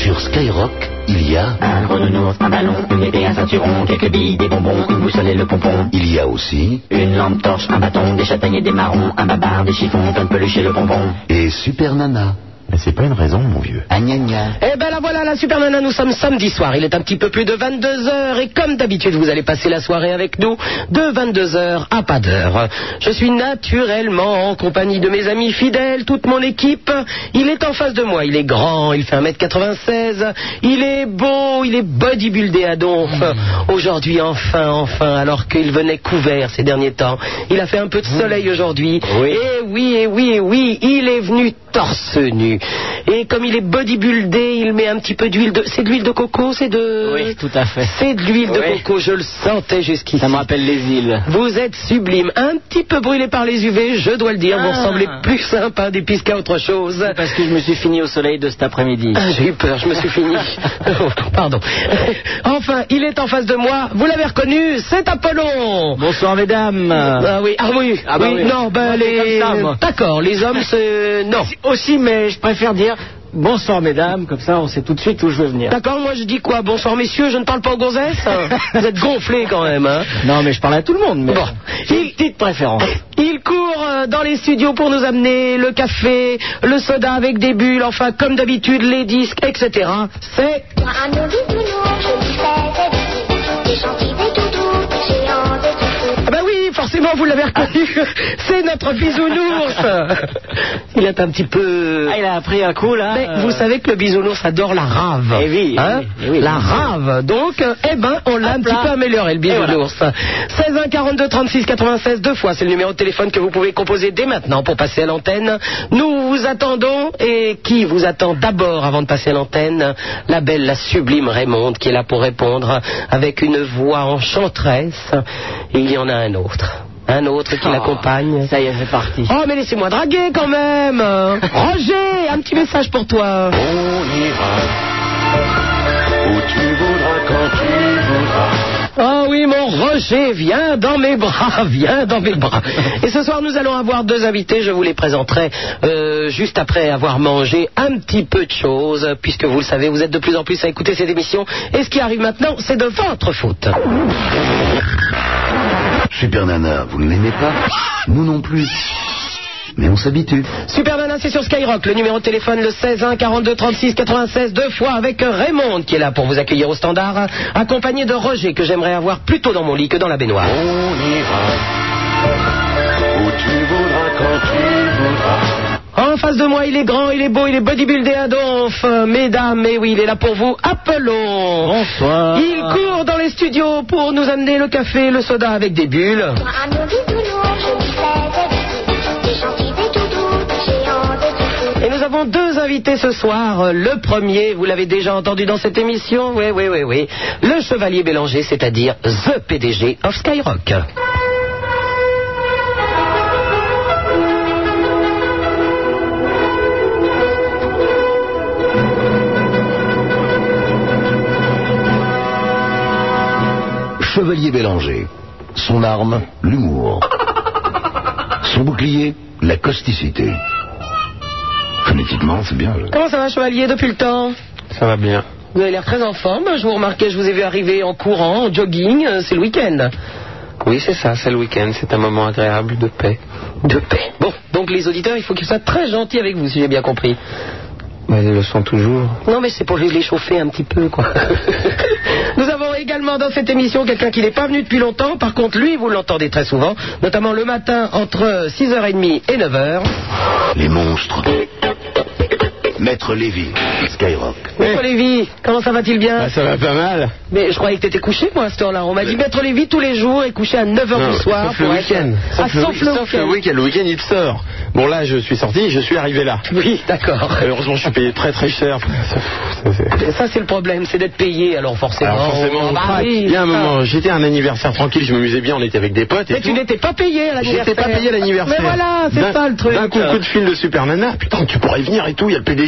Sur Skyrock, il y a un gros nounours, un ballon, une épée, un ceinturon, quelques billes, des bonbons, une boussole et le pompon. Il y a aussi une lampe torche, un bâton, des châtaigniers, des marrons, un babar, des chiffons, plein de peluches et le bonbon. Et Super Nana. Mais c'est pas une raison, mon vieux. Ah, gna gna. Eh ben la voilà, la Super Nana, nous sommes samedi soir. Il est un petit peu plus de 22h et comme d'habitude, vous allez passer la soirée avec nous de 22h à pas d'heure. Je suis naturellement en compagnie de mes amis fidèles, toute mon équipe. Il est en face de moi, il est grand, il fait 1m96, il est beau, il est bodybuildé à donf. Aujourd'hui, enfin, alors qu'il venait couvert ces derniers temps. Il a fait un peu de soleil aujourd'hui. Oui. Et oui, il est venu torse nu. Et comme il est bodybuildé, il met un petit peu d'huile de... C'est de l'huile de coco, c'est de... Oui, tout à fait. C'est de l'huile de Oui. coco, je le sentais jusqu'ici. Ça me rappelle les îles. Vous êtes sublime. Un petit peu brûlé par les UV, je dois le dire. Vous ressemblez plus sympathique qu'à autre chose. C'est parce que je me suis fini au soleil de cet après-midi. Ah, j'ai eu peur, je me suis fini. Oh, pardon. Enfin, il est en face de moi. Vous l'avez reconnu, c'est Apollon. Bonsoir, mesdames. Ah oui. Non, ben Moi, c'est les... comme ça, moi. D'accord, les hommes, c'est... Non. Aussi, mais je préfère dire bonsoir, mesdames, comme ça on sait tout de suite où je veux venir. D'accord, moi je dis quoi? Bonsoir messieurs, je ne parle pas aux gonzesses. Vous êtes gonflés quand même, hein. Non, mais je parle à tout le monde, mais Bon. j'ai une petite préférence. Il court dans les studios pour nous amener le café, le soda avec des bulles, enfin comme d'habitude les disques, etc. C'est... Un nouveau bisounours, je lui fais des gentils, des toutous, des géants, des toutous. Ah ben oui, forcément vous l'avez reconnu, c'est notre bisounours. Il est un petit peu... Ah, il a appris un coup, là. Mais vous savez que le bisounours adore la rave. Eh oui, Hein eh oui. La rave. Donc, on l'a un petit peu amélioré, le bisounours. 16 1 42 36 96, 2 fois, c'est le numéro de téléphone que vous pouvez composer dès maintenant pour passer à l'antenne. Nous vous attendons, et qui vous attend d'abord avant de passer à l'antenne? La belle, la sublime Raymonde, qui est là pour répondre avec une voix enchanteresse. Et il y en a un autre. Un autre qui l'accompagne. Ça y est, c'est parti. Oh, mais laissez-moi draguer quand même. Roger, un petit message pour toi. On ira où tu voudras, quand tu voudras. Oh oui, mon Roger, viens dans mes bras, viens dans mes bras. Et ce soir, nous allons avoir deux invités. Je vous les présenterai juste après avoir mangé un petit peu de choses, puisque vous le savez, vous êtes de plus en plus à écouter cette émission. Et ce qui arrive maintenant, c'est de votre faute. Super Nana, vous ne l'aimez pas? Nous non plus. Mais on s'habitue. Super Nana, c'est sur Skyrock. Le numéro de téléphone, le 16 1 42 36 96, 2 fois avec Raymonde qui est là pour vous accueillir au standard, accompagné de Roger que j'aimerais avoir plutôt dans mon lit que dans la baignoire. On ira où tu voudras, quand tu voudras. En face de moi, il est grand, il est beau, il est bodybuildé à donf. Mesdames, et oui, il est là pour vous, Apollon. Bonsoir. Il court dans les studios pour nous amener le café, le soda avec des bulles. Un nouveau bisounours, je lui fais des gentils, des toutous, des géants, des toutous. Et nous avons deux invités ce soir. Le premier, vous l'avez déjà entendu dans cette émission, oui. Le Chevalier Bélanger, c'est-à-dire The PDG of Skyrock. Chevalier Bélanger. Son arme, l'humour. Son bouclier, la causticité. Phonétiquement, c'est bien. Comment ça va, Chevalier, depuis le temps? Ça va bien. Vous avez l'air très en forme. Je vous remarquais, je vous ai vu arriver en courant, en jogging. C'est le week-end. Oui, c'est ça, c'est le week-end, c'est un moment agréable de paix. De paix. Bon, donc les auditeurs, il faut qu'ils soient très gentils avec vous, si j'ai bien compris. Mais ils le sont toujours. Non, mais c'est pour les chauffer un petit peu, quoi. Nous avons également dans cette émission quelqu'un qui n'est pas venu depuis longtemps. Par contre, lui, vous l'entendez très souvent, notamment le matin entre 6h30 et 9h. Les monstres. Maître Lévy, Skyrock. Maître Lévy, comment ça va-t-il bien? Ça va pas mal. Mais je croyais que t'étais couché, moi, à cette heure-là. On m'a dit Maître Lévy tous les jours est couché à 9h du soir. Sauf le week-end. Sauf le week-end. Le week-end, il sort. Bon, là, je suis sorti, je suis arrivé là. Oui, d'accord. Heureusement, je suis payé très très cher. Et ça, c'est le problème, c'est d'être payé, alors forcément. Alors forcément, on Bah craque. oui, Il y a un ça. moment, j'étais à un anniversaire tranquille, je m'amusais bien, on était avec des potes et Mais tout. tu n'étais pas payé à l'anniversaire. J'étais pas payé à l'anniversaire. Mais voilà, c'est ça le truc. D'un coup de fil de Super Nana. Putain, tu pourrais venir et tout, il y a le PDG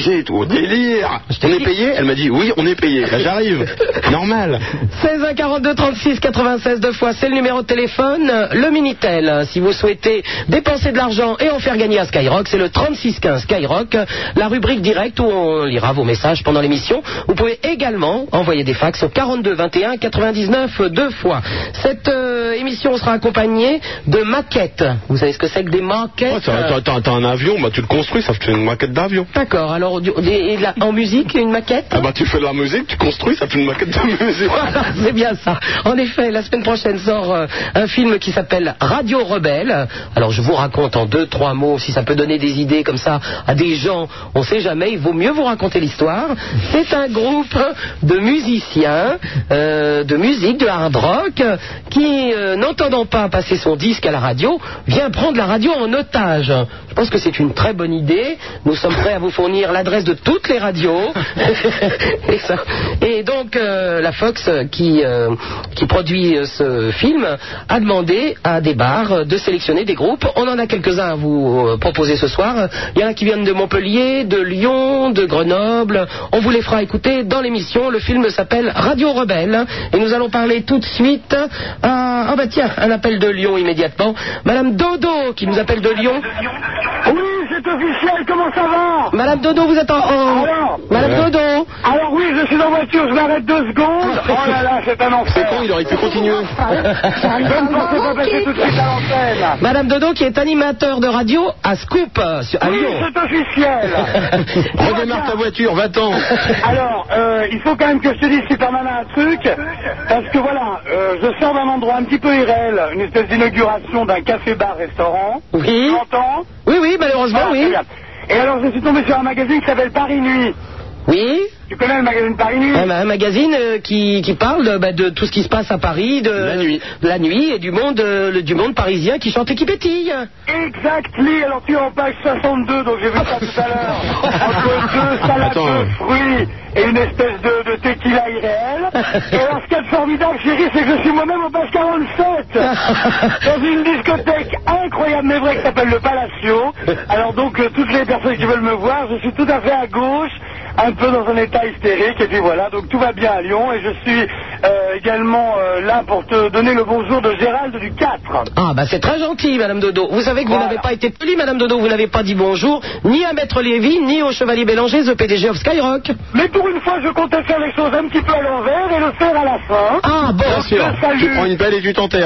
obligé et tout. Au délire. On est payé? Elle m'a dit oui, on est payé. Là, j'arrive. Normal. 16 1 42 36 96 deux fois, c'est le numéro de téléphone. Le Minitel, si vous souhaitez dépenser de l'argent et en faire gagner à Skyrock, c'est le 3615 Skyrock, la rubrique directe où on lira vos messages pendant l'émission. Vous pouvez également envoyer des fax au 42 21 99 deux fois. Cette émission sera accompagnée de maquettes. Vous savez ce que c'est que des maquettes? T'as un avion, bah tu le construis, ça fait une maquette d'avion. D'accord, alors en musique, une maquette? Ah bah tu fais de la musique, tu construis, ça fait une maquette de musique. Voilà, c'est bien ça. En effet, la semaine prochaine sort un film qui s'appelle Radio Rebelle. Alors je vous raconte en 2-3 mots, si ça peut donner des idées comme ça à des gens, on sait jamais, il vaut mieux vous raconter l'histoire. C'est un groupe de musiciens, de musique, de hard rock, qui, n'entendant pas passer son disque à la radio, vient prendre la radio en otage. Je pense que c'est une très bonne idée. Nous sommes prêts à vous fournir l'adresse de toutes les radios. Et donc, la Fox, qui produit ce film, a demandé à des bars de sélectionner des groupes. On en a quelques-uns à vous proposer ce soir. Il y en a qui viennent de Montpellier, de Lyon, de Grenoble. On vous les fera écouter dans l'émission. Le film s'appelle Radio Rebelle. Et nous allons parler tout de suite à... Ah bah tiens, un appel de Lyon immédiatement. Madame Dodo qui nous appelle de Lyon. Oui, c'est officiel, comment ça va? Madame Dodo, vous êtes en... Alors Madame Dodo. Alors oui, je suis en voiture, je m'arrête 2 secondes. Oh là là, c'est un enfer. C'est con, il aurait pu continuer. Je ne pensais pas passer tout de suite à l'antenne. Madame Dodo qui est animateur de radio à Scoop, à Oui, Lyon. c'est officiel. Redémarre ta voiture, va-t'en. Alors, il faut quand même que je te dise, Superman, un truc, parce que voilà, je sors d'un endroit un petit peu irréel, une espèce d'inauguration d'un café-bar-restaurant. Oui. Tu m'entends? Oui, malheureusement, Voilà, très oui. bien. Et alors, je suis tombé sur un magazine qui s'appelle Paris Nuit. Oui. Tu connais le magazine Paris Nuit? Un magazine qui parle de tout ce qui se passe à Paris, de la nuit et du monde parisien qui chante et qui pétille. Exactly, alors tu es en page 62, donc j'ai vu ça tout à l'heure. Entre 2 salades de fruits et une espèce de tequila irréel. Et alors ce qu'il y a de formidable, chérie, c'est que je suis moi-même en page 47. Dans une discothèque incroyable mais vraie qui s'appelle le Palacio. Alors donc toutes les personnes qui veulent me voir, je suis tout à fait à gauche, un peu dans un état hystérique, et puis voilà, donc tout va bien à Lyon, et je suis également là pour te donner le bonjour de Gérald du 4. Ah bah c'est très gentil, Madame Dodo. Vous savez que vous n'avez pas été polie, Madame Dodo, vous n'avez pas dit bonjour, ni à Maître Lévy, ni au Chevalier Bélanger, the PDG of Skyrock. Mais pour une fois, je comptais faire les choses un petit peu à l'envers et le faire à la fin. Ah bon, bien sûr, tu prends une pelle et tu t'enterres,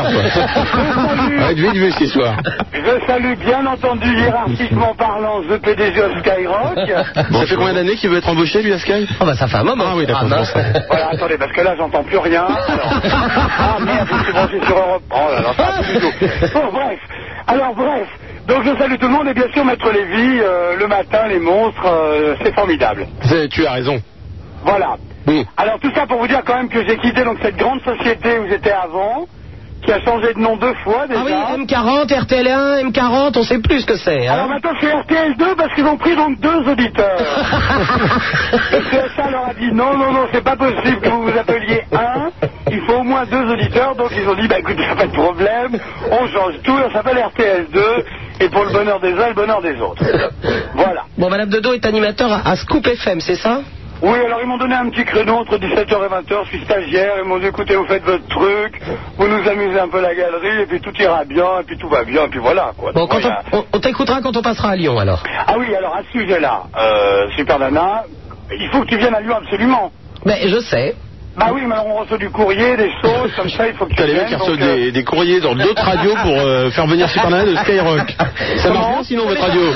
quoi. Va être vite vu ce soir. Je salue bien entendu, hiérarchiquement parlant, the PDG of Skyrock. Bon, ça fait combien d'années qu'il veut être embauché, lui, à Sky? Ah bah ça fait un moment. Ah oui, d'accord. Voilà, attendez, parce que là, j'entends plus rien. Alors... Ah merde, je suis branché sur Europe. Oh là là, ça va plus du tout. Bon, bref. Alors, bref. Donc, je salue tout le monde et bien sûr, Maître Lévy, le matin, les monstres, c'est formidable. Tu as raison. Voilà. Alors, tout ça pour vous dire quand même que j'ai quitté donc cette grande société où j'étais avant, qui a changé de nom 2 fois déjà. Ah oui, M40, RTL1, M40, on sait plus ce que c'est. Hein. Alors maintenant c'est RTL2 parce qu'ils ont pris donc 2 auditeurs. Le CSA leur a dit non, c'est pas possible que vous vous appeliez un, il faut au moins 2 auditeurs, donc ils ont dit bah écoutez, y a pas de problème, on change tout, on s'appelle RTL2, et pour le bonheur des uns, le bonheur des autres. Voilà. Bon, Madame Dodo est animateur à Scoop FM, c'est ça? Oui, alors ils m'ont donné un petit créneau entre 17h et 20h, je suis stagiaire, ils m'ont dit écoutez, vous faites votre truc, vous nous amusez un peu la galerie, et puis tout ira bien, et puis tout va bien, et puis voilà quoi. Bon, quand on t'écoutera quand on passera à Lyon alors. Ah oui, alors à ce sujet-là, Super Nana, il faut que tu viennes à Lyon absolument. Mais je sais. Bah oui, mais alors on reçoit du courrier, des choses, comme ça, il faut que tu T'as les viennes. mecs qui reçoivent des courriers dans d'autres radios pour faire venir Super Nana de Skyrock. Ça marche bien sinon votre radio.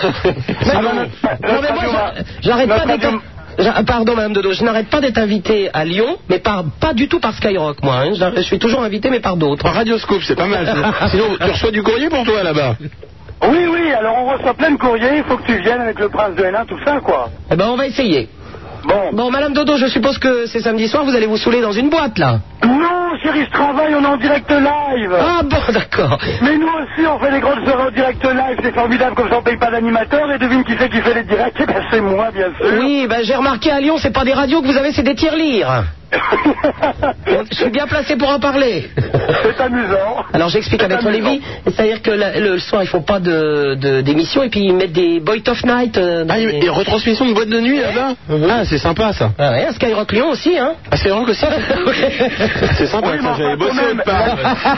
Non mais moi, j'arrête pas d'être... Pardon, Madame Dodo, je n'arrête pas d'être invité à Lyon, mais pas du tout par Skyrock, moi. Hein. Je suis toujours invité, mais par d'autres. Par Radioscope, c'est pas mal. Sinon, tu reçois du courrier pour toi là-bas? Oui, alors on reçoit plein de courriers, il faut que tu viennes avec le prince de Hénin, tout ça, quoi. Eh ben, on va essayer. Bon, Madame Dodo, je suppose que c'est samedi soir, vous allez vous saouler dans une boîte, là. Non, chérie, je travaille, on est en direct live. Ah bon, d'accord. Mais nous aussi, on fait des grandes soirées en direct live, c'est formidable, comme ça on paye pas d'animateur, et devine qui c'est qui fait les directs, eh ben c'est moi, bien sûr. Oui, ben j'ai remarqué à Lyon, c'est pas des radios que vous avez, c'est des tirelires. Je suis bien placé pour en parler. C'est amusant. Alors j'explique à Maître Lévy, c'est-à-dire que le soir ils font pas d'émission et puis ils mettent des Boys of Night. Et retransmission de boîte de nuit là-bas. Ah, c'est sympa ça. Ah ouais, à Skyrock Lyon aussi, hein. À Skyrock aussi. C'est sympa, Oui, ça, j'avais bossé quand même, autre part.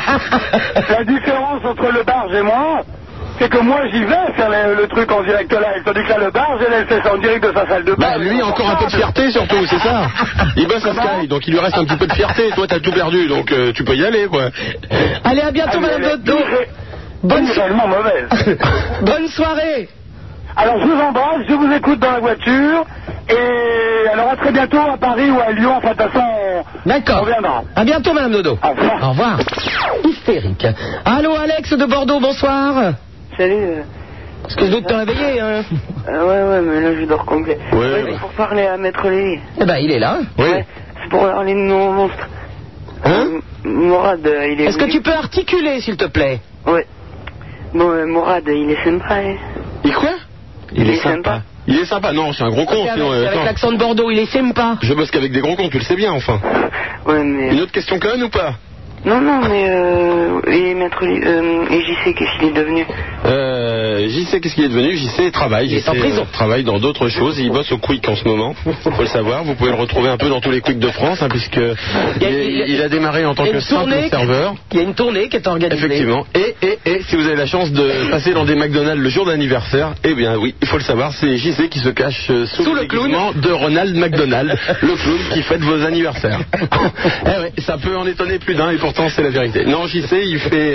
La différence entre le barge et moi, c'est que moi j'y vais faire le truc en direct live, tandis que là le barge, elle fait ça en direct de sa salle de bain. Bah lui encore un peu de fierté surtout, c'est ça. Il bosse à Sky, donc il lui reste un petit peu de fierté. Toi t'as tout perdu, donc tu peux y aller quoi. Allez, à bientôt, Madame Dodo. Bonne tellement mauvaise. Bonne soirée. Alors je vous embrasse, je vous écoute dans la voiture, et alors à très bientôt à Paris ou à Lyon, enfin de toute façon D'accord. on viendra. À bientôt, Madame Dodo. Au revoir. Au revoir. Hystérique. Allô, Alex de Bordeaux, bonsoir. Salut. Est-ce que je doute te réveiller, hein? Ouais, mais là je dors complet. Ouais. C'est pour parler à Maître Lévy. Eh ben, il est là. Oui. Ouais, c'est pour parler de nos monstres. Hein? Mourad, il est. Est-ce que tu peux articuler, s'il te plaît? Ouais. Bon, Mourad, il est sympa, hein. Il quoi? Il est sympa. Il est sympa. Non, c'est un gros con. Sinon, Avec attends. l'accent de Bordeaux, il est sympa. Je bosse qu'avec des gros cons, tu le sais bien enfin. Ouais, mais. Une autre question conne ou pas? Non, mais et Maître Lévy, et JC, qu'est-ce qu'il est devenu? JC, qu'est-ce qu'il est devenu? JC travaille. Il est en prison. Travaille dans d'autres choses. Il bosse au Quick en ce moment. Faut le savoir. Vous pouvez le retrouver un peu dans tous les Quicks de France, hein, puisque il a démarré en tant que simple serveur. Il y a une tournée qui est organisée. Effectivement. Et si vous avez la chance de passer dans des McDonald's le jour d'anniversaire, eh bien oui, il faut le savoir, c'est JC qui se cache sous le clown de Ronald McDonald, le clown qui fête vos anniversaires. Eh ouais, ça peut en étonner plus d'un et pourtant c'est la vérité. Non, JC, il fait,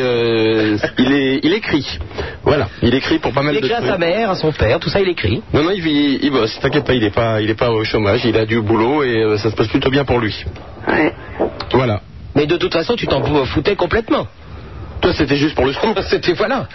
il écrit. Voilà, il écrit pour pas mal de Il écrit trucs. à sa mère, à son père, tout ça il écrit. Non, il bosse. T'inquiète pas, il est pas au chômage. Il a du boulot et ça se passe plutôt bien pour lui. Ouais. Voilà. Mais de toute façon, tu t'en foutais complètement. Toi, c'était juste pour le scoop. C'était voilà.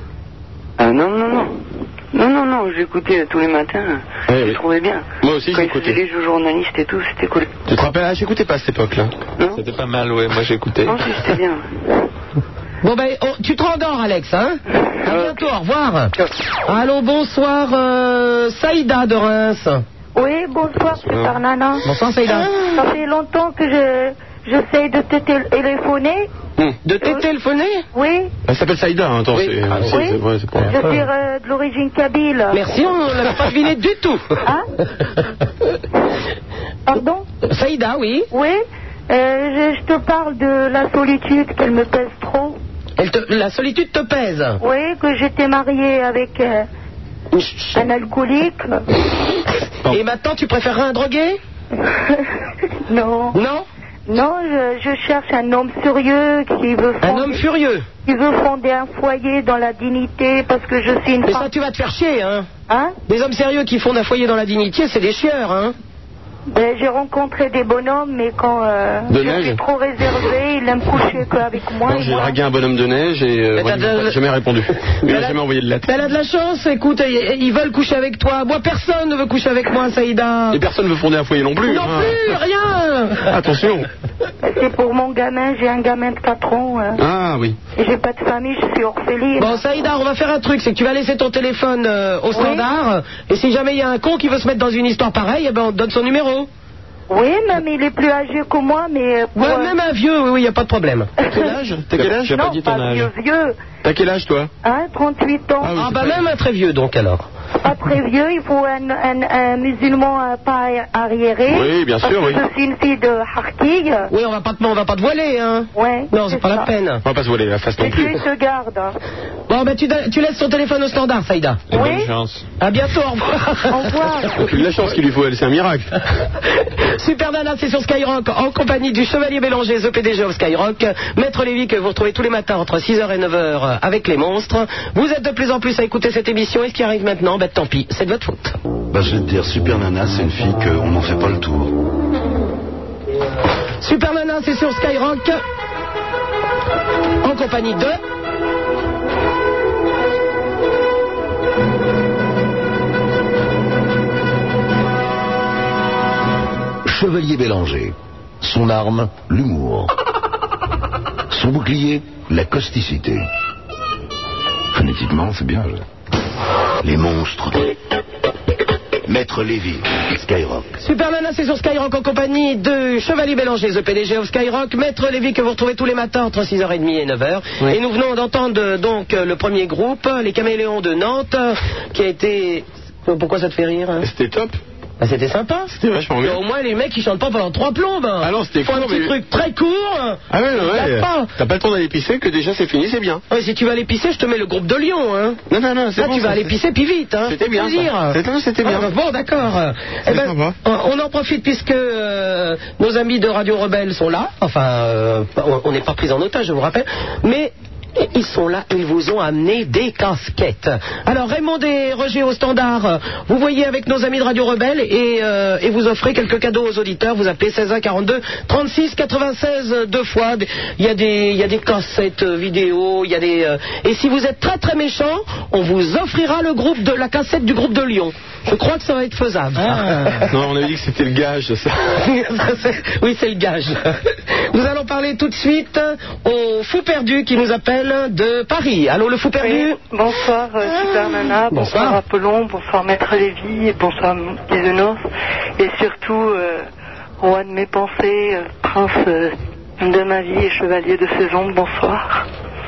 Non, j'écoutais tous les matins. Ouais, Je oui. trouvais bien. Moi aussi, Quand ils j'écoutais. faisaient les jeux journalistes et tout, c'était cool. Tu te rappelles? J'écoutais pas à cette époque-là. Non? C'était pas mal, ouais, moi j'écoutais. Non, si, c'était bien. Bon ben, tu te rendors, Alex, hein? À bientôt, au revoir. Allô, bonsoir, Saïda de Reims. Oui, bonsoir, Super Nana. Bonsoir, Saïda. Ça fait longtemps que j'essaie de te téléphoner. De te téléphoner? Oui, Elle s'appelle Saïda, hein, attends, Oui. c'est Oui. c'est pas... je suis de l'origine kabyle. Merci, on ne l'avait pas deviné du tout. Hein? Pardon? Saïda, oui. Oui, je te parle de la solitude, qu'elle me pèse trop. La solitude te pèse. Oui, que j'étais mariée avec un alcoolique. Et maintenant, tu préférerais un drogué? Non. Non? Non, je cherche un homme sérieux qui veut Un homme furieux. qui veut fonder un foyer dans la dignité parce que je suis une Mais femme. ça, tu vas te faire chier, hein. Hein? Des hommes sérieux qui fondent un foyer dans la dignité, c'est des chieurs, hein. Ben, j'ai rencontré des bonhommes, mais quand De je neige. suis trop réservée, ils n'aiment coucher qu'avec moi. Alors, et j'ai moi. dragué un bonhomme de neige et Mais il m'a jamais répondu. Il m'a jamais envoyé de lettre. Mais elle a de la chance, écoute, ils veulent coucher avec toi. Moi, personne ne veut coucher avec moi, Saïda. Et personne ne veut fonder un foyer non plus. Non hein. plus, rien. Attention. C'est pour mon gamin, j'ai un gamin de 4 ans. Ah oui. Et j'ai pas de famille, je suis orpheline. Bon, Saïda, on va faire un truc, c'est que tu vas laisser ton téléphone au standard, et si jamais il y a un con qui veut se mettre dans une histoire pareille, eh ben on te donne son numéro. Oui, même il est plus âgé que moi, mais... pour, Ouais, même un vieux, oui, il n'y a pas de problème. Quel âge? T'as quel âge? non, pas vieux. T'as quel âge toi? Hein, 38 ans. Ah oui, Ah c'est bah pas- même un très vieux, donc, alors. Pas très vieux, il faut un musulman pas arriéré. Oui, bien sûr, parce oui. que je suis une fille de Harkig. Oui, on va pas te voiler, hein. Ouais. Non, c'est pas la ça. peine. On va pas se voiler la face non Et plus. Dieu te garde. Bon, ben tu laisses ton téléphone au standard, Saïda. Oui. Bonne chance. À bientôt, au revoir. Au revoir. La chance qu'il lui faut, elle, c'est un miracle. Super Nana, c'est sur Skyrock, en compagnie du Chevalier Bélanger, The PDG of Skyrock, Maître Lévy, que vous retrouvez tous les matins entre 6h et 9h avec les monstres. Vous êtes de plus en plus à écouter cette émission, et ce qui arrive maintenant, ben tant pis, c'est de votre faute. Bah, je vais te dire, Super Nana, c'est une fille qu'on n'en fait pas le tour. Super Nana, c'est sur Skyrock, en compagnie de... Chevalier Bélanger. Son arme, l'humour. Son bouclier, la causticité. Phonétiquement, c'est bien. Les monstres. Maître Lévy, Skyrock. Super Nana, c'est sur Skyrock en compagnie de Chevalier Bélanger, the PDG of Skyrock, Maître Lévy que vous retrouvez tous les matins entre 6h30 et 9h. Oui. Et nous venons d'entendre donc le premier groupe, les Caméléons de Nantes, qui a été... Pourquoi ça te fait rire hein? C'était top. Bah, c'était sympa. C'était vachement bien. Au moins les mecs ils chantent pas pendant 3 plombes. Ah non, c'était cool. Un petit truc très court. Ah ouais. T'as pas le temps d'aller pisser, que déjà c'est fini, c'est bien. Ouais, si tu vas aller pisser, je te mets le groupe de Lyon. Hein. Non, c'est là, bon. Tu vas aller pisser puis vite. Hein. C'était bien. C'était bien. Ah, bon, d'accord. On en profite puisque nos amis de Radio Rebelle sont là. Enfin, on n'est pas pris en otage, je vous rappelle. Mais ils sont là, ils vous ont amené des casquettes. Alors Raymond et Roger au standard, vous voyez avec nos amis de Radio Rebelle et vous offrez quelques cadeaux aux auditeurs. Vous appelez 16 1 42 36 96 deux fois. Il y a des cassettes vidéo, il y a des et si vous êtes très très méchant, on vous offrira la cassette du groupe de Lyon. Je crois que ça va être faisable. Non, on avait dit que c'était le gage, ça. Oui, c'est le gage. Nous allons parler tout de suite au fou perdu qui nous appelle de Paris. Allô, le fou perdu. Oui. Bonsoir, Super Nana. Bonsoir Apollon. Bonsoir Maître Lévy. Et bonsoir Bisounours. Et surtout, roi de mes pensées, prince de ma vie et chevalier de ses ombres. Bonsoir.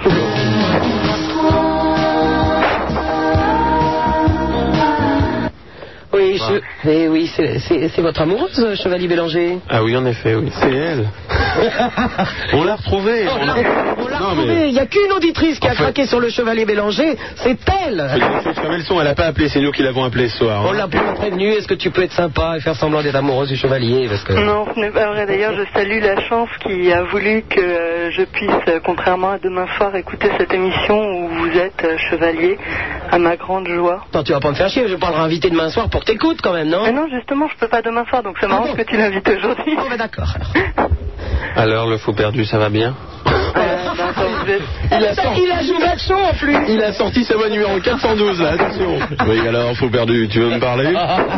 Oui, c'est votre amoureuse, Chevalier Bélanger. Ah oui, en effet, oui. C'est elle. On l'a retrouvée. On l'a retrouvée. Il n'y a qu'une auditrice qui a craqué sur le Chevalier Bélanger, c'est elle. Elle n'a pas appelé, c'est nous qui l'avons appelé ce soir. On l'a prévenu, est-ce que tu peux être sympa et faire semblant d'être amoureuse du Chevalier parce que... Non, ce n'est pas vrai. D'ailleurs, je salue la chance qui a voulu que je puisse, contrairement à demain soir, écouter cette émission où vous êtes Chevalier, à ma grande joie. Attends, tu vas pas me faire chier, je vais pas le réinviter demain soir pour que t'écoutes quand même, non? Mais non, justement, je peux pas demain soir, donc ça m'arrange que tu l'invites aujourd'hui. Oh, bah d'accord. Alors, le fou perdu, ça va bien? Il a joué d'action en plus. Il a sorti sa voix numéro 412 là, attention. Oui, alors, fou perdu, tu veux me parler?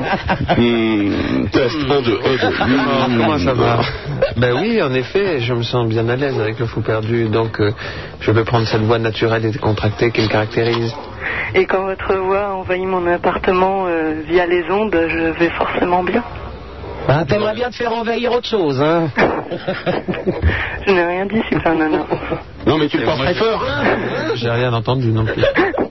Test 1, 2, 1, 2. Comment ça va? Ben oui, en effet, je me sens bien à l'aise avec le fou perdu, donc je vais prendre cette voix naturelle et décontractée qui me caractérise. Et quand votre voix envahit mon appartement via les ondes, je vais forcément bien. Ah, t'aimerais bien te faire envahir autre chose, hein? Je n'ai rien dit, Super Nana. Non, mais tu le penses très fort. J'ai rien entendu non plus.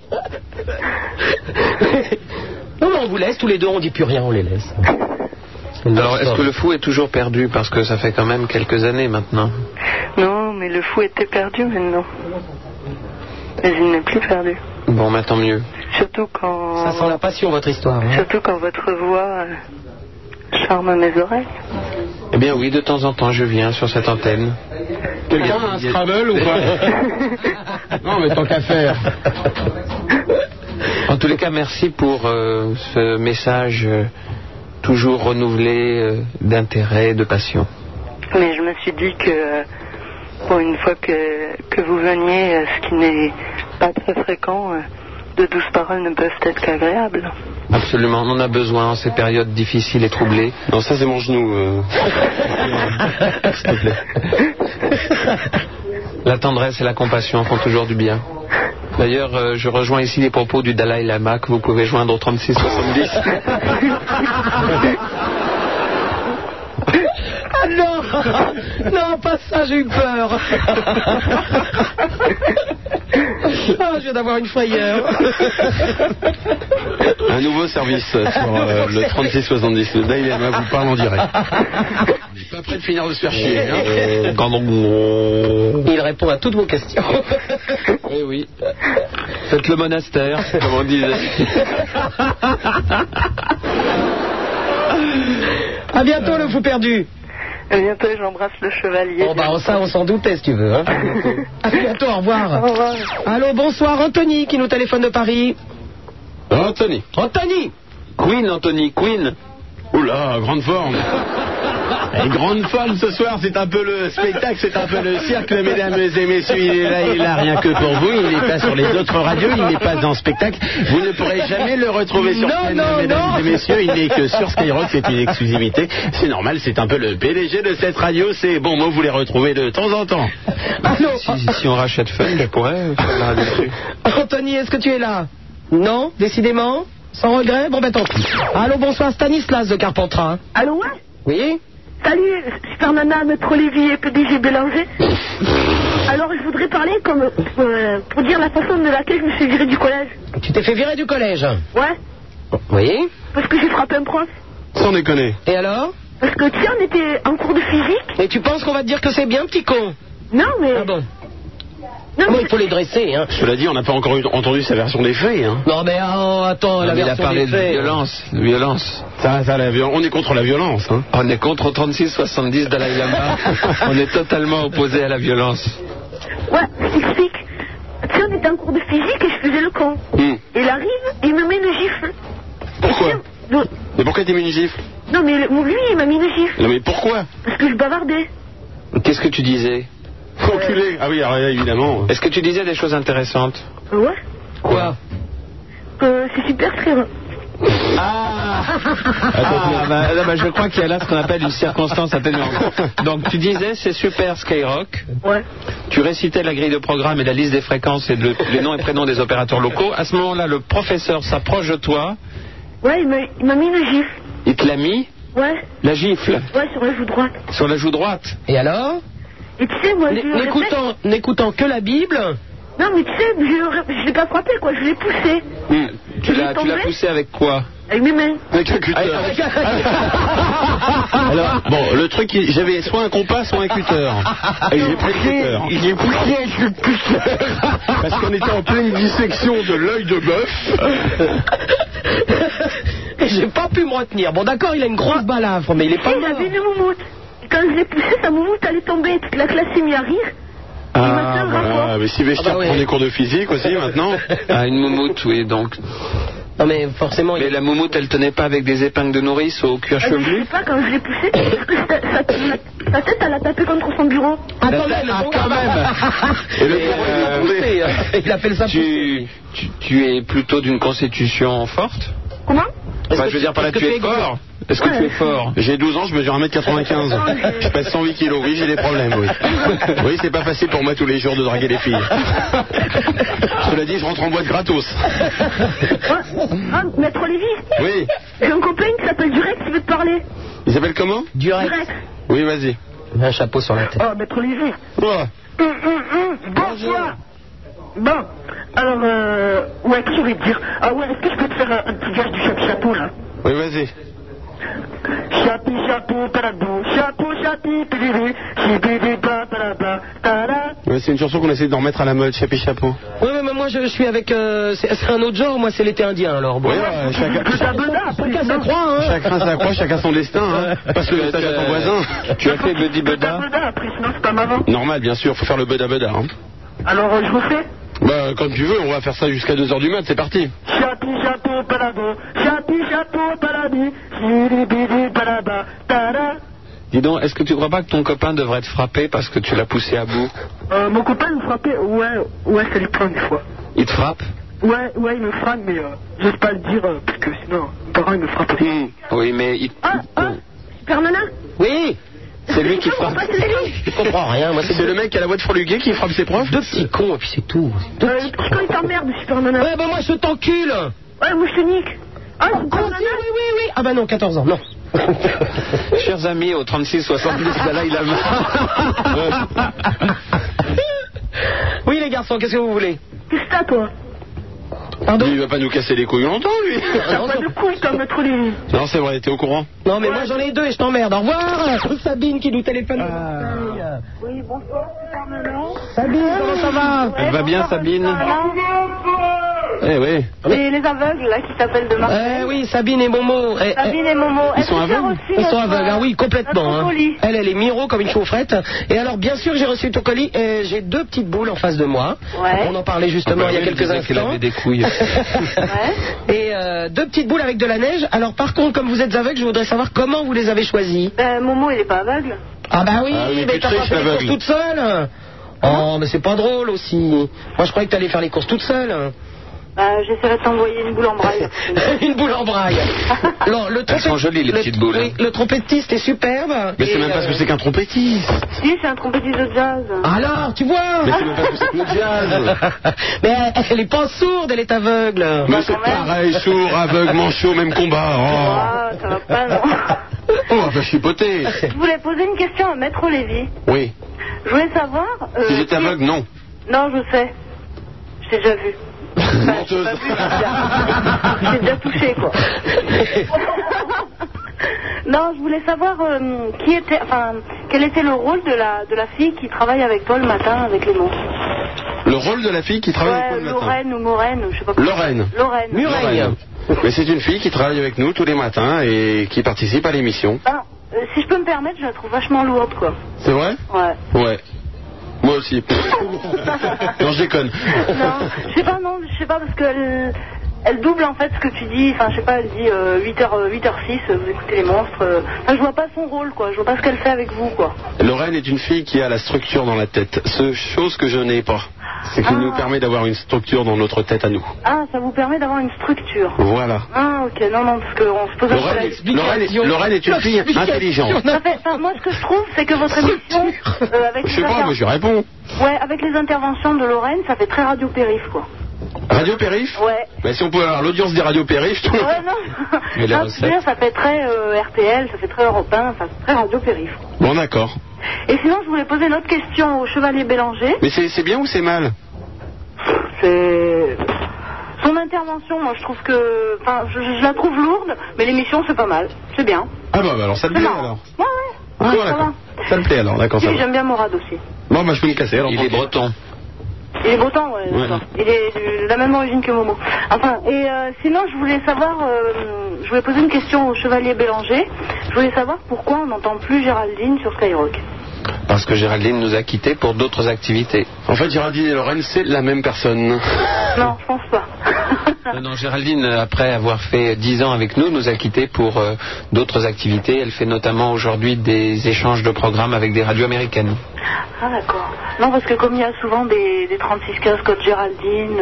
Non, mais on vous laisse, tous les deux, on dit plus rien, on les laisse. Alors, est-ce que le fou est toujours perdu? Parce que ça fait quand même quelques années maintenant. Non, mais le fou était perdu maintenant. Mais il n'est plus perdu. Bon, mais tant mieux. Surtout quand... Ça sent la passion, votre histoire. Hein. Surtout quand votre voix charme mes oreilles. Eh bien oui, de temps en temps, je viens sur cette antenne. Quelqu'un a un Scrabble ou pas? Non, mais tant qu'à faire. En tous les cas, merci pour ce message toujours renouvelé d'intérêt, de passion. Mais je me suis dit que pour une fois que vous veniez, ce qui n'est pas très fréquent, de douces paroles ne peuvent être qu'agréables. Absolument, on en a besoin en ces périodes difficiles et troublées. Non, ça c'est mon genou. S'il te plaît. La tendresse et la compassion font toujours du bien. D'ailleurs, je rejoins ici les propos du Dalai Lama que vous pouvez joindre au 36 70. Ah non! Non, pas ça, j'ai eu peur. Ah, je viens d'avoir une frayeur. Un nouveau service sur le 3670. Le Dalai Lama vous parle en direct. On n'est pas prêt de finir de se faire chier. Hein. Il répond à toutes vos questions. Oui, oui. Faites le monastère, comme on disait. À bientôt, le fou perdu. À bientôt, j'embrasse le chevalier. Bon, bah, ça, on s'en doutait, si tu veux. Hein. À bientôt, au revoir. Au revoir. Allô, bonsoir, Anthony, qui nous téléphone de Paris. Anthony. Queen, Anthony, Queen. Oula, grande forme. Et grande forme ce soir, c'est un peu le spectacle, c'est un peu le cirque, mesdames et messieurs, il est là rien que pour vous, il n'est pas sur les autres radios, il n'est pas en spectacle, vous ne pourrez jamais le retrouver sur scène, mesdames et messieurs, il n'est que sur Skyrock, c'est une exclusivité, c'est normal, c'est un peu le PDG de cette radio, c'est bon, moi vous les retrouvez de temps en temps. Allô. Si on rachète Fun, je pourrais faire la radio dessus. Anthony, est-ce que tu es là? Non, décidément. Sans regret? Bon, ben tant pis. Allô, bonsoir, Stanislas de Carpentras. Allô, ouais? Oui? Salut, Super Nana, Maître Lévy et PDG Bélanger. Alors, je voudrais parler pour dire la façon de laquelle je me suis viré du collège. Tu t'es fait virer du collège? Ouais. Oui? Parce que j'ai frappé un prof. Sans déconner. Et alors? Parce que, tu sais, on était en cours de physique. Et tu penses qu'on va te dire que c'est bien, petit con? Non, mais... Ah bon? Non, il faut les dresser, hein. Cela dit, on n'a pas encore entendu sa version des faits, hein. Non, mais attends, la Il a version parlé des de faits. violence. On est contre la violence, hein. On est contre 36-70 Dalai Lama. On est totalement opposé à la violence. Ouais, je t'explique. Tu sais, on était en cours de physique et je faisais le con. Et il arrive et il me met une gifle. Pourquoi? Mais pourquoi t'es mis une gifle? Non, mais lui, il m'a mis une gifle. Non, mais pourquoi? Parce que je bavardais. Qu'est-ce que tu disais? Enculé. Ah oui, alors, évidemment. Est-ce que tu disais des choses intéressantes? Ouais. Quoi? C'est super frère. Je crois qu'il y a là ce qu'on appelle une circonstance atténuante. Donc tu disais c'est super Skyrock. Ouais. Tu récitais la grille de programme et la liste des fréquences et les noms et prénoms des opérateurs locaux. À ce moment-là, le professeur s'approche de toi. Ouais, il m'a mis une gifle. Il te l'a mis? Ouais. La gifle? Ouais, sur la joue droite. Sur la joue droite? Et alors? Et tu sais, moi, N'écoutant que la Bible? Non, mais tu sais, je l'ai pas frappé, quoi. Je l'ai poussé. Tu l'as poussé avec quoi? Avec mes mains. Avec un cutter. Alors, bon, le truc, j'avais soit un compas, soit un cutter. Et j'ai pris le cutter. J'ai poussé avec le cutter. Parce qu'on était en pleine dissection de l'œil de bœuf. Et j'ai pas pu me retenir. Bon, d'accord, il a une grosse balafre, mais il est pas Il mort. avait une moumoute. Et quand je l'ai poussé, sa moumoute allait tomber. Toute la classe s'est mise à rire. Ah, voilà. Mais si Vestiaire prend des cours de physique aussi, maintenant. Ah, une moumoute, oui, donc. Non, mais forcément. Mais la moumoute, elle tenait pas avec des épingles de nourrice au cuir Je chevelu? sais pas, quand je l'ai poussé, parce que sa tête, elle a tapé contre son bureau. Ah, quand même. Et le bureau, il appelle ça Tu es plutôt d'une constitution forte? Comment? Enfin, je veux dire par là, tu es fort. Est-ce que tu es fort? J'ai 12 ans, je mesure 1m95. Je pèse 108 kilos, oui, j'ai des problèmes, oui. Oui, c'est pas facile pour moi tous les jours de draguer les filles. Cela dit, je rentre en boîte gratos. Maître Lévy? Oui. J'ai un copain qui s'appelle Durex qui veut te parler. Il s'appelle comment? Durex. Oui, vas-y. Un chapeau sur la tête. Oh, Maître Lévy. Oh. Bonsoir. Bon, alors, ouais, qu'est-ce que je vais te dire? Ah ouais, est-ce que je peux te faire un petit gage du chapeau, là? Oui, vas-y. Chapi, chapeau, paradou, chapeau, chapi, pidiri, chibidi, paparaba, tada. Ouais, c'est une chanson qu'on essaie d'en remettre à la mode, Chapi Chapeau. Oui, mais moi je suis avec. C'est un autre genre, moi c'est l'été indien alors. Bon. Oui, chacun sa croix, hein. Chacun sa croix, chacun son destin, hein. Passe le message à ton voisin. Tu as fait Buddy Beda? Après, sinon c'est pas marrant. Normal, bien sûr, faut faire le Beda Beda, hein. Alors, je vous fais? Bah, comme tu veux, on va faire ça jusqu'à 2h du mat', c'est parti. Chapi, chapeau, parado, chapi, chapeau, paradi, chiribidi, paraba, tada. Dis donc, est-ce que tu crois pas que ton copain devrait être frappé parce que tu l'as poussé à bout? Mon copain me frappait, ouais, ça lui prend des fois. Il te frappe? Ouais, il me frappe, mais j'ose pas le dire, parce que sinon, mes parents, ils me frappent aussi. Oui, mais il... Super Nana? Oui. C'est lui qui frappe. Je comprends rien, moi C'est le mec qui a la voix de Froluguet qui frappe ses profs? deux petits cons et puis c'est tout. Quand il t'emmerde, Super Nana. Ouais, bah moi je t'encule. Ouais, moi je te nique. Ah, Super Nana? Oui. Ah bah non, 14 ans, non. Chers amis, au 36-70 Dalai Lama. Oui les garçons, qu'est-ce que vous voulez? Qu'est-ce que t'as, toi? Pardon? Il va pas nous casser les couilles longtemps, lui. T'as pas de couilles, toi, Maître Lévy. Non, c'est vrai, t'es au courant? Non mais moi j'en ai deux et je t'emmerde. Au revoir. Sabine qui nous téléphone. Oui, bonsoir, Super Nana. Sabine, comment ça va? Elle va bien, Sabine? Eh oui. Et les aveugles, là, qui s'appellent de Marseille. Oui, Sabine et Momo. Sabine et Momo. Ils sont aveugles? Ils sont aveugles, ah oui, complètement. notre Hein. colis. Elle est miro comme une chaufferette. Et alors, bien sûr, j'ai reçu ton colis et j'ai deux petites boules en face de moi. Ouais. On en parlait justement il y a quelques instants. qu'elle avait des couilles. Et deux petites boules avec de la neige. Alors, par contre, comme vous êtes aveugle, je voudrais savoir comment vous les avez choisies. Momo, il est pas aveugle. Ah bah oui, Ah oui, mais tu t'as pas triches, fait les courses l'aveugle. toute seule. Oh, mais c'est pas drôle aussi. Moi, je croyais que t'allais faire les courses toute seule. J'essaierai de t'envoyer une boule en braille. Une boule en braille. Alors, Elles sont jolies, les petites boules. Oui, le trompettiste est superbe. Mais c'est même pas ce que c'est qu'un trompettiste. Si, c'est un trompettiste de jazz. Alors, tu vois. Mais c'est même pas ce que c'est que le jazz. Mais elle est pas sourde, elle est aveugle. Mais c'est pareil, sourd, aveugle, manchot, même combat. Ah, ça va pas, non. Oh, on va chipoter. Je voulais poser une question à Maître Lévy. Oui. Je voulais savoir... Si j'étais aveugle, non. Non, je sais. Je t'ai déjà vu. Menteuse. J'ai déjà touché, quoi. Non, je voulais savoir quel était le rôle de la fille qui travaille avec toi le matin avec les monstres. Le rôle de la fille qui travaille avec toi le matin. Lorraine ou Maureen, je sais pas comment. Lorraine. Lorraine. Mais c'est une fille qui travaille avec nous tous les matins et qui participe à l'émission. Si je peux me permettre, je la trouve vachement lourde, quoi. C'est vrai? Ouais. Ouais. Moi aussi. Non, je déconne. Non, je sais pas, parce qu'elle double en fait ce que tu dis, enfin je sais pas, elle dit 8h06, vous écoutez les monstres, je vois pas son rôle, quoi, je vois pas ce qu'elle fait avec vous, quoi. Lorraine est une fille qui a la structure dans la tête, chose que je n'ai pas. C'est qui nous permet d'avoir une structure dans notre tête à nous. Ah, ça vous permet d'avoir une structure. Voilà. Ah, ok, non, parce qu'on se pose Lorraine est une fille intelligente. Moi, ce que je trouve, c'est que votre émission, avec je sais pas, moi je réponds. Ouais, avec les interventions de Lorraine, ça fait très radio périph', quoi. Radio Périph'? Ouais. Mais si on pouvait avoir l'audience des radios Périph', tout le monde. Ouais, non. Mais non, ça fait très RTL, ça fait très Europe 1, ça fait très radio Périph'. Bon, d'accord. Et sinon, je voulais poser une autre question au Chevalier Bélanger. Mais c'est bien ou c'est mal? C'est... Son intervention, moi, je trouve que... Enfin, je la trouve lourde, mais l'émission, c'est pas mal. C'est bien. Ah bah alors, ça te plaît, alors? Ouais. Ah, ça va. Ça me plaît, alors, d'accord, ça va. J'aime bien Morad aussi. Bon, bah je peux me casser, alors. Il est breton. Il est breton, ouais. Il est de la même origine que Momo. Enfin, et sinon, je voulais savoir... je voulais poser une question au Chevalier Bélanger. Je voulais savoir pourquoi on n'entend plus Géraldine sur Skyrock. Parce que Géraldine nous a quittés pour d'autres activités. En fait, Géraldine et Lorraine, c'est la même personne. Non, je pense pas. Non, Géraldine, après avoir fait 10 ans avec nous, nous a quittés pour d'autres activités. Elle fait notamment aujourd'hui des échanges de programmes avec des radios américaines. Ah, d'accord. Non, parce que comme il y a souvent des 3615 code Géraldine...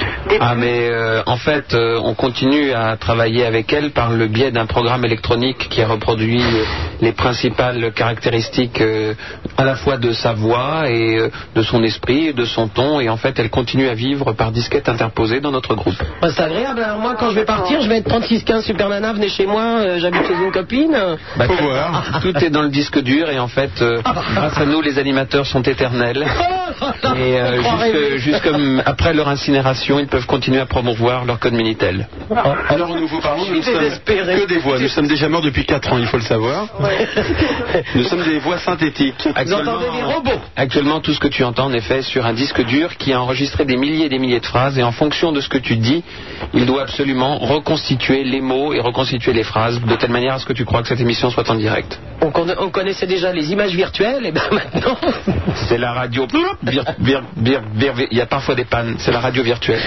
en fait, on continue à travailler avec elle par le biais d'un programme électronique qui reproduit les principales caractéristiques à la fois de sa voix et de son esprit et de son ton. Et en fait, elle continue à vivre par disquette interposée dans notre groupe. C'est agréable. Alors moi, quand je vais partir, je vais être 3615 Super Nana, venez chez moi, j'habite chez une copine. Faut voir. Tout est dans le disque dur et en fait, grâce à nous, les animateurs sont éternels. Et juste comme après leur incinération, ils peuvent continuer à promouvoir leur code Minitel. Alors nous vous parlons, nous sommes que des voix. Nous sommes déjà morts depuis 4 ans, il faut le savoir. Nous sommes des voix synthétiques. Vous entendez des robots. Actuellement, tout ce que tu entends est fait sur un disque dur qui a enregistré des milliers et des milliers de phrases et en fonction de ce que tu dis, il doit absolument reconstituer les mots et reconstituer les phrases de telle manière à ce que tu crois que cette émission soit en direct. On connaissait déjà les images virtuelles et bien maintenant... C'est la radio... Il y a parfois des pannes, c'est la radio virtuelle.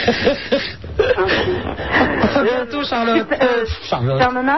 À bientôt, Charlotte. Nana ?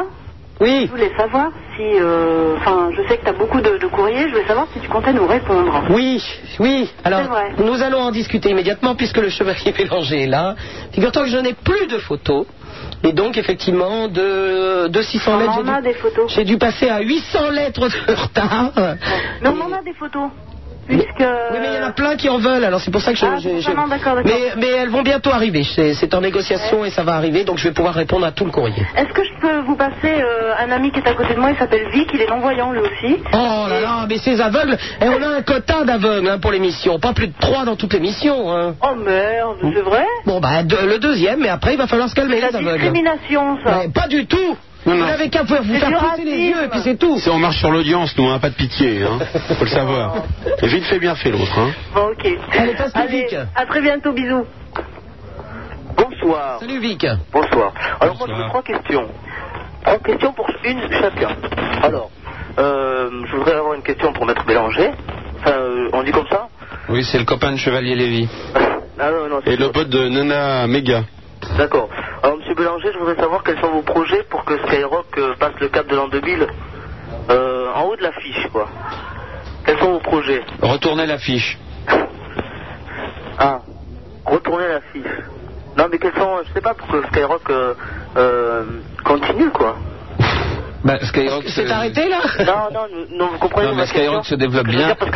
Oui. Je voulais savoir si... je sais que tu as beaucoup de courriers, je voulais savoir si tu comptais nous répondre. Oui. Alors, nous allons en discuter immédiatement puisque le Chevalier Bélanger est là. Figure-toi que je n'ai plus de photos. Et donc, effectivement, de 600 lettres, j'ai dû passer à 800 lettres de retard. Mais on en a des photos. Oui, mais il y en a plein qui en veulent, alors c'est pour ça que d'accord. Mais elles vont bientôt arriver, c'est en négociation et ça va arriver, donc je vais pouvoir répondre à tout le courrier. Est-ce que je peux vous passer un ami qui est à côté de moi, il s'appelle Vic, il est non-voyant lui aussi. Oh là là, mais ces aveugles, et on a un quota d'aveugles pour l'émission, pas plus de 3 dans toute l'émission. Hein. Oh merde, c'est vrai? Bon le deuxième, mais après il va falloir se calmer les aveugles. C'est la discrimination ça. Mais pas du tout. Non. Vous n'avez qu'à vous faire pousser les yeux et puis c'est tout. Si on marche sur l'audience, nous, pas de pitié, faut le savoir. Et vite fait, bien fait l'autre. Bon, ok. Allez, Vic. À très bientôt, bisous. Bonsoir. Salut Vic. Bonsoir. Alors moi j'ai 3 questions. 3 questions pour une chacun. Alors, je voudrais avoir une question pour Maître Bélanger. Enfin, on dit comme ça? Oui, c'est le copain de Chevalier Lévy. Non, et le pote de Nana Méga. D'accord. Alors, Monsieur Bélanger, je voudrais savoir quels sont vos projets pour que Skyrock passe le cap de l'an 2000 en haut de l'affiche, quoi. Quels sont vos projets? Retournez l'affiche. Ah, retournez l'affiche. Non, mais quels sont, je sais pas, pour que Skyrock continue, quoi. Bah, Skyrock c'est arrêté là? Non, vous comprenez. Non, mais Skyrock se développe bien. Parce que,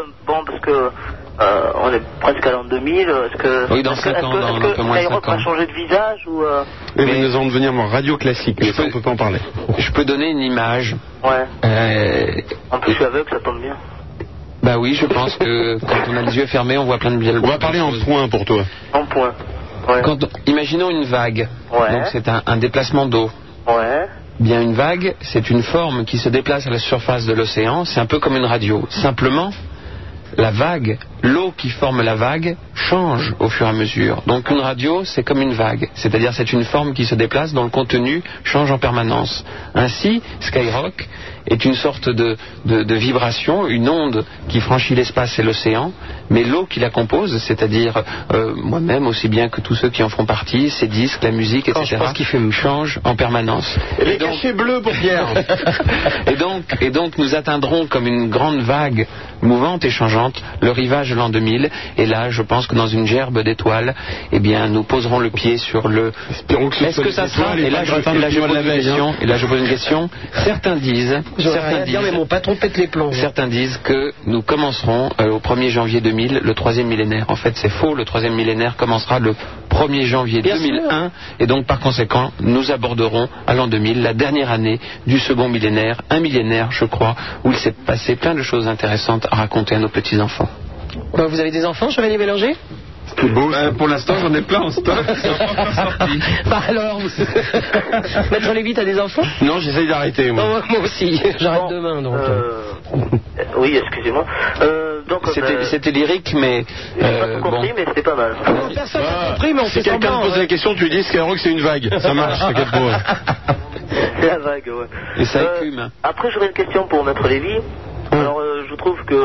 on est presque à l'an 2000. Est-ce que, oui, dans 5 ans, dans un peu moins de 5 ans. Skyrock va changer de visage ou mais nous allons devenir radio classique, mais ça, on peut pas en parler. Je peux donner une image. Ouais. En plus, je suis aveugle, ça tombe bien. Bah oui, je pense que quand on a les yeux fermés, on voit plein de bien. On va parler en point pour toi. En point. Ouais. Imaginons une vague. Ouais. Donc c'est un déplacement d'eau. Ouais. Bien, une vague, c'est une forme qui se déplace à la surface de l'océan. C'est un peu comme une radio. Simplement, la vague, l'eau qui forme la vague, change au fur et à mesure. Donc une radio, c'est comme une vague. C'est-à-dire c'est une forme qui se déplace dont le contenu change en permanence. Ainsi, Skyrock est une sorte de vibration, une onde qui franchit l'espace et l'océan, mais l'eau qui la compose, c'est-à-dire moi-même aussi bien que tous ceux qui en font partie, ces disques, la musique, etc., change en permanence. Et les cachets bleus pour Pierre. et donc nous atteindrons comme une grande vague mouvante et changeante le rivage de l'an 2000, et là je pense que dans une gerbe d'étoiles, eh bien nous poserons le pied sur le... Est-ce que ça sera... Et là je pose une question. Certains disent... mais mon patron pète les plombs. Certains disent que nous commencerons au 1er janvier 2000 le 3e millénaire. En fait, c'est faux. Le 3e millénaire commencera le 1er janvier 2001. Et donc, par conséquent, nous aborderons à l'an 2000 la dernière année du second millénaire. Un millénaire, je crois, où il s'est passé plein de choses intéressantes à raconter à nos petits-enfants. Vous avez des enfants, Chevalier Bélanger? C'est beau. Pour l'instant, j'en ai plein en stock. C'est pas encore sorti. Bah alors, Maître Lévy, t'as des enfants? Non, j'essaye d'arrêter, moi. Moi aussi, j'arrête demain, donc. Oui, excusez-moi. C'était lyrique, mais... J'ai pas tout compris, mais c'était pas mal. Personne n'a compris, mais on fait Si quelqu'un semblant, te pose la question, tu lui dis Skyrock, c'est une vague. Ça marche, t'inquiète pas. C'est la vague, ouais. Et ça écume. Après, j'aurais une question pour Maître Lévy. Alors, je trouve que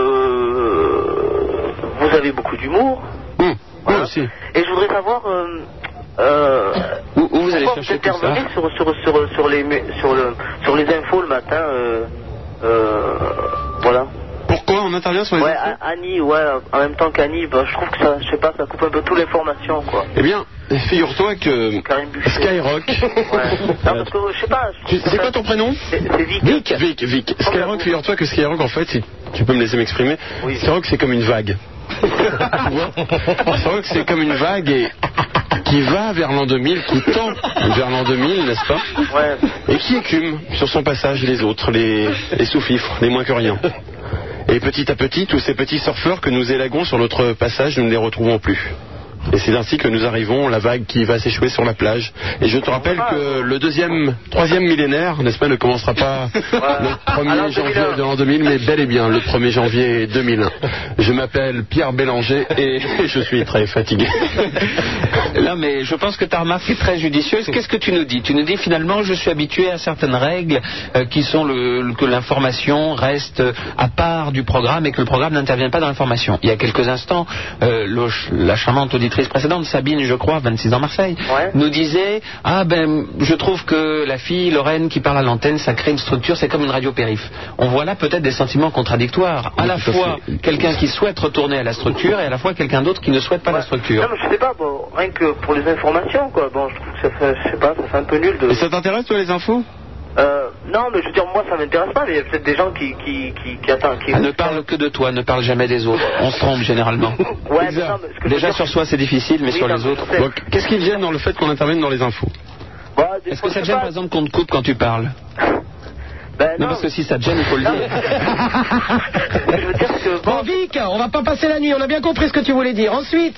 vous avez beaucoup d'humour. Moi aussi. Et je voudrais savoir où vous allez chercher tout ça sur les infos le matin. Voilà. Pourquoi on intervient sur les infos? Annie, en même temps qu'Annie, je trouve que ça, je sais pas, ça coupe un peu toute l'information, quoi. Eh bien, figure-toi que Skyrock. Non, parce que je sais pas. C'est quoi ton prénom? C'est Vic. Vic. Skyrock, figure-toi que Skyrock, en fait, si tu peux me laisser m'exprimer, Skyrock, c'est comme une vague. Skyrock, c'est comme une vague et qui va vers l'an 2000, qui tend vers l'an 2000, n'est-ce pas? Ouais. Et qui écume sur son passage les autres, les sous-fifres, les moins que rien. Et petit à petit, tous ces petits surfeurs que nous élaguons sur notre passage, nous ne les retrouvons plus. Et c'est ainsi que nous arrivons, la vague qui va s'échouer sur la plage. Et je te rappelle que le 3e millénaire, n'est-ce pas, ne commencera pas le 1er janvier de l'an 2000, mais bel et bien le 1er janvier 2001. Je m'appelle Pierre Bélanger et je suis très fatigué. Là, mais je pense que ta remarque est très judicieuse. Qu'est-ce que tu nous dis? Tu nous dis finalement, je suis habitué à certaines règles qui sont que l'information reste à part du programme et que le programme n'intervient pas dans l'information. Il y a quelques instants, la charmante auditrice précédente, Sabine, je crois, 26 ans Marseille, nous disait je trouve que la fille Lorraine qui parle à l'antenne, ça crée une structure, c'est comme une radio périph. On voit là peut-être des sentiments contradictoires. À la fois quelqu'un qui souhaite retourner à la structure et à la fois quelqu'un d'autre qui ne souhaite pas la structure. Non, mais je sais pas, rien que pour les informations, quoi. Bon, je trouve que ça fait, je sais pas, ça fait un peu nul de. Et ça t'intéresse, toi, les infos? Non, mais je veux dire, moi, ça m'intéresse pas, mais il y a peut-être des gens qui attendent. Ne parle que de toi, ne parle jamais des autres. On se trompe généralement. Ouais, mais non, mais déjà sur soi, c'est difficile, mais sur les autres. Qu'est-ce qui te gêne dans le fait qu'on intervienne dans les infos? Est-ce que ça te gêne, par exemple, qu'on te coupe quand tu parles? Non, parce que si ça te gêne, il faut le dire. Je veux dire que... Bon, Vic, on va pas passer la nuit, on a bien compris ce que tu voulais dire. Ensuite,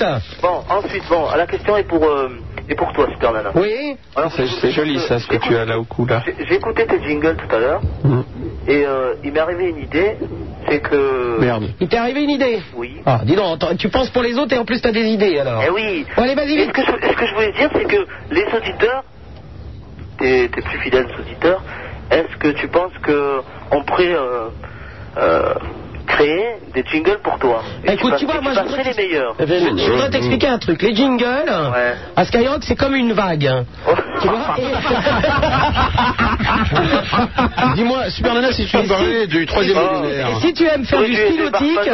la question est pour toi, Super Nana. Oui. Alors, c'est joli, ça, ce que tu as là au cou, là. J'ai écouté tes jingles tout à l'heure, et il m'est arrivé une idée, c'est que... Merde. Il t'est arrivé une idée? Oui. Ah, dis donc, tu penses pour les autres et en plus t'as des idées, alors. Eh oui. Bon, allez, vas-y, vite. Ce que je voulais dire, c'est que les auditeurs, tes plus fidèles auditeurs, est-ce que tu penses qu'on pourrait créer des jingles pour toi. Et écoute, tu vois, moi, je passerai les meilleurs. Je voudrais t'expliquer un truc. Les jingles, à Skyrock, c'est comme une vague. Tu vois. Dis-moi, Super Nana, si tu veux parler du 3e millénaire. Et si tu aimes faire du ski nautique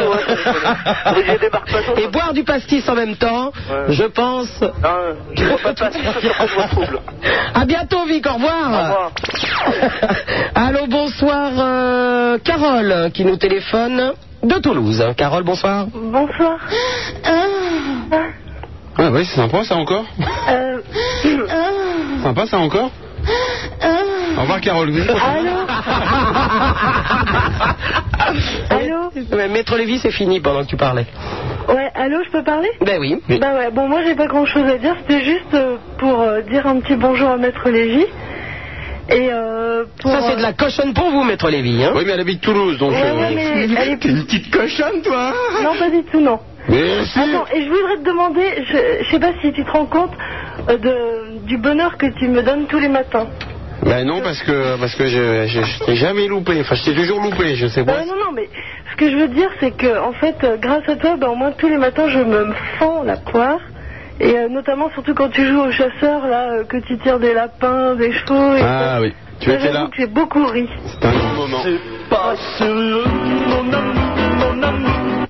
et boire du pastis en même temps, je pense... Non, je ne vois pas de pastis, ça me trouble. À bientôt, Vic, au revoir. Allô, bonsoir, Carole, qui nous téléphone de Toulouse. Carole, bonsoir. Bonsoir. Ah oui, c'est sympa ça encore. Sympa ça encore. Au revoir Carole. Allô. Maître Lévy, c'est fini pendant que tu parlais. Ouais, allô, je peux parler? Ben oui. Bah ouais, bon, moi j'ai pas grand chose à dire, c'était juste pour dire un petit bonjour à Maître Lévy. Et pour, ça c'est de la cochonne pour vous, Maître Lévy, hein? Oui, mais elle habite Toulouse, donc... mais elle est... T'es une petite cochonne, toi? Non, pas du tout, non. Mais si. Attends, et je voudrais te demander, je sais pas si tu te rends compte du bonheur que tu me donnes tous les matins. Ben non, parce que je t'ai jamais loupé, enfin je t'ai toujours loupé, je sais pas. Non, mais ce que je veux dire, c'est que, en fait, grâce à toi, au moins tous les matins, je me fends la poire. Et notamment, surtout quand tu joues au chasseur, là, que tu tires des lapins, des chevaux. Et oui, tu étais là. J'ai beaucoup ri. C'est un bon moment. C'est pas sérieux, mon amour.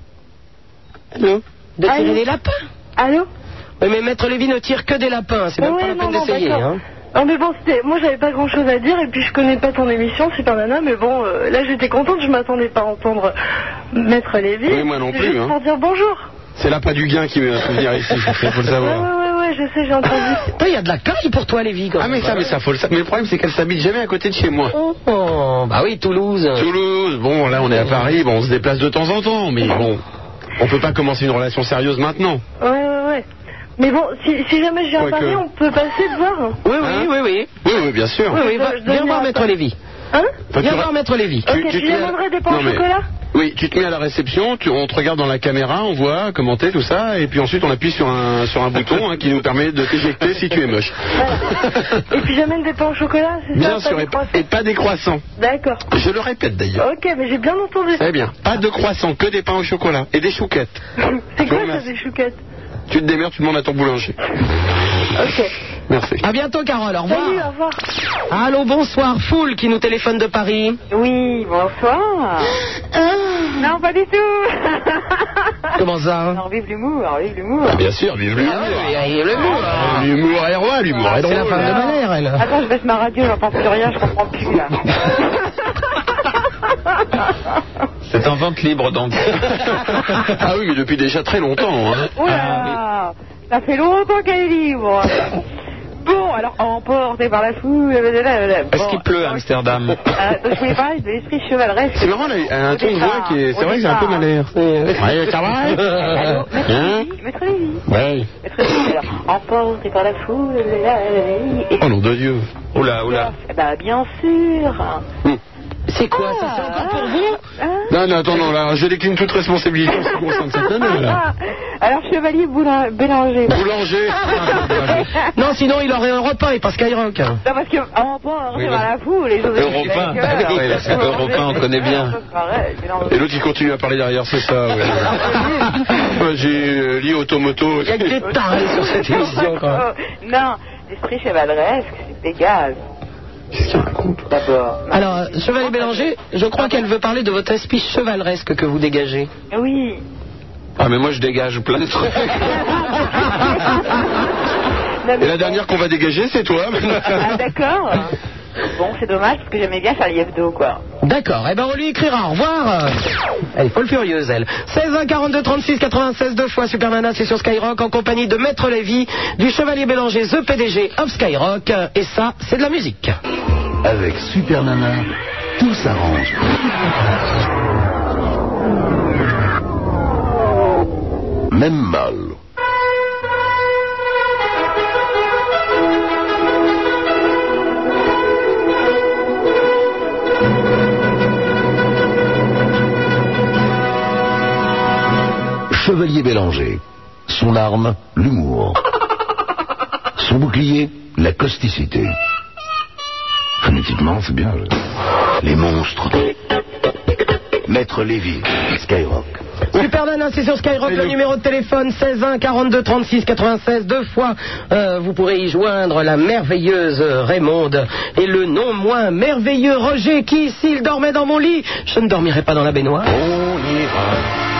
Allô? De tirer des lapins? Allô? Oui, mais Maître Lévy ne tire que des lapins, c'est même pas la peine d'essayer, hein. Non mais bon, moi j'avais pas grand chose à dire et puis je connais pas ton émission, Super Nana, mais bon, là j'étais contente, je m'attendais pas à entendre Maître Lévy. Oui, moi non plus. Juste pour dire bonjour. C'est l'appât du gain qui me fait venir ici, faut le savoir. Ouais, je sais, j'ai entendu. Il y a de la caille pour toi, Lévy, quand même. Mais ça, faut le savoir. Mais le problème, c'est qu'elle s'habite jamais à côté de chez moi. Bah oui, Toulouse. Toulouse, bon, là on est à Paris, bon, on se déplace de temps en temps, mais bon, on peut pas commencer une relation sérieuse maintenant. Ouais. Mais bon, si jamais je viens à Paris, on peut passer te voir. Oui. Oui, bien sûr. Oui, viens voir Maître Lévy. Hein? Viens voir Maître Lévy. Ok, tu demanderais des pains au chocolat? Oui, tu te mets à la réception, on te regarde dans la caméra, on voit comment t'es, tout ça, et puis ensuite on appuie sur un bouton qui nous permet de t'éjecter si tu es moche. Voilà. Et puis j'amène des pains au chocolat, c'est ça? Bien sûr, et pas des croissants. D'accord. Je le répète d'ailleurs. Ok, mais j'ai bien entendu. Très bien. Pas de croissants, que des pains au chocolat et des chouquettes. C'est quoi ça, des chouquettes? Tu te démerdes, tu demandes à ton boulanger. Ok. Merci. À bientôt, Carole. Au revoir. Salut, au revoir. Allô, bonsoir. Foule qui nous téléphone de Paris. Oui, bonsoir. Non, pas du tout. Comment ça? Alors, vive l'humour, Bien sûr, vive l'humour. L'humour est roi, l'humour est drôle. C'est la femme de Valère, elle. Attends, je baisse ma radio, j'entends plus rien, je comprends plus, là. C'est en vente libre, donc. Ah oui, mais depuis déjà très longtemps. Hein. Oula, ça fait longtemps qu'elle est libre. Bon, alors, emporté par la foule... Est-ce qu'il pleut à Amsterdam? Je voulais parler de l'esprit chevaleresque. C'est marrant, elle a un ton de voix qui est... C'est vrai que c'est un peu malheur. Ouais, ça va? Allô, Maître Lévy. Ouais. Maître Lévy, alors, emporté par la foule... Oh nom de Dieu. Oula. Bah, bien sûr. C'est quoi ça? C'est encore pour vous? Non, attends, là, je décline toute responsabilité en ce qui concerne cette année, là. Alors, chevalier Bélanger. Boulanger. Non, sinon il aurait un repas et pas Skyrock. Non, parce que en port, c'est par la foule, les choses. Europain. C'est Europain, on connaît bien. Et l'autre, il continue à parler derrière, c'est ça, ouais. Moi, j'ai lié automoto. Il y a que des tarés sur cette émission, quoi. Non, l'esprit chevaleresque, c'est égal. Qu'est-ce qu'il raconte? D'abord. Alors, Chevalier Bélanger, je crois qu'elle veut parler de votre esprit chevaleresque que vous dégagez. Oui. Ah, mais moi je dégage plein de trucs. Et la dernière qu'on va dégager, c'est toi. Ah, d'accord. Bon, c'est dommage parce que j'aimais bien Charlie Hebdo, quoi. D'accord, eh ben on lui écrira, au revoir. Elle est folle furieuse, elle. 16 1 42 36 96 2 fois Super Nana, c'est sur Skyrock en compagnie de Maître Lévy, du Chevalier Bélanger, The PDG of Skyrock. Et ça, c'est de la musique. Avec Super Nana, tout s'arrange. Même mal. Chevalier Bélanger. Son arme, l'humour. Son bouclier, la causticité. Phonétiquement, c'est bien. Les monstres. Maître Lévy, Skyrock. Super Nana, c'est sur Skyrock, le numéro de téléphone 16 1 42 36 96. Deux fois, vous pourrez y joindre la merveilleuse Raymonde et le non moins merveilleux Roger qui, s'il dormait dans mon lit, je ne dormirais pas dans la baignoire. On ira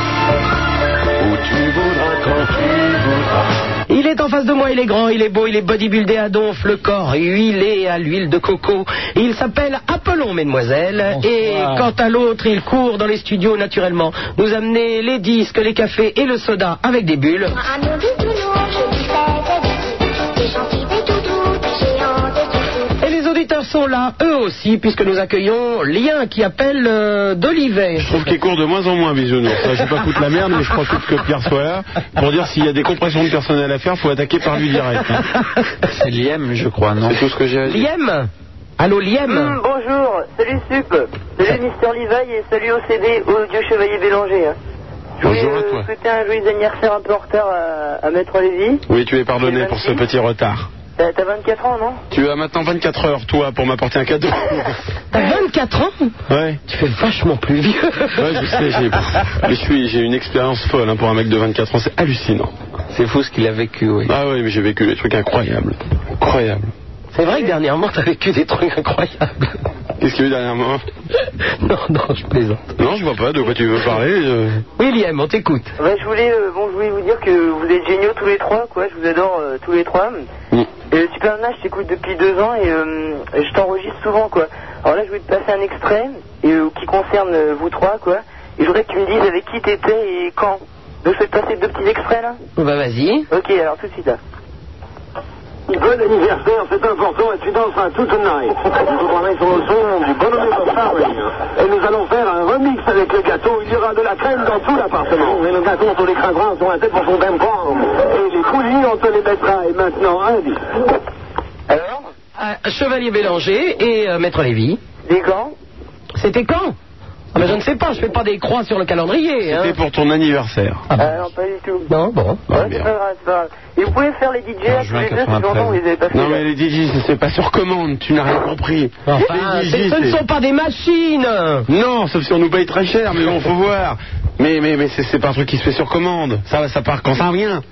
où tu voudras, quand tu voudras. Il est en face de moi, il est grand, il est beau, il est bodybuildé à donf, le corps huilé à l'huile de coco. Il s'appelle Apollon, mesdemoiselles. Bonsoir. Et quant à l'autre, il court dans les studios naturellement, nous amener les disques, les cafés et le soda avec des bulles. À mon bisounours, je lui fais des bisous, des gentils, des toutous, des géants, des toutous. Et les auditeurs sont là, eux aussi, puisque nous accueillons Lien qui appelle d'Olivet. Je trouve qu'il court de moins en moins, bisounours. Je vais pas foutre la merde, mais je profite que Pierre soit là pour dire s'il y a des compressions de personnel à faire, faut attaquer par lui direct. C'est Liem, je crois, non? C'est tout ce que j'ai à dire. Liem? Allô, Liem? Bonjour, salut Sup, salut Mister Levi et salut OCD, au Dieu Chevalier Bélanger. Je voulais souhaiter un joyeux anniversaire un peu en retard à Maître Lévy. Oui, tu es pardonné pour ce petit retard. T'as 24 ans, non? Tu as maintenant 24 heures, toi, pour m'apporter un cadeau. T'as 24 ans? Ouais. Tu fais vachement plus vieux. Ouais, je sais, j'ai une expérience folle hein, pour un mec de 24 ans, c'est hallucinant. C'est fou ce qu'il a vécu, oui. Ah oui, mais j'ai vécu des trucs incroyables. Incroyables. C'est vrai que dernièrement, t'as vécu des trucs incroyables. Qu'est-ce qu'il y a eu dernièrement? Non, je plaisante. Non, je vois pas, de quoi tu veux parler Oui, Liam, on t'écoute. Ouais, je voulais vous dire que vous êtes géniaux tous les trois, quoi, je vous adore tous les trois. Super Nana, je t'écoute depuis 2 ans et je t'enregistre souvent, quoi. Alors là, je voulais te passer un extrait qui concerne vous trois, quoi. Et je voudrais que tu me dises avec qui t'étais et quand. Donc je vais te passer 2 petits extraits, là. Bah vas-y. Ok, alors tout de suite, là. Bon anniversaire, c'est important et tu danseras toute night. Vous prendrez sur le son du bonhomme de Paris. Et nous allons faire un remix avec le gâteau. Il y aura de la crème dans tout l'appartement. Et le gâteau, on te l'écrasera sur la tête pour son même prendre. Et les coulis, on te les mettra. Et maintenant, un disque. Alors Chevalier Bélanger et Maître Lévy. Des quand? C'était quand? Ah ben je ne sais pas, je fais pas des croix sur le calendrier. C'était pour ton anniversaire. Non, pas du tout. Non, bon. Ouais, c'est pas grave, c'est pas grave. Et vous pouvez faire les DJ là, tous les deux, c'est longtemps vous les avez pas fait. Non mais les DJ, c'est pas sur commande, tu n'as rien compris. Enfin, ce ne sont pas des machines. Non, sauf si on nous paye très cher, mais bon, faut voir. Mais c'est pas un truc qui se fait sur commande. Ça part quand ça vient.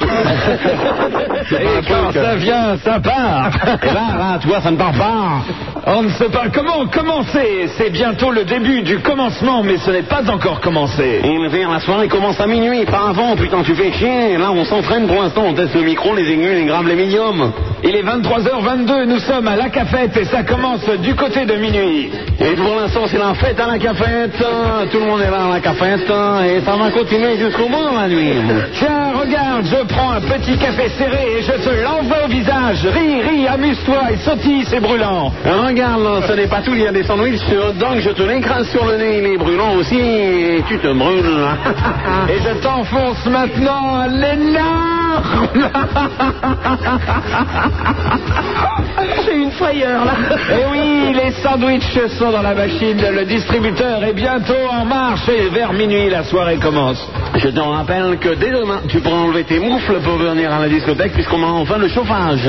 Et quand ça vient, ça part. Et là, tu vois, ça ne part pas. On ne sait pas comment commencer. C'est bientôt le début du commencement, mais ce n'est pas encore commencé. Et la soirée commence à minuit, pas avant, putain, tu fais chier. Là, on s'entraîne pour l'instant, on teste le micro, les aigus, les graves, les médiums. Il est 23h22, nous sommes à la cafette et ça commence du côté de minuit. Et pour l'instant, c'est la fête à la cafette. Tout le monde est là à la cafette. Et ça va continuer jusqu'au bout, la nuit. Tiens, regarde, je prends un petit café serré et je te l'envoie au visage. Ris, amuse-toi et sautille, c'est brûlant. Regarde, là, ce n'est pas tout, il y a des sandwichs sur donc je te l'écrase sur le nez, il est brûlant aussi, et tu te brûles. Et je t'enfonce maintenant l'énorme. J'ai une frayeur, là. Et oui, les sandwichs sont dans la machine, le distributeur est bientôt en marche et vers minuit, la soirée commence. Je te rappelle que dès demain, tu pourras enlever tes moufles pour venir à la discothèque puisqu'on a enfin le chauffage.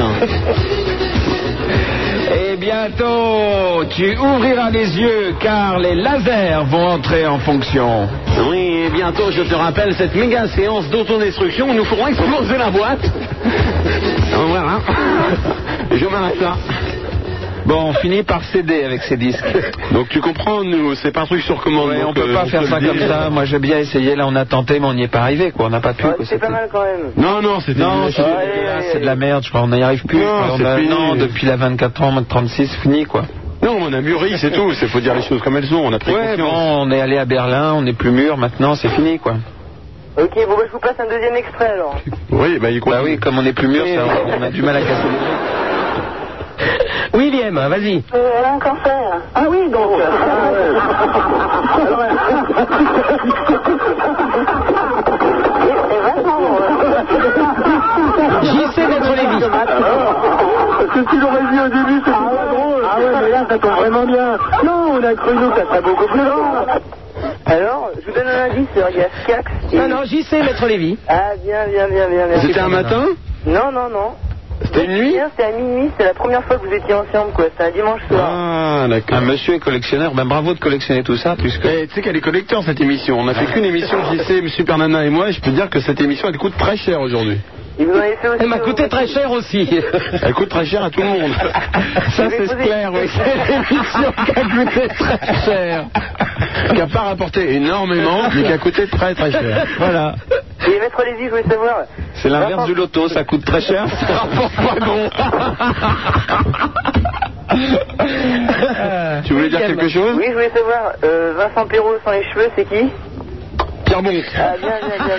Et bientôt, tu ouvriras les yeux car les lasers vont entrer en fonction. Oui, et bientôt, je te rappelle cette méga séance d'autodestruction où nous ferons exploser la boîte. Voilà. Je m'arrête là. Bon, on finit par céder avec ces disques. Donc tu comprends, nous, c'est pas un truc sur commande. Ouais, on peut pas faire ça comme ça. Moi, j'ai bien essayé. Là, on a tenté, mais on n'y est pas arrivé, quoi. On n'a pas pu. C'est pas mal quand même. Non, c'était. Non, c'est de la merde. Je crois, on n'y arrive plus. Non, depuis la 24 ans, 36, fini, quoi. Non, on a mûri, c'est tout. Il faut dire les choses comme elles sont. On a pris confiance. Bon, on est allé à Berlin, on n'est plus mûr. Maintenant, c'est fini, quoi. Ok, bon, bah, je vous passe un deuxième extrait alors. Oui, bah, il oui, comme on n'est plus mûr, on a du mal à casser les trucs. William, vas-y. Elle a un cancer. Ah oui, donc. JC Maître Lévy. Ce que tu l'aurais vu au début, c'est pas drôle. Ah ouais, mais là, ça tombe vraiment bien. Non, on a cru nous que ça serait beaucoup plus long. Alors, je vous donne un indice, il y a Skax. Non, JC Maître Lévy. Ah, bien. C'était un matin? Non. C'était une nuit? C'était à minuit, c'est la première fois que vous étiez ensemble, quoi. C'était un dimanche soir. Ah, d'accord. Un monsieur est collectionneur, ben bravo de collectionner tout ça, puisque... Tu sais qu'elle est collecteur, cette émission. On n'a fait qu'une émission, JC, Super Nana et moi, et je peux dire que cette émission, elle coûte très cher aujourd'hui. Et vous en avez fait aussi. Elle m'a coûté très cher aussi. Elle coûte très cher à tout le monde. Ça, c'est clair, oui. C'est l'émission qui a coûté très cher. Qui n'a pas rapporté énormément, mais qui a coûté très très cher. Voilà. Et Maître Lévy, je voulais savoir. C'est l'inverse du loto, ça coûte très cher, ça rapporte pas gros. Tu voulais dire quelque chose? Oui, je voulais savoir, Vincent Perrault sans les cheveux, c'est qui? Pierre Bon. Ah, bien.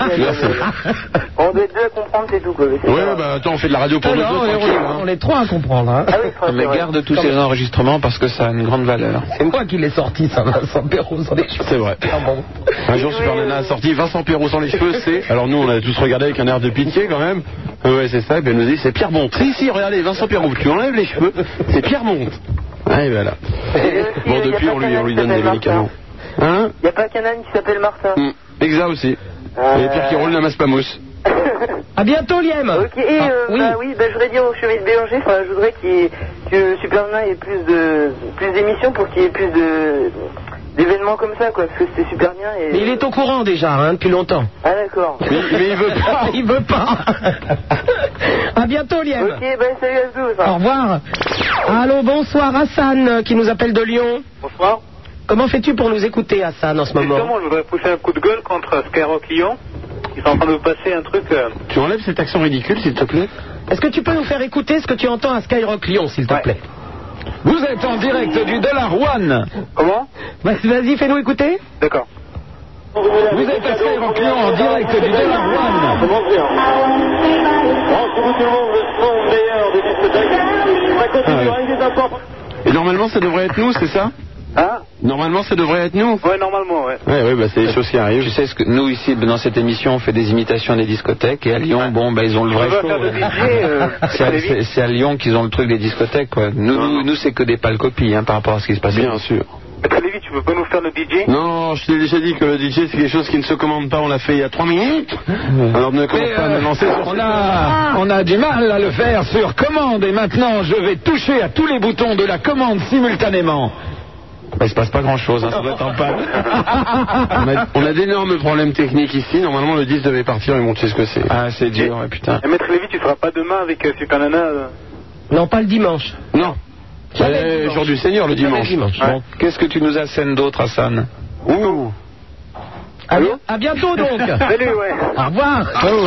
On doit être deux à comprendre, c'est tout, quoi. Ouais, bah attends, on fait de la radio pour nous autres. On est trois à comprendre. Hein. Ah oui, Mais garde tous ces enregistrements parce que ça a une grande valeur. C'est moi qui l'ai sorti, ça, Vincent Perrault sans les cheveux. C'est vrai. Un jour, Super Nana a sorti Vincent Perrault sans les cheveux, c'est... Alors nous, on a tous regardé avec un air de pitié quand même. Ouais, c'est ça, et puis elle nous dit, c'est Pierre Bonte. Si, regardez, Vincent Perrault, tu enlèves les cheveux, c'est Pierre Bonte. Ouais, voilà. Bon, depuis, on lui donne des médicaments. Hein? Il n'y a pas qu'un âne qui s'appelle Martin. Exa aussi. Et Pierre qui roule n'amasse pas mousse. À bientôt, Liem. Ok, et oui. Je voudrais dire au Chevalier de Bélanger, je voudrais que Super Nana ait plus d'émissions pour qu'il y ait plus d'événements comme ça, quoi, parce que c'était super bien. Et... Mais il est au courant déjà, hein, depuis longtemps. Ah d'accord. Mais il veut pas. Il veut pas. À bientôt, Liem. Ok, salut à tous. Au revoir. Allô, bonsoir, Hassan, qui nous appelle de Lyon. Bonsoir. Comment fais-tu pour nous écouter, Hassan, en ce moment? Justement, je voudrais pousser un coup de gueule contre Skyrock Lyon. Ils sont en train de passer un truc... Tu enlèves cet accent ridicule, s'il te plaît? Est-ce que tu peux nous faire écouter ce que tu entends à Skyrock Lyon, s'il te plaît? Vous êtes en direct du Dollar One. Comment? Vas-y, fais-nous écouter. D'accord. Vous êtes à Skyrock Lyon en direct du Dollar One. Comment dire? Tout le monde, le son meilleur des discothèques. Ça continue, rien n'est important. Et normalement, ça devrait être nous, c'est ça? Hein? Normalement, ça devrait être nous. Ouais, normalement, ouais. Ouais, bah c'est des choses qui arrivent. Tu sais ce que nous ici dans cette émission on fait des imitations des discothèques et à Lyon ils ont le vrai show. C'est à Lyon qu'ils ont le truc des discothèques quoi. Nous c'est que des pâles copies par rapport à ce qui se passe. Bien sûr. Maître Lévy, tu peux pas nous faire le DJ? Non, je t'ai déjà dit que le DJ c'est quelque chose qui ne se commande pas, on l'a fait il y a 3 minutes. Alors ne commence pas à me lancer sur on a du mal à le faire sur commande et maintenant je vais toucher à tous les boutons de la commande simultanément. Il se passe pas grand chose, ça doit être en panne. On a d'énormes problèmes techniques ici. Normalement, le 10 devait partir, ils m'ont dit ce que c'est. Ah, c'est dur, putain. Et Maître Lévy, tu feras pas demain avec Super Nana Non, pas le dimanche. Non. C'est jour du Seigneur, le dimanche. Bon, qu'est-ce que tu nous assènes d'autre, Hassan? Ouh. Allô? À bientôt, donc. Salut, ouais. Au revoir.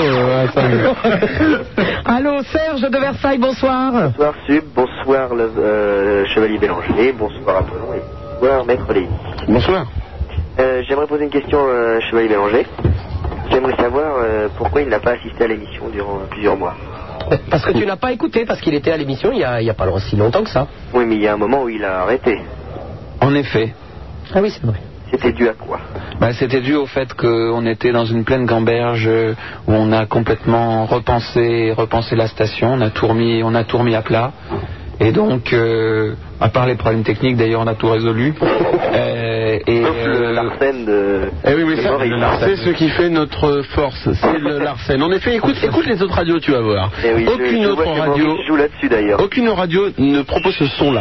Allô, Serge de Versailles, bonsoir. Bonsoir, Sub. Bonsoir, Chevalier Bélanger. Bonsoir, Apollon. Et bonsoir, Maître Lévy. Bonsoir. J'aimerais poser une question à Chevalier Bélanger. J'aimerais savoir pourquoi il n'a pas assisté à l'émission durant plusieurs mois. Parce que tu n'as pas écouté, parce qu'il était à l'émission il y a pas si longtemps que ça. Oui, mais il y a un moment où il a arrêté. En effet. Ah oui, c'est vrai. C'était dû à quoi? C'était dû au fait qu'on était dans une pleine gamberge où on a complètement repensé la station, on a tout remis à plat. Et donc, à part les problèmes techniques, d'ailleurs, on a tout résolu. Le Larsen de... oui, mais ça, c'est ce qui fait notre force, c'est le Larsen. En effet, écoute les autres radios, tu vas voir. Oui, aucune autre radio... joue là-dessus, d'ailleurs. Aucune radio ne propose ce son-là.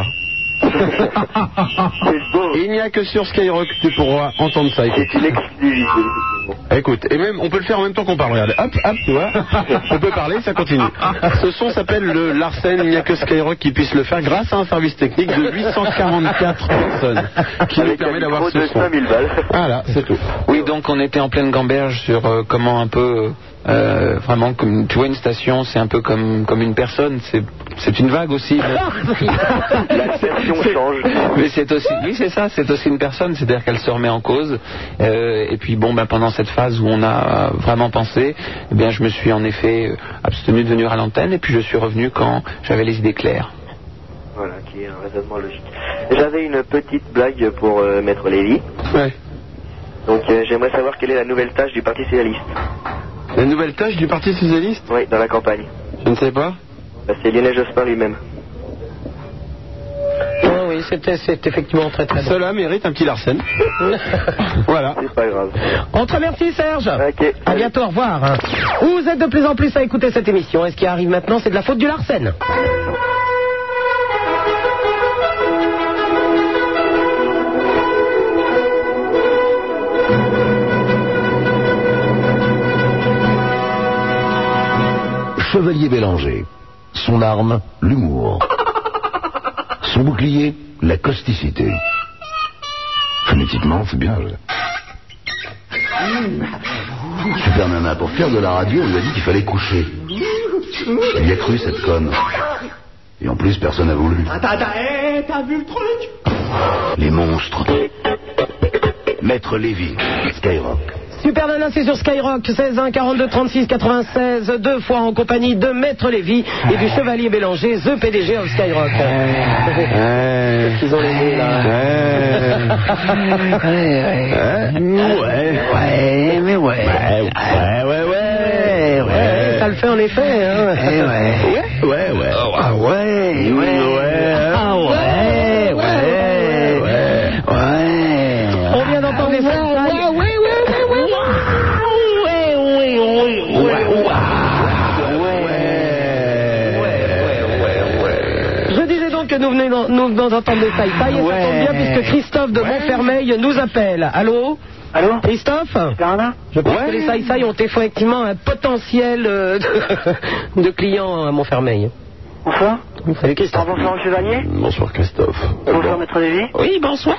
Et il n'y a que sur Skyrock que tu pourras entendre ça. C'est une exclusivité. Écoute, et même on peut le faire en même temps qu'on parle. Regarde, hop, tu vois, on peut parler, ça continue. Ce son s'appelle le Larsen. Il n'y a que Skyrock qui puisse le faire grâce à un service technique de 844 personnes qui nous permet d'avoir ce son. Voilà, c'est tout. Oui, donc on était en pleine gamberge sur comment un peu vraiment comme tu vois une station, c'est un peu comme une personne, c'est une vague aussi. L'acception change. Mais c'est aussi, oui c'est ça, c'est aussi une personne, c'est-à-dire qu'elle se remet en cause. Et puis pendant cette phase où on a vraiment pensé, je me suis en effet abstenu de venir à l'antenne et puis je suis revenu quand j'avais les idées claires. Voilà, qui est un raisonnement logique. J'avais une petite blague pour Maître Lévy. Ouais. Donc j'aimerais savoir quelle est la nouvelle tâche du Parti Socialiste. La nouvelle tâche du Parti Socialiste? Oui, dans la campagne. Je ne sais pas. C'est Lionel Jospin lui-même. Oh oui, c'est effectivement très très bon. Cela mérite un petit Larsen. Voilà. C'est pas grave. On te remercie, Serge. Ok. À bientôt, au revoir. Vous êtes de plus en plus à écouter cette émission. Et ce qui arrive maintenant, c'est de la faute du Larsen. Chevalier Bélanger. Son arme, l'humour. Son bouclier, la causticité. Phonétiquement, c'est bien. Super Nana, pour faire de la radio, on lui a dit qu'il fallait coucher. Elle y a cru, cette conne. Et en plus, personne n'a voulu. T'as vu le truc? Les monstres. Maître Lévy, Skyrock. Super Nana, c'est sur Skyrock, 16 1 42 36 96, 2 fois en compagnie de Maître Lévy et du Chevalier Bélanger, The PDG of Skyrock. Qu'est-ce qu'ils ont les nez, là? Ouais. Ça le fait en effet, hein? On vient d'entendre les frères. Que nous venons d'entendre des taille-taille et ça tombe bien puisque Christophe de Montfermeil nous appelle. Allô? Allô? Christophe? Je pense que les taille-taille ont effectivement un potentiel de clients à Montfermeil. Bonsoir. Salut Christophe. Bonsoir Chevalier. Bonsoir Christophe. Bonsoir Maître Lévy. Oui, bonsoir.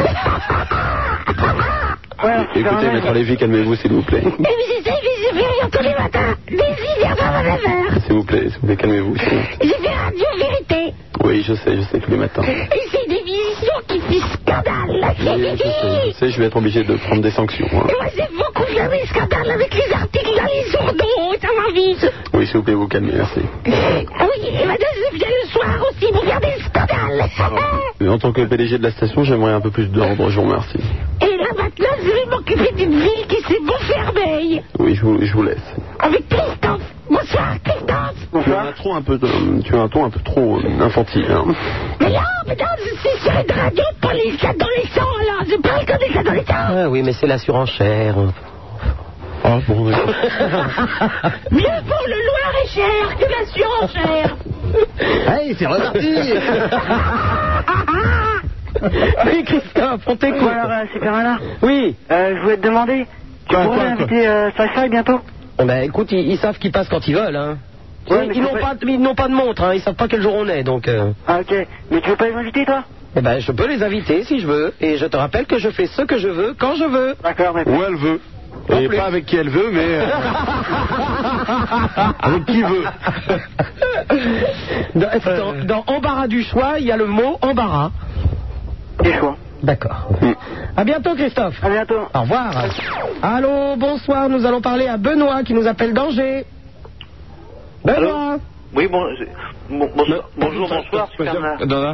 Écoutez, Maître Lévy, calmez-vous s'il vous plaît. Mais j'essaie, mais je fais rien tous les matins. Des 6h à 9h. S'il vous plaît, calmez-vous. J'ai fait Radio Vérité. Oui, je sais, tous les matins. Et c'est une émission qui fait scandale. Je sais, je vais être obligé de prendre des sanctions. Hein. Et moi, j'ai beaucoup vu les scandales avec les articles dans les journaux, ça m'invite. Oui, s'il vous plaît, vous calmez, merci. Ah oui, et maintenant, je viens le soir aussi pour faire des scandales. En tant que PDG de la station, j'aimerais un peu plus d'ordre, je vous remercie. Et là, maintenant, je vais m'occuper d'une ville qui s'est Montfermeil. Oui, je vous laisse. Avec Christophe. Bonsoir, Christophe. Bonsoir. Tu as un ton un peu trop infantile. Hein. Mais non, je suis sur une radio pour les adolescents, là. Je parle comme des adolescents. Ah oui, mais c'est la surenchère. Ah bon, oui. Mieux pour le Loir-et-Cher que la surenchère. Hey, c'est reparti. Oui, Christophe, on t'écoute. Voilà, Super Nana. Oui. Je voulais te demander, tu pourrais inviter Sci-Fi bientôt? Ben écoute, ils savent qu'ils passent quand ils veulent, hein. Ouais, Ils n'ont pas de montre, hein. Ils savent pas quel jour on est, donc... Ah ok, mais tu veux pas les inviter, toi? Eh ben, je peux les inviter si je veux, et je te rappelle que je fais ce que je veux, quand je veux. D'accord, mais... Où elle veut. Et pas avec qui elle veut, mais... avec qui veut. Dans embarras du choix, il y a le mot embarras. Du choix. D'accord. À bientôt, Christophe. À bientôt. Au revoir. Allô, bonsoir. Nous allons parler à Benoît qui nous appelle d'Angers. Benoît. Oui, bonjour, bonsoir, Super Nana.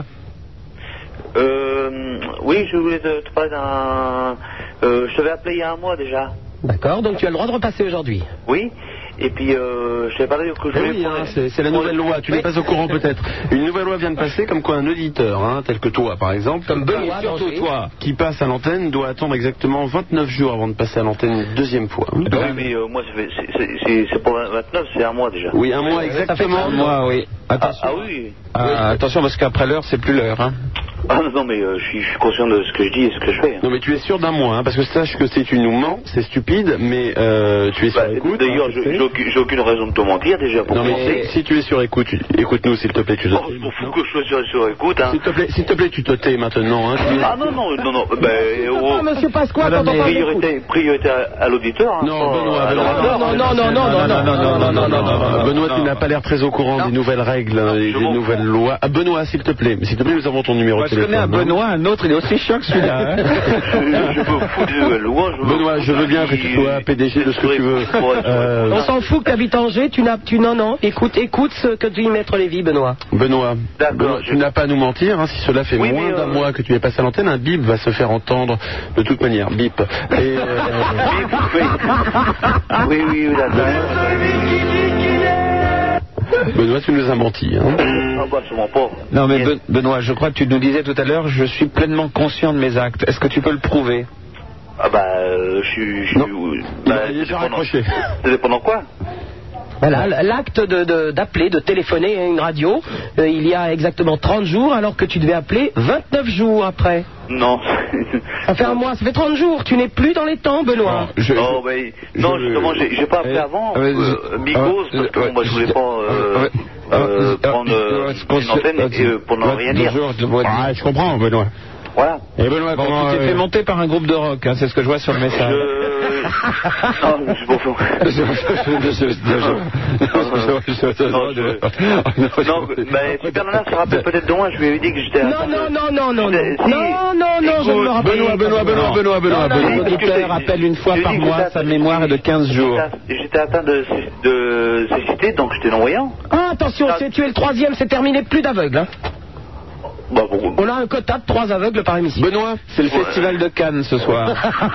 Oui, je voulais te parler d'un... je t'avais appelé il y a un mois déjà. D'accord, donc tu as le droit de repasser aujourd'hui. Oui, et puis je t'avais parlé que je voulais... Oui, c'est la nouvelle loi, tu n'es pas au courant peut-être. Une nouvelle loi vient de passer, comme quoi un auditeur, tel que toi par exemple, comme Benoît, surtout toi, qui passe à l'antenne, doit attendre exactement 29 jours avant de passer à l'antenne une deuxième fois. Oui, mais moi, c'est pour 29, c'est un mois déjà. Oui, un mois exactement. Un mois, oui. Attention. Ah oui. Attention, parce qu'après l'heure, c'est plus l'heure. Hein. Ah non, mais je suis conscient de ce que je dis et ce que je fais. Hein. Non, mais tu es sûr d'un mois, parce que sache que si tu nous mens, c'est stupide, mais tu es sur écoute. D'ailleurs, j'ai aucune raison de te mentir déjà pour commencer. Si tu es sur écoute, écoute-nous s'il te plaît, tu te tais. Il faut que je sois sur écoute. Hein. S'il te plaît, tu te tais maintenant. Hein, Ah non, Monsieur Pasqua, quand on parle priorité à l'auditeur. Non, Benoît, Benoît, tu n'as pas l'air très au courant des nouvelles règles, des nouvelles lois. Ah, Benoît, s'il te plaît, nous avons ton numéro de téléphone. Je connais un Benoît, un autre, il est aussi chiant que celui-là. Je me fous des nouvelles lois. Benoît, je veux bien que tu sois PDG de ce que tu veux. On s'en fout que tu habites Angers, non. Écoute ce que dit Maître Lévy, Benoît. Benoît, tu n'as pas à nous mentir, si cela fait moins d'un mois que tu es passé à l'antenne, un bip va se faire entendre de toute manière. Bip. Et oui, d'accord. Benoît, tu nous as menti. Hein. Ah bah, sûrement pas. Non, mais Benoît, je crois que tu nous disais tout à l'heure, je suis pleinement conscient de mes actes. Est-ce que tu peux le prouver? Ah bah, je suis... Il est raccroché. Ça dépend de quoi? Voilà, l'acte d'appeler, de téléphoner à une radio, il y a exactement 30 jours, alors que tu devais appeler 29 jours après. Non. Ça fait un mois, ça fait 30 jours, tu n'es plus dans les temps, Benoît. Non, justement, j'ai pas appelé avant, Migos, parce que moi je voulais pas prendre une antenne pour ne rien dire. Ah, je comprends, Benoît. Voilà. Et Benoît, bon, tu t'es fait monter par un groupe de rock, hein, c'est ce que je vois sur le message. Non, je suis pas fou. Non, mais Super Nana se rappelle peut-être de moi, je lui ai dit que j'étais... Non, je ne me rappelle pas. Benoît. L'auditeur appelle une fois par mois, sa mémoire est de 15 jours. J'étais atteint de cécité, donc j'étais non-voyant. Ah, attention, tu es le troisième, c'est terminé, plus d'aveugles. Hein. Bah, bon. On a un quota de 3 aveugles par émission. Benoît, c'est le festival de Cannes ce soir.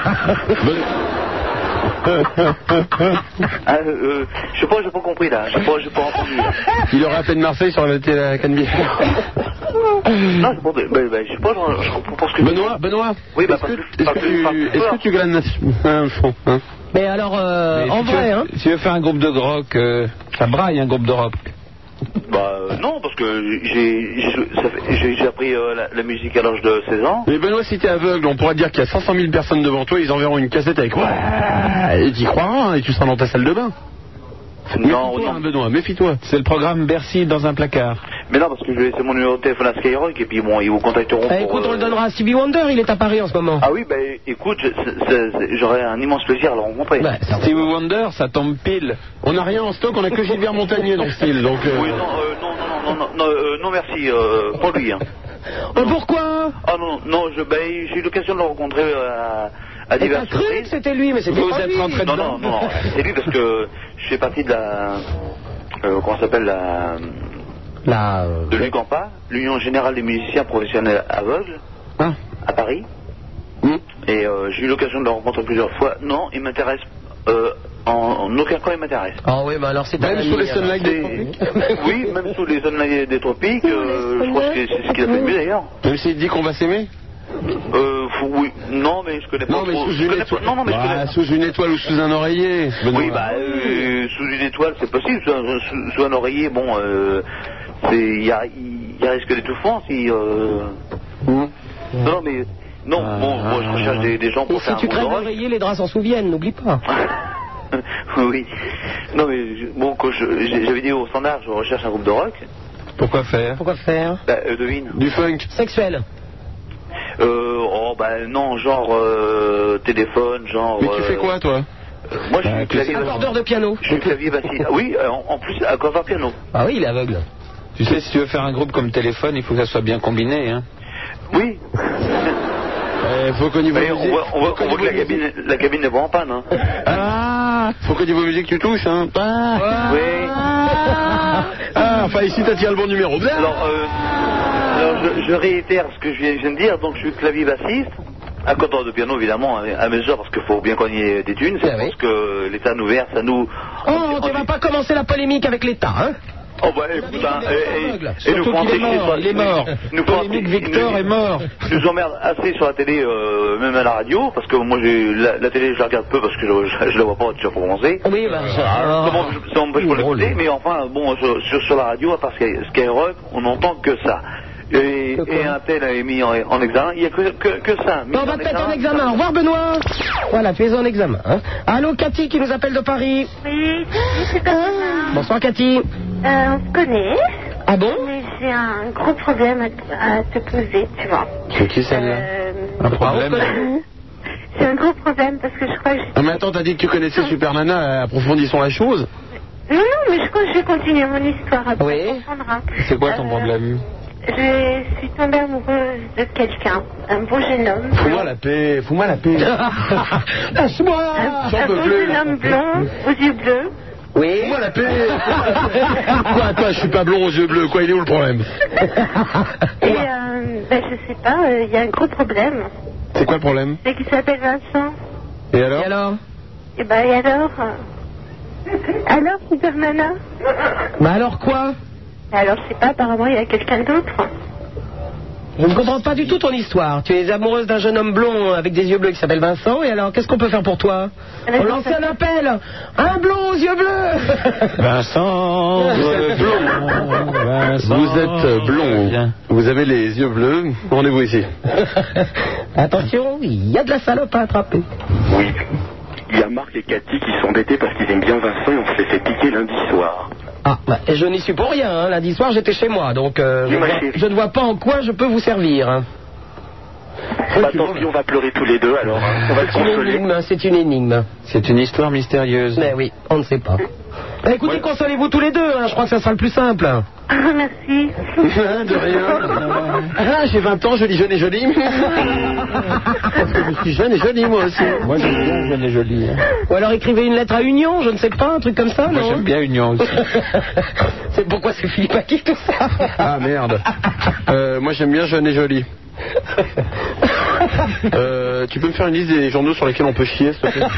Je sais pas, j'ai pas compris là. J'ai pas entendu. Il aurait appelé de Marseille sur la télé à Cannes. Non, je sais pas, je comprends pas ce que... Benoît. Oui, bah, est-ce que tu glanes un fond, hein? Mais alors, en vrai, hein. Si tu veux faire un groupe de rock, ça braille un groupe de rock. Bah non, parce que j'ai appris la musique à l'âge de 16 ans. Mais Benoît, si t'es aveugle, on pourra dire qu'il y a 500 000 personnes devant toi, ils enverront une cassette avec moi. Et t'y croiras, hein, et tu seras dans ta salle de bain. Non, Benoît, méfie-toi. C'est le programme Bercy dans un placard. Mais non, parce que je vais laisser mon numéro de téléphone à Skyrock, et puis bon, ils vous contacteront pour... Écoute, on le donnera à Stevie Wonder, il est à Paris en ce moment. Ah oui, bah écoute, j'aurais un immense plaisir à le rencontrer. Bah, Stevie Wonder, ça tombe pile. On n'a rien en stock, on a que Gilbert Montagnier dans le style, donc... Oui, non, merci, pas lui, hein. Pourquoi? Ah non, j'ai eu l'occasion de le rencontrer à diverses reprises. T'as cru que c'était lui, mais c'était pas lui. Non, c'est lui parce que je fais partie de la... comment ça s'appelle de l'UGAMPA, l'Union Générale des Musiciens Professionnels Aveugles, à Paris. Et j'ai eu l'occasion de le rencontrer plusieurs fois. Non, il m'intéresse... en aucun cas il m'intéresse. Ah oui, mais alors c'est même sous les sunlights des tropiques. Oui, même sous les sunlights des tropiques, je crois que c'est ce qu'il a fait de mieux d'ailleurs. Même s'il dit qu'on va s'aimer. Oui, non, mais je connais pas. Sous une étoile ou sous un oreiller. Oui, sous une étoile c'est possible, sous un oreiller, bon, il y a risque d'étouffement si... Non, mais... Non, moi je recherche des gens pour faire un groupe de rock. Si tu crèves l'oreiller, les draps s'en souviennent, n'oublie pas. Oui. Non, mais bon, quand j'avais dit au standard, je recherche un groupe de rock. Pourquoi faire? Devine. Du funk. Sexuel. Non, genre téléphone, genre... Mais tu fais quoi, toi? Moi, je suis clavier... accordeur de piano. Je suis clavier bassiste. Oui, en plus, accordeur piano. Ah oui, il est aveugle. Tu sais, si tu veux faire un groupe comme téléphone, il faut que ça soit bien combiné, hein. Oui. Faut qu'au niveau musique... On voit que la cabine n'est pas en panne, hein. Faut qu'au niveau musique tu touches, hein. Oui. Enfin, ici, t'as tiré le bon numéro. Alors, je réitère ce que je viens de dire. Donc, je suis clavier bassiste, accordeur de piano, évidemment, à mesure, parce qu'il faut bien gagner des thunes. C'est parce que l'État nous verse à nous... tu vas pas commencer la polémique avec l'État, hein. Oh bah écoute, surtout qu'il est mort. Polémique Victor est mort. Je nous emmerde assez sur la télé, même à la radio, parce que moi la télé je la regarde peu parce que je la vois pas déjà pour commencer. Oui, ça m'empêche pas de l'écouter, mais enfin bon, sur la radio, à part Skyrock, on n'entend que ça. Et un tel a mis en examen, il n'y a que ça. On va peut-être en examen. Au revoir Benoît. Voilà, tu es en examen. Hein. Allô Cathy qui nous appelle de Paris. Oui, c'est Bernard. Bonsoir Cathy. On se connaît. Ah bon? Mais j'ai un gros problème à te poser, tu vois. C'est qui celle-là? Un problème? C'est un gros problème parce que je crois que... Ah mais attends, t'as dit que tu connaissais Super Nana, approfondissons la chose. Non, mais je crois que je vais continuer mon histoire après. Oui. C'est quoi ton problème? Je suis tombée amoureuse de quelqu'un, un beau jeune homme. Fous-moi la paix. Lâche-moi. Un beau jeune homme blond, aux yeux bleus. Oui. Fous-moi la paix. Quoi, je suis pas blond aux yeux bleus, quoi, il est où le problème? Et je sais pas, il y a un gros problème. C'est quoi le problème? C'est qu'il s'appelle Vincent. Et alors? Et alors, Super Nana? Bah alors quoi? Alors, je sais pas, apparemment, il y a quelqu'un d'autre. Je ne comprends pas du tout ton histoire. Tu es amoureuse d'un jeune homme blond avec des yeux bleus qui s'appelle Vincent, et alors, qu'est-ce qu'on peut faire pour toi? On lance un appel. Un blond aux yeux bleus. Vincent, vous êtes blond, vous avez les yeux bleus, rendez-vous ici. Attention, il y a de la salope à attraper. Oui. Il y a Marc et Cathy qui sont embêtés parce qu'ils aiment bien Vincent et on s'est fait piquer lundi soir. Ah, bah, je n'y suis pour rien. Hein. Lundi soir, j'étais chez moi, donc je ne vois pas en quoi je peux vous servir. Hein. Bah, tant pis, on va pleurer tous les deux alors. Hein. On va se consoler. C'est une énigme. C'est une histoire mystérieuse. Mais oui, on ne sait pas. Bah, écoutez, consolez-vous tous les deux. Hein. Je crois que ça sera le plus simple. Merci. De rien. Ah, j'ai 20 ans, je dis jeune et jolie. Parce que je suis jeune et jolie, moi aussi. Moi, j'aime bien jeune et jolie. Hein. Ou alors écrivez une lettre à Union, je ne sais pas, un truc comme ça, non? Moi, j'aime bien Union aussi. C'est pourquoi c'est Philippe à qui tout ça? Ah, merde. Moi, j'aime bien jeune et jolie. Tu peux me faire une liste des journaux sur lesquels on peut chier, s'il te plaît?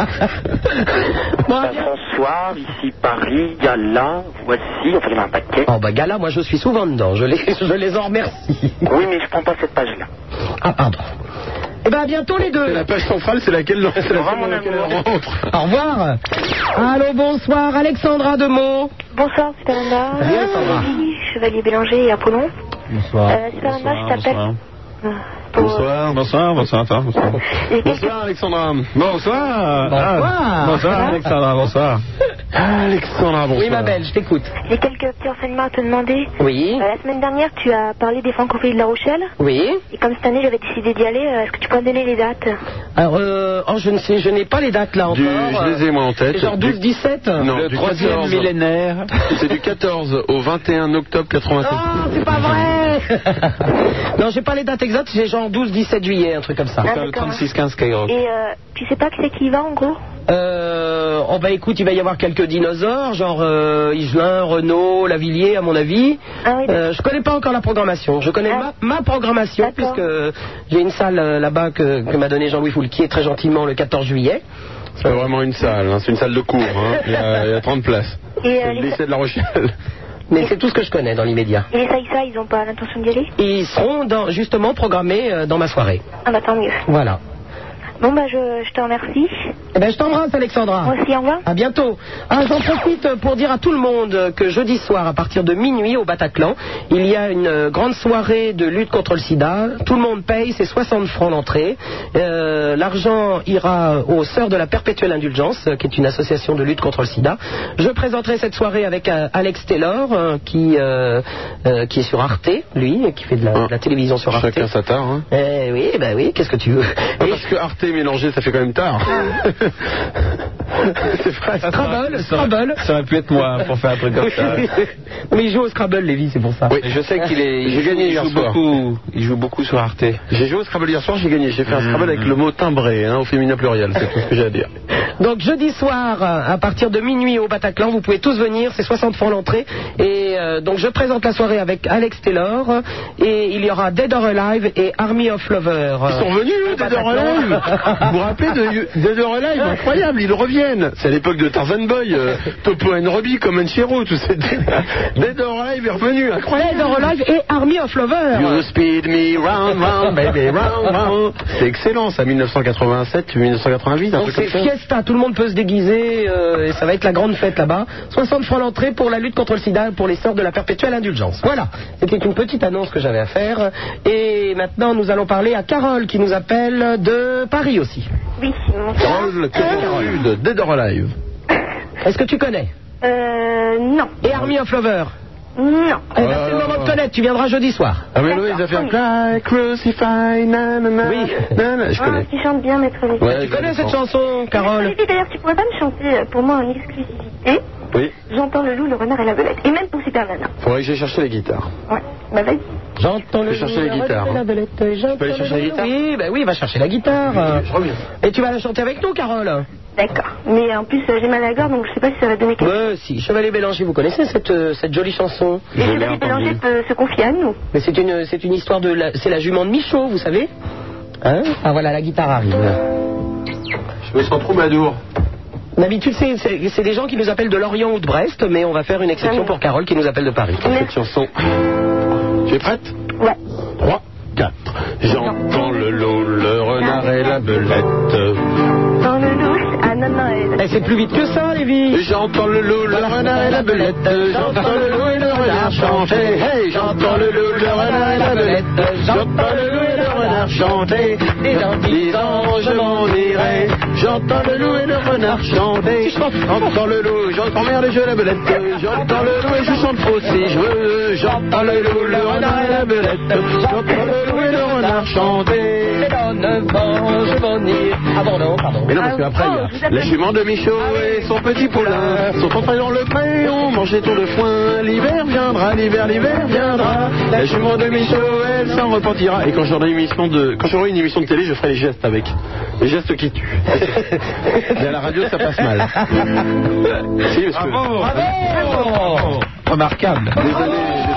François, ici Paris, Gala, voici, enfin il y en a un paquet. Oh bah Gala, moi je suis souvent dedans, je les en remercie. Oui, mais je prends pas cette page-là. Ah, pardon. Eh ben à bientôt les deux. La page centrale, c'est laquelle, c'est laquelle on rentre. Au revoir. Allô, bonsoir, Alexandra de Meaux. Bonsoir, Super Nana. Bien, Alexandra. Chevalier Bélanger et Apollon. Bonsoir. Super Nana, je t'appelle. Bonsoir. Bonsoir, bonsoir, bonsoir. Bonsoir, Alexandra. Bonsoir. Bonsoir. Bonsoir, Alexandra, bonsoir. Alexandra, bonsoir. Oui, ma belle, je t'écoute. J'ai quelques petits renseignements à te demander. Oui. La semaine dernière, tu as parlé des francophiles de La Rochelle. Oui. Et comme cette année, j'avais décidé d'y aller, est-ce que tu peux me donner les dates? Alors, je ne sais, je n'ai pas les dates là encore. Je les ai moi en tête. C'est genre 12-17. Non, le du 3e 14. millénaire. C'est du 14 au 21 octobre 87. Non, c'est pas vrai. Non, j'ai pas les dates exactes, j'ai genre 12-17 juillet, un truc comme ça. Le 36-15 Skyrock. Et tu sais pas qui c'est qui y va en gros? Oh bah écoute, il va y avoir quelques dinosaures, genre Higelin, Renault, Lavilliers à mon avis. Ah oui, je connais pas encore la programmation. Je connais ma programmation puisque j'ai une salle là-bas que m'a donné Jean-Louis Foulquier très gentiment le 14 juillet. C'est pas vraiment une salle, hein, c'est une salle de cours. Hein. Il y a 30 places. C'est le lycée de La Rochelle. Mais c'est tout ce que je connais dans l'immédiat. Et les Saïsa, ils ont pas l'intention d'y aller? Ils seront justement programmés dans ma soirée. Ah bah tant mieux. Voilà. Bon bah je te remercie. Eh ben je t'embrasse Alexandra. Moi aussi, au revoir. À bientôt. J'en profite pour dire à tout le monde que jeudi soir à partir de minuit au Bataclan, il y a une grande soirée de lutte contre le sida. Tout le monde paye, c'est 60 francs l'entrée. L'argent ira aux Sœurs de la Perpétuelle Indulgence, qui est une association de lutte contre le sida. Je présenterai cette soirée avec Alex Taylor, qui est sur Arte, lui, qui fait de la télévision sur Arte. Chacun sa tare. Hein. Oui, bah oui, qu'est-ce que tu veux. Parce que Arte mélangé, ça fait quand même tard. C'est vrai. Scrabble. Ça aurait pu être moi pour faire un truc comme ça. Mais il joue au Scrabble, Lévi, c'est pour ça. Oui. Je sais qu'il est. J'ai gagné hier soir. Il joue beaucoup sur Arte. J'ai joué au Scrabble hier soir, j'ai gagné. J'ai fait un Scrabble avec le mot timbré, hein, au féminin pluriel. C'est tout ce que j'ai à dire. Donc jeudi soir, à partir de minuit au Bataclan, vous pouvez tous venir, c'est 60 francs l'entrée. Et donc je présente la soirée avec Alex Taylor. Et il y aura Dead or Alive et Army of Lovers. Ils sont venus, Dead or Alive. Vous vous rappelez de Dead or Alive? Incroyable, ils reviennent. C'est à l'époque de Tarzan Boy, Topo and Robbie, Common Chiro, tout ça. Dead or Alive est revenu, incroyable. Dead or Alive et Army of Lovers. You speed me round, round, baby, round, round. C'est excellent, ça, 1987, 1988. Donc c'est fiesta, tout le monde peut se déguiser, et ça va être la grande fête là-bas. 60 francs l'entrée pour la lutte contre le sida pour les Sœurs de la Perpétuelle Indulgence. Voilà, c'était une petite annonce que j'avais à faire. Et maintenant, nous allons parler à Carole qui nous appelle de Paris aussi. Oui, Carole, que de Dead or Alive. Est-ce que tu connais? Non. Et Army of Lovers? Non. Eh ben, c'est le moment de connaître, tu viendras jeudi soir. Ah mais Louise a fait un Cry, Crucify, nanana. Oui. Nanana, je connais. Tu chantes bien, maître Lévy. Ouais, Tu connais cette chanson, Carole? Lévy, d'ailleurs, tu pourrais pas me chanter pour moi en exclusivité? Oui. J'entends le loup, le renard et la belette. Et même pour Super Nana. Faudrait que j'aille chercher les guitares. Ouais. Bah vas-y. J'entends le chercher les guitares. la belette, Je peux aller chercher la guitare? Oui, bah oui, va chercher la guitare. Je reviens. Et tu vas la chanter avec nous, Carole? D'accord. Mais en plus, j'ai mal à la gorge, donc je sais pas si ça va donner quelque chose. Si, Chevalier Bélanger, vous connaissez cette jolie chanson? Et Chevalier Bélanger peut se confier à nous. Mais c'est une histoire c'est la jument de Michaud, vous savez? Hein? Ah voilà, la guitare arrive. Je me sens troubadour. D'habitude, c'est des gens qui nous appellent de Lorient ou de Brest, mais on va faire une exception pour Carole qui nous appelle de Paris. Cette chanson. Tu es prête? Ouais. 3, 4. J'entends le loup, le renard et la belette. Dans le loup. Ah non, non. C'est plus vite que ça, Lévi. J'entends le loup, le renard et la belette. J'entends le loup et le renard chanter. Hey, j'entends le loup, le renard et la belette. J'entends le loup et le renard chanter. Et dans 10 ans, je m'en irai. J'entends le loup et le renard chanter. J'entends le loup, j'entends merde et je la belette. J'entends le loup et je chante faux si je veux. J'entends le loup, le renard et la belette. J'entends le loup et le renard chanter. Et dans 9 ans, je m'en irai. Ah bon, non, pardon. Mais non, parce qu'après, il y a la jument de Michaud et son petit poulain sont entrés dans le pré, on mangeait tour de foin. L'hiver viendra, l'hiver viendra. La jument de Michaud, elle s'en repentira. Et quand j'aurai une émission de télé, je ferai les gestes avec. Les gestes qui tuent. Mais à la radio, ça passe mal. Si, parce que... Bravo. Remarquable. Désolé,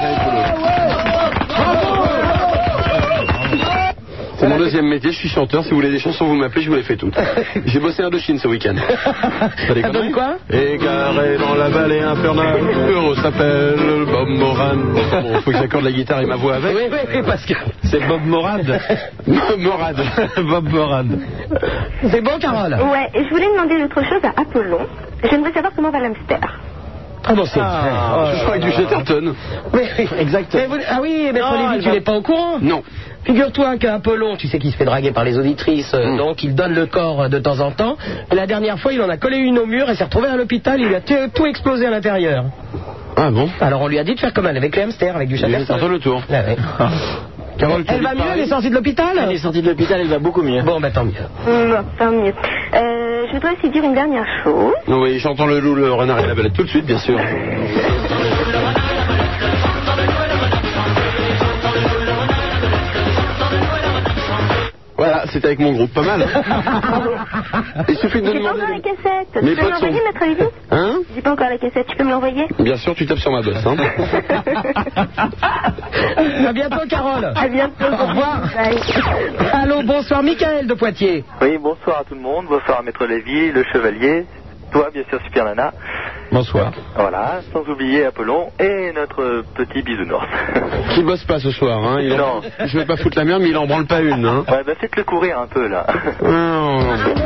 c'est mon deuxième métier, je suis chanteur. Si vous voulez des chansons, vous m'appelez, je vous les fais toutes. J'ai bossé à Indochine ce week-end. Ça donne quoi? Égaré dans la vallée infernale, l'euro s'appelle Bob Moran. Bon, faut que j'accorde la guitare et ma voix avec. Oui, parce que... C'est Bob Morad. Morad. Bob Morad. C'est bon, Carole? Ouais, et je voulais demander autre chose à Apollon. J'aimerais savoir comment va l'hamster. Ah bon, c'est je crois avec du Chatterton. Oui, exactement. Ah oui, Maître Lévy, tu n'es pas au courant? Non. Figure-toi qu'Apollon, tu sais qu'il se fait draguer par les auditrices, donc il donne le corps de temps en temps. Et la dernière fois, il en a collé une au mur et s'est retrouvé à l'hôpital, il lui a tout explosé à l'intérieur. Ah bon? Alors on lui a dit de faire comme elle, avec les hamsters, avec du Chatterton. Le tour. Ah, ouais. Carole, elle va mieux, elle est sortie de l'hôpital? Elle est sortie de l'hôpital, elle va beaucoup mieux. Bon, bah tant mieux. Bon, tant mieux. Je voudrais aussi dire une dernière chose. Oui, j'entends le loup, le renard et la belette tout de suite, bien sûr. Voilà, c'était avec mon groupe, pas mal. Il suffit de J'ai pas demander. encore la cassette. Mes Tu peux me potes l'envoyer, sont- Maître Lévy? Hein? J'ai pas encore la cassette, tu peux me l'envoyer? Bien sûr, tu tapes sur ma bosse. Hein. À bientôt, Carole. À bientôt. Au revoir. Bye. Allô, bonsoir, Michael de Poitiers. Oui, bonsoir à tout le monde. Bonsoir à Maître Lévy, le chevalier. Toi, bien sûr, Super Nana. Bonsoir. Voilà, sans oublier Apollon et notre petit bisounours. Qui bosse pas ce soir, hein. Non. Je vais pas foutre la merde, mais il en branle pas une, hein. Ouais, bah faites-le courir un peu, là. Non.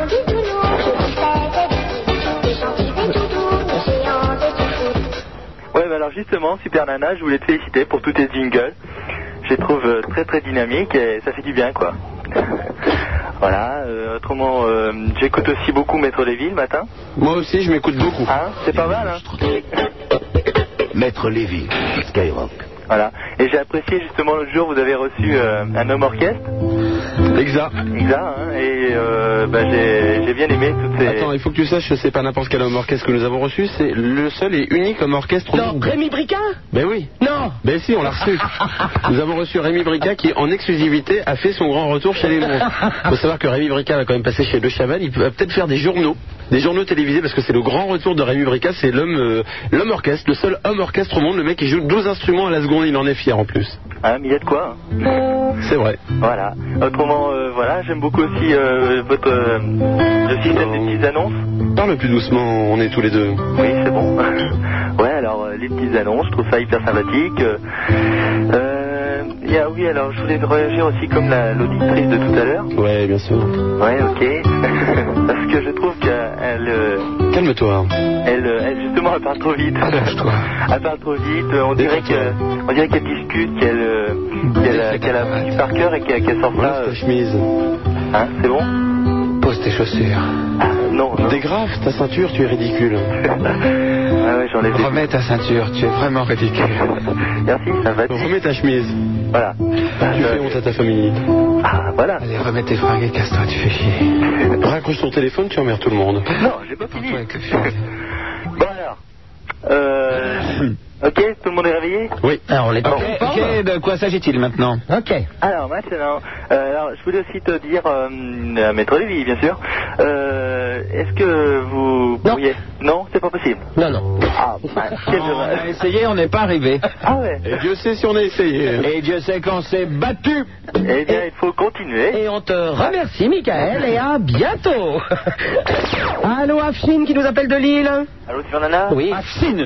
Ouais, bah alors justement, Super Nana, je voulais te féliciter pour tous tes jingles. Je les trouve très très dynamiques et ça fait du bien, quoi. Voilà, autrement, j'écoute aussi beaucoup Maître Lévy le matin. Moi aussi, je m'écoute beaucoup. Hein, c'est pas mal, hein. Maître Lévy, Skyrock. Voilà. Et j'ai apprécié justement l'autre jour, vous avez reçu un homme orchestre. Exact. Exact, hein. Et bah, j'ai bien aimé toutes ces... Attends, il faut que tu saches que c'est pas n'importe quel homme orchestre que nous avons reçu, c'est le seul et unique homme orchestre au Non, monde. Rémi Brica? Ben oui. Non. Ben si, on l'a reçu. Nous avons reçu Rémi Brica qui, en exclusivité, a fait son grand retour chez les monstres. Il faut savoir que Rémi Brica va quand même passer chez Le Chaval. Il va peut-être faire des journaux télévisés, parce que c'est le grand retour de Rémi Brica. C'est l'homme orchestre, le seul homme orchestre au monde. Le mec qui joue 12 instruments à la seconde, il en est fier en plus. Ah, mais il y a de quoi, hein. C'est vrai. Voilà. Autrement, voilà, j'aime beaucoup aussi le système des petites annonces. Parle plus doucement, on est tous les deux. Oui, c'est bon. Ouais, alors les petites annonces, je trouve ça hyper sympathique. Oui, alors je voulais réagir aussi comme l'auditrice de tout à l'heure. Ouais, bien sûr. Ouais, ok. Parce que je trouve qu'elle... Calme-toi. Elle justement, elle parle trop vite. Elle parle trop vite. On dirait qu'elle discute, qu'elle a pris par cœur et qu'elle sort ça. Ta chemise. Hein, c'est bon? Pose tes chaussures. Non. Dégrave ta ceinture, tu es ridicule. Ah ouais, j'en ai fait. Remets ta ceinture, tu es vraiment ridicule. Merci, ça va. Remets ta chemise. Voilà. Tu fais honte à ta famille. Ah, voilà. Allez, remets tes fringues et casse-toi, tu fais chier. Raccroche ton téléphone, tu emmerdes tout le monde. Non, j'ai pas fini. Bon alors. Ok, tout le monde est réveillé? Oui. Alors, on est en forme. Ok, de quoi s'agit-il maintenant? Ok. Alors maintenant, je voulais aussi te dire, Maître Lévy, bien sûr, est-ce que vous pourriez... Non, c'est pas possible. Non. Ah, quel On dommage. a essayé, on n'est pas arrivé. Ah ouais. Et Dieu sait si on a essayé. Et Dieu sait qu'on s'est battu. Eh bien, il faut continuer. Et on te remercie, Michael, et à bientôt. Allô, Afshin qui nous appelle de Lille. Allô, Super Nana? Oui. Afshin.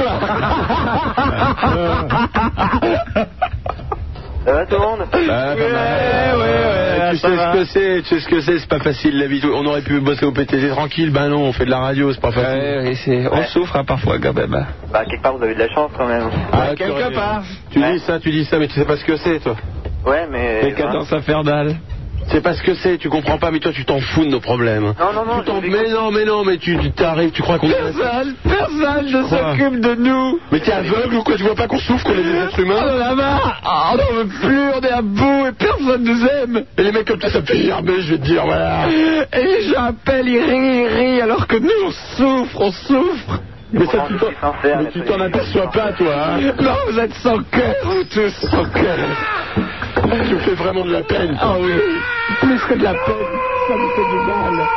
Ça va tout le monde? Ouais, tu sais ce que c'est, c'est pas facile la vie. On aurait pu bosser au PTT tranquille, ben non, on fait de la radio, c'est pas facile. On souffre parfois quand même. Bah, quelque part, vous avez de la chance quand même. Quelque part. Tu dis ça, mais tu sais pas ce que c'est, toi. Ouais, mais... Décadence infernale. C'est pas ce que c'est, tu comprends pas, mais toi tu t'en fous de nos problèmes. Non. Mais tu t'arrives, tu crois qu'on est... Personne ne s'occupe de nous. Mais t'es aveugle ou quoi? Tu vois pas qu'on souffre, qu'on est des êtres humains? On en a marre. On n'en veut plus, on est à bout et personne nous aime. Et les mecs comme toi, ça me fait gerber, je vais te dire, voilà. Et les gens appellent, ils rient, alors que nous on souffre. Mais ça, tu t'en aperçois pas, toi, hein? Non, vous êtes sans cœur, vous tous, sans cœur. Tu me fais vraiment de la peine. Ah oui, plus que de la peine, ça me fait du mal.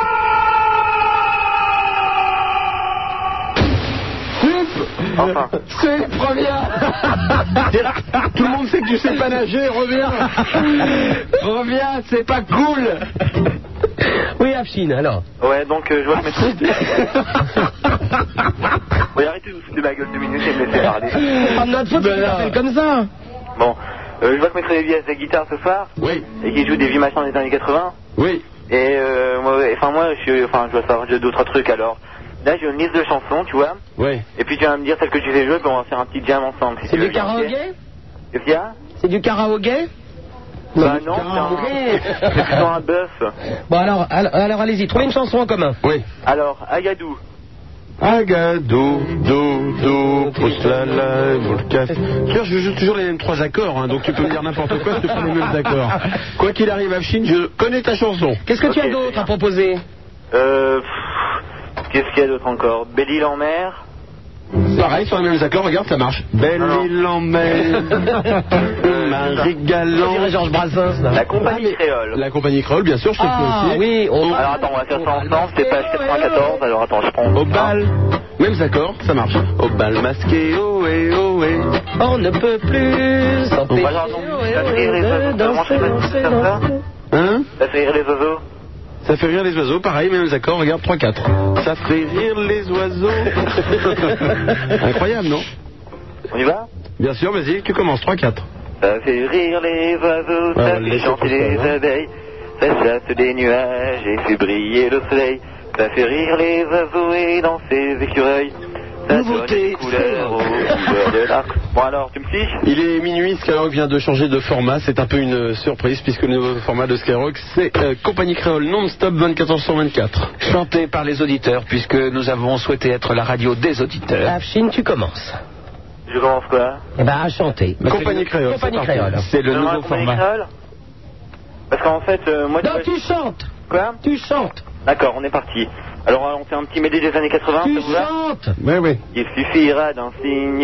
Enfin. C'est les premières. Tout le monde sait que tu sais pas nager, reviens. Reviens, c'est pas cool. Oui, Afshin, alors. Ouais, donc je vois que mes... Oui, arrêtez de vous foutre de ma gueule 2 minutes et me laisser parler. Pas de notre faute, tu t'appelles comme ça. Bon, je vois que Maître Lévy a sa guitare ce soir. Oui. Et qu'il joue des vieux machins des années 80. Oui. Et moi, je dois savoir d'autres trucs alors. Là, j'ai une liste de chansons, tu vois. Oui. Et puis tu vas me dire celle que tu sais jouer, puis on va faire un petit jam ensemble. C'est du karaoké? Qu'est-ce qu'il y a? C'est du karaoké? Bah non, c'est plutôt un bœuf. Bon, alors allez-y, trouvez une chanson en commun. Oui. Alors, Agadou. Agadou, do, pousse la le café. Je joue toujours les mêmes 3 accords, hein, donc tu peux me dire n'importe quoi, je te prends les mêmes accords. Quoi qu'il arrive, Afshin, je connais ta chanson. Qu'est-ce que tu as d'autre à proposer? Qu'est-ce qu'il y a d'autre encore? Belle-Île en mer. Pareil, sur les mêmes accords, regarde, ça marche. Belle-Île en mer, Marie Galant. On dirait Georges Brassens, là. La compagnie créole. La compagnie créole, bien sûr, je te le fais aussi. Oui, Alors attends, on va faire ça ensemble, c'est page 94, alors attends, je prends... Au bal, mêmes accords, ça marche. Au bal masqué, ohé, ohé. On ne peut plus s'empêcher. Alors attends, ça fait rire les oiseaux, comment je fais ça? Hein? Ça fait rire les oiseaux. Ça fait rire les oiseaux, pareil, mêmes accords, regarde 3-4. Ça fait rire les oiseaux. Incroyable, non? On y va? Bien sûr, vas-y, tu commences, 3-4. Ça fait rire les oiseaux, ça fait chanter les abeilles, ça chasse des nuages et fait briller le soleil. Ça fait rire les oiseaux et dans ses écureuils, ça donne des couleurs aux couleurs de l'arc. Bon alors, tu me fiches? Il est minuit, Skyrock vient de changer de format, c'est un peu une surprise puisque le nouveau format de Skyrock c'est Compagnie Créole non-stop 24h sur 24. Chanté par les auditeurs puisque nous avons souhaité être la radio des auditeurs. Afshin, tu commences. Je commence quoi? Eh ben, à chanter. Compagnie Créole. Compagnie Créole. C'est le nouveau format. Créole? Parce qu'en fait, moi... Non, tu chantes. Quoi? Tu chantes. D'accord, on est parti. Alors on fait un petit medley des années 80, tu ça vous va? chantes. Oui. Il suffira d'un signe,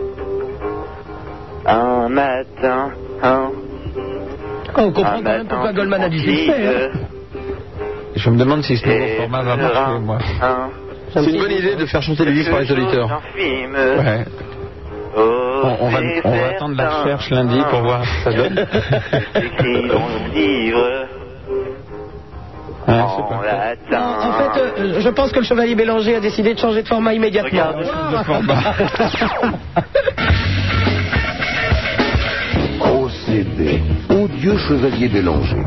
un matin, On comprend quand même pourquoi Goldman a du succès. Je me demande si ce nouveau format va marcher, moi. C'est une bonne idée de faire chanter les listes par les auditeurs. Ouais. On va attendre la recherche lundi pour voir ce que ça donne. Écrit dans le livre. En fait, je pense que le Chevalier Bélanger a décidé de changer de format immédiatement. OCB, odieux Chevalier Bélanger.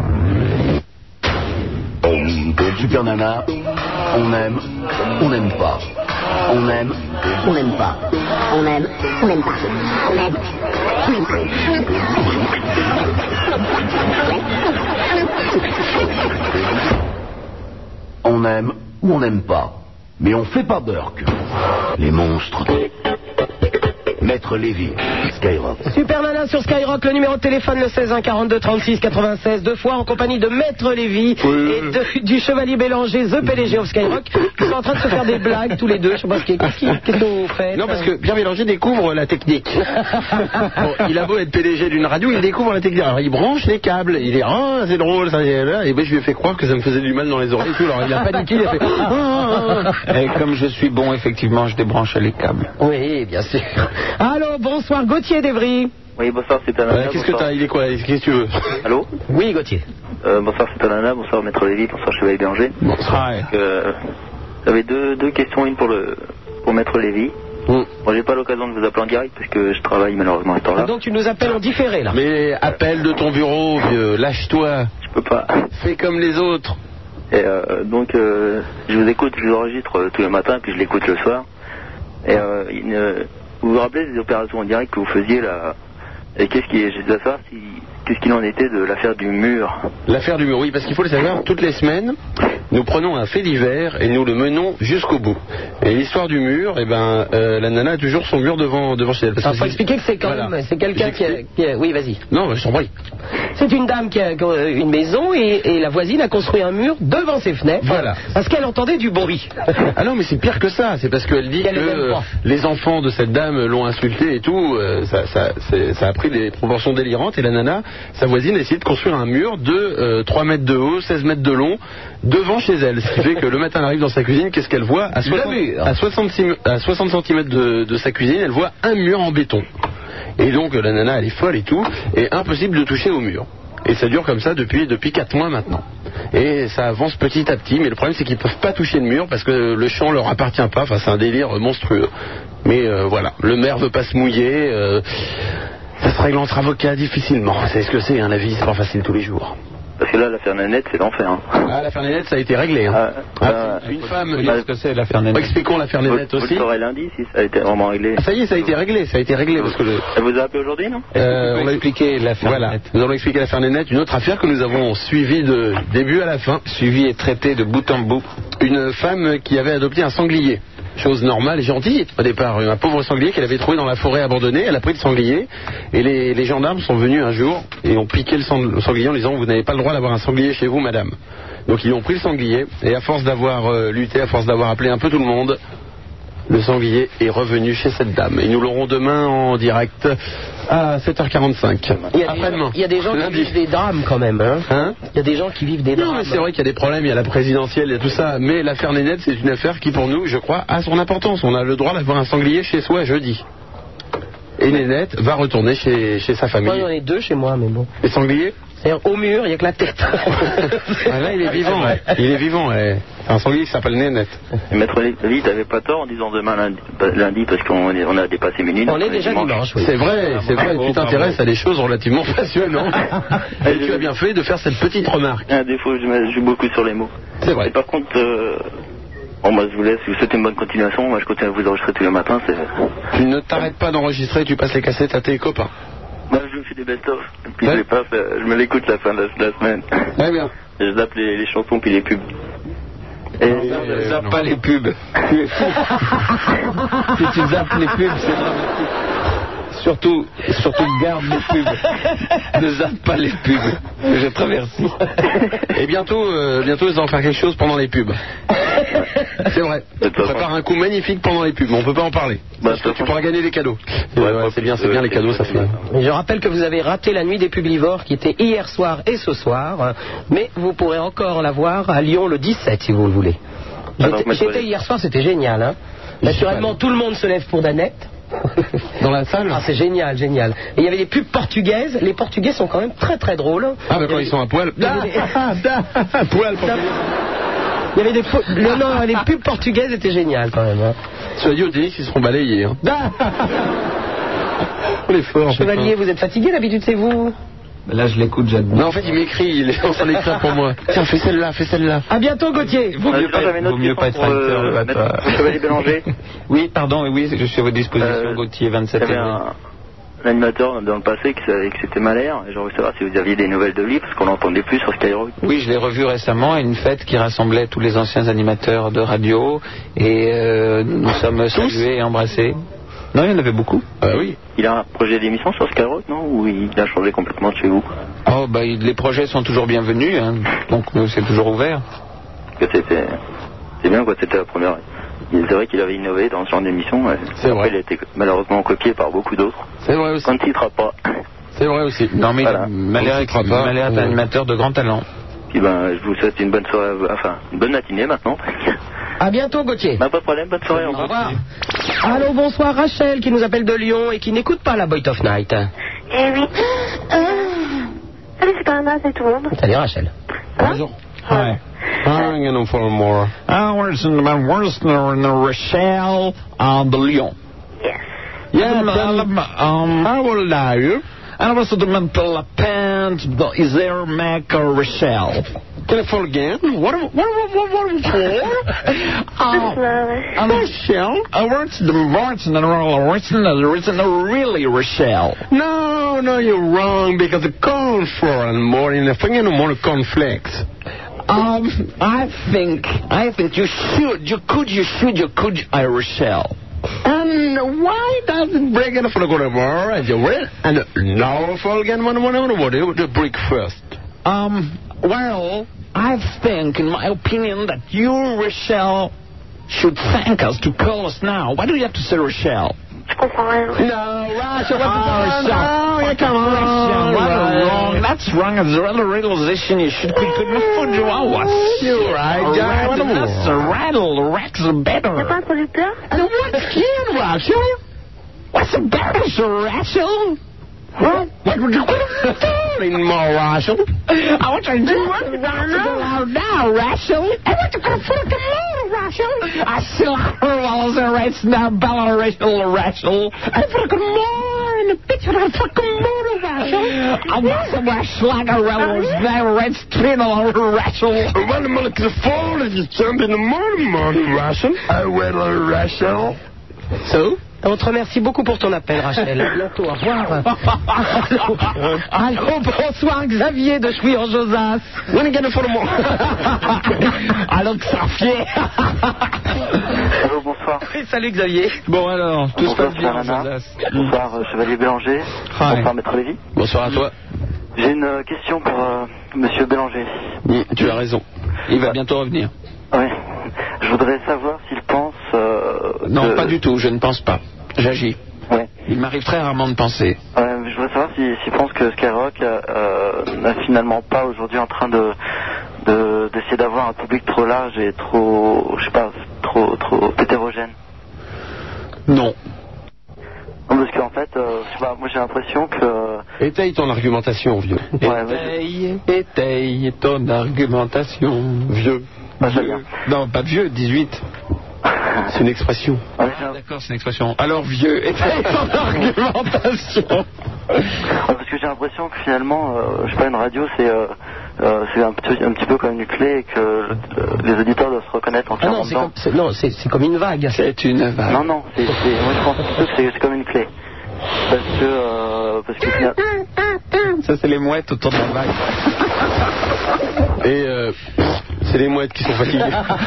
Super Nana, on aime, on n'aime pas. On aime, on n'aime pas. On aime, on n'aime pas. On aime, on n'aime pas. On aime ou on n'aime pas. Mais on fait pas Burke. Les monstres. Maître Lévy, Skyrock. Super Nana sur Skyrock, le numéro de téléphone le 16 1 42 36 96, 2 fois en compagnie de Maître Lévy et du Chevalier Bélanger, The PDG of Skyrock. Ils sont en train de se faire des blagues tous les deux. Je sais pas qu'est-ce que vous faites. Non, parce que Pierre Bélanger découvre la technique. Bon, il a beau être PDG d'une radio, il découvre la technique. Alors il branche les câbles, il est c'est drôle, ça y est là. Et ben je lui ai fait croire que ça me faisait du mal dans les oreilles et tout. Alors il a paniqué, il a fait. Et comme je suis bon, effectivement, je débranche les câbles. Oui, bien sûr. Allô, bonsoir, Gauthier d'Evry. Oui, bonsoir, c'est Nana. Qu'est-ce que t'as? Il est quoi? Qu'est-ce que tu veux? Allô? Oui, Gauthier. Bonsoir, c'est Nana. Bonsoir, Maître Lévy. Bonsoir, Chevalier Bélanger. Bonsoir. J'avais deux questions, une pour Maître Lévy. Bon, j'ai pas l'occasion de vous appeler en direct parce que je travaille malheureusement à ce temps-là. Donc tu nous appelles en différé là. Mais appelle de ton bureau, vieux, lâche-toi. Je peux pas. Fais comme les autres. Et donc je vous écoute, je vous enregistre tous les matins puis je l'écoute le soir. Et vous vous rappelez des opérations en direct que vous faisiez là? Et qu'est-ce qu'il en était de l'affaire du mur? L'affaire du mur, oui, parce qu'il faut le savoir, toutes les semaines, nous prenons un fait divers et nous le menons jusqu'au bout. Et l'histoire du mur, la nana a toujours son mur devant chez elle. Il faut expliquer que c'est quand même, c'est quelqu'un qui a... Oui, vas-y. Non, je t'en prie. C'est une dame qui a une maison et la voisine a construit un mur devant ses fenêtres. Voilà. Parce qu'elle entendait du bruit. Ah non, mais c'est pire que ça. C'est parce qu'elle dit que les enfants de cette dame l'ont insultée et tout. Ça a pris des proportions délirantes. Et la nana, sa voisine, a essayé de construire un mur de 3 mètres de haut, 16 mètres de long, devant chez elle. Ce qui fait que le matin, elle arrive dans sa cuisine, qu'est-ce qu'elle voit? À 60 cm de sa cuisine, elle voit un mur en béton. Et donc la nana, elle est folle et tout, et impossible de toucher au mur. Et ça dure comme ça depuis 4 mois maintenant. Et ça avance petit à petit, mais le problème c'est qu'ils ne peuvent pas toucher le mur parce que le champ leur appartient pas, enfin c'est un délire monstrueux. Mais voilà, le maire veut pas se mouiller, ça se règle entre avocats difficilement. Vous savez ce que c'est, hein, la vie c'est pas facile tous les jours. Parce que là, l'affaire Nanette, c'est l'enfer. Hein. Ah, l'affaire Nanette, ça a été réglé. Hein. Une femme... Qu'est-ce que c'est l'affaire Nanette? Expliquons l'affaire Nanette aussi. Vous le saurez lundi si ça a été vraiment réglé. Ah, ça y est, ça a été réglé. Parce que Elle vous a appelé aujourd'hui, non? On va expliquer l'affaire Nanette. Nous allons expliquer l'affaire Nanette, une autre affaire que nous avons suivie de début à la fin. Suivie et traitée de bout en bout. Une femme qui avait adopté un sanglier. Chose normale et gentille au départ, un pauvre sanglier qu'elle avait trouvé dans la forêt abandonnée. Elle a pris le sanglier et les gendarmes sont venus un jour et ont piqué le sanglier en disant vous n'avez pas le droit d'avoir un sanglier chez vous madame. Donc ils ont pris le sanglier et à force d'avoir lutté, à force d'avoir appelé un peu tout le monde, le sanglier est revenu chez cette dame et nous l'aurons demain en direct à 7h45. Il y a des gens qui vivent des drames quand même. Il y a des gens qui vivent des drames. Non, mais c'est vrai qu'il y a des problèmes, il y a la présidentielle, il y a tout ça. Mais l'affaire Nénette, c'est une affaire qui, pour nous, je crois, a son importance. On a le droit d'avoir un sanglier chez soi jeudi. Et Nénette va retourner chez sa famille. Moi, j'en ai 2 chez moi, mais bon. Les sangliers? C'est-à-dire au mur, il n'y a que la tête. Là, il est vivant. Il est vivant. C'est un sanglier qui s'appelle Nénette. Maître Lévy, t'avais pas tort en disant demain lundi parce qu'on a dépassé minuit. On est déjà dimanche, oui. C'est vrai. Tu t'intéresses à des choses relativement passionnantes. Et tu as bien fait de faire cette petite remarque. Un défaut, je joue beaucoup sur les mots. C'est vrai. Et par contre, moi je vous laisse, vous souhaitez une bonne continuation. Moi je continue à vous enregistrer tous les matins. Tu ne t'arrêtes pas d'enregistrer, tu passes les cassettes à tes copains. Moi je fais des best-of. Puis je me l'écoute la fin de la semaine. Très bien. Et je zappe les chansons puis les pubs. Et zappe pas les pubs. Si tu zappes les pubs, c'est dramatique. Surtout garde les pubs. Ne zappe pas les pubs. Je te remercie. Et bientôt, ils vont faire quelque chose pendant les pubs. C'est vrai. Tu prépares un coup magnifique pendant les pubs, mais on peut pas en parler. Parce que tu pourras gagner des cadeaux. C'est bien les cadeaux, ça fait. Et je rappelle que vous avez raté la nuit des publivores qui était hier soir et ce soir, mais vous pourrez encore la voir à Lyon le 17 si vous le voulez. J'étais hier soir, c'était génial. Hein. Naturellement, tout le monde se lève pour Nanette. Dans la salle? Ah, c'est génial. Et il y avait des pubs portugaises. Les Portugais sont quand même très très drôles. Ah, mais quand ils sont à poil. Poil. Il y avait des les pubs portugaises étaient géniales quand même. Hein. Cela dit, au tennis, ils seront balayés. Hein. On est fort. Chevalier, vous êtes fatigué d'habitude, c'est vous? Là, je l'écoute, j'admire. Non, en fait, il m'écrit, il est en train d'écrire pour moi. Tiens, fais celle-là. À bientôt, Gauthier. Vaut mieux pas être acteur, le bâtard. Chevalier Bélanger. Oui, pardon, je suis à votre disposition, Gauthier, 27 avril. Un animateur dans le passé qui savait que c'était Malher, et j'aurais voulu savoir si vous aviez des nouvelles de lui, parce qu'on l'entendait plus sur Skyrock. Oui, je l'ai revu récemment à une fête qui rassemblait tous les anciens animateurs de radio, et nous sommes salués et embrassés. Non, il y en avait beaucoup. Oui. Il a un projet d'émission sur Skyrock, non? Ou il a changé complètement de chez vous? Oh, les projets sont toujours bienvenus, hein, donc c'est toujours ouvert. C'est bien, quoi, c'était la première. C'est vrai qu'il avait innové dans ce genre d'émission. C'est vrai. Il a été malheureusement copié par beaucoup d'autres. C'est vrai aussi. On ne citera pas. C'est vrai aussi. Non, mais Malher est un animateur de grand talent. Puis je vous souhaite une bonne soirée, une bonne matinée maintenant. À bientôt, Gauthier. Pas de problème, bonne soirée. Au revoir. Allô, bonsoir, Rachel qui nous appelle de Lyon et qui n'écoute pas la Boy of Night. Eh oui. Salut, c'est pas Anna, c'est tout le monde. Salut, Rachel. Ça va? Bonjour. Ouais. Hang for more. Where's in Rochelle, de Lyon. Yeah, how old are you? And what's the mental pant? Is there Mac or Rochelle? Telephone again? What Rochelle? What's the really Rochelle? No, you're wrong because the corn foreign more in the thing and more conflicts. I think you could, Rochelle. And why does it break it for the good more as you will? And now for again, what do the break first? Well, I think, in my opinion, that you, Rochelle, should thank us to call us now. Why do you have to say Rochelle? No, Rochelle, come on. Wrong. That's wrong. It's a realization you should quit good food. You're right, John. That's a rattle. Racks are better. Y'a pas un producteur? And what's here, Rochelle? What's the better, Rochelle? What would you do more, Rochelle? I want you to do what now, Rochelle. I want you to put the motor, Rochelle. I still heard the race now, Bella Rochelle. I put more in the picture of the fucking motor, Rochelle. I want some like a railroad now, red train all over Rochelle. Well, the mother could afford it. You jump in the morning, Rochelle. Well, Rochelle. So? On te remercie beaucoup pour ton appel, Rachel. Bientôt, au revoir. Allô, bonsoir, Xavier de Chouy-en-Josas. When you get it for the more. Allô, Xavier. Allô, bonsoir. Salut, Xavier. Bon, alors, tout se passe bien. Bonsoir, Chevalier Bélanger. Bonsoir, Maître Lévy. Bonsoir à toi. J'ai une question pour Monsieur Bélanger. Tu as raison. Il va bientôt revenir. Oui. Je voudrais savoir s'il pense... non, pas du tout, je ne pense pas. J'agis. Ouais. Il m'arrive très rarement de penser. Je voudrais savoir s'il pense que Skyrock n'est finalement pas aujourd'hui en train d'essayer d'avoir un public trop large et trop, je sais pas, trop hétérogène. Non. Parce qu'en fait, je sais pas, moi j'ai l'impression que... Étaye ton argumentation, vieux. Étaye ton argumentation, vieux. Vieux. Non, pas vieux, 18. C'est une expression. D'accord, c'est une expression. Alors, vieux, étaye ton argumentation. Parce que j'ai l'impression que finalement, je sais pas, une radio, c'est un petit peu comme une clé et que les auditeurs doivent se reconnaître entièrement dedans. C'est comme une vague. C'est une vague. Non, moi je pense plutôt que c'est comme une clé. Parce que finalement... Ça, c'est les mouettes autour de la vague. Et c'est les mouettes qui sont fatiguées.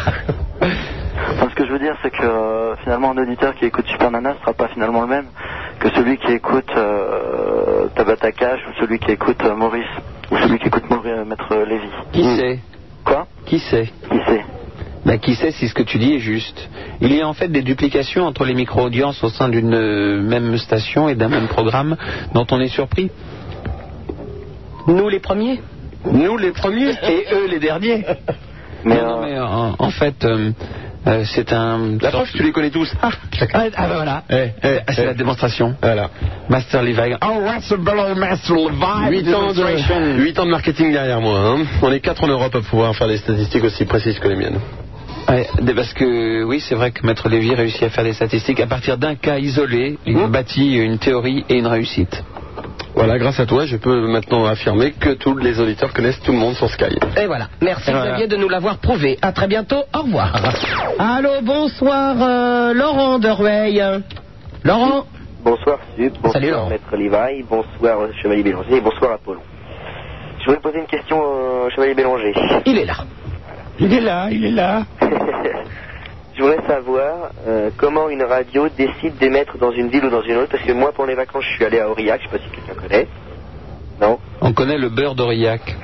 Ce que je veux dire, c'est que finalement, un auditeur qui écoute Super Nana ne sera pas finalement le même que celui qui écoute Tabata Cash ou celui qui écoute Maurice ou celui qui écoute Maître Lévy. Qui sait? Quoi? Qui sait? Ben, qui sait si ce que tu dis est juste. Il y a en fait des duplications entre les micro-audiences au sein d'une même station et d'un même programme dont on est surpris. Nous les premiers. Nous les premiers et eux les derniers. Mais en fait, c'est un... La preuve, tu les connais tous. Voilà. C'est la démonstration. Voilà. Master Levi. Oh, Master Levi. 8 ans de marketing derrière moi. Hein. On est 4 en Europe à pouvoir faire des statistiques aussi précises que les miennes. Ouais, parce que oui, c'est vrai que Maître Lévy réussit à faire des statistiques à partir d'un cas isolé. Il bâtit une théorie et une réussite. Voilà, grâce à toi, je peux maintenant affirmer que tous les auditeurs connaissent tout le monde sur Sky. Et voilà. Merci Xavier de nous l'avoir prouvé. À très bientôt. Au revoir. Allô, bonsoir, Laurent de Rueil. Laurent. Bonsoir, bonsoir Salut, Laurent. Maître Lévy, bonsoir Chevalier Bélanger et bonsoir Apollon. Je voulais poser une question au Chevalier Bélanger. Il est là. Il est là. Je voudrais savoir comment une radio décide d'émettre dans une ville ou dans une autre, parce que moi, pour les vacances, je suis allé à Aurillac, je ne sais pas si quelqu'un connaît. Non? On connaît le beurre d'Aurillac.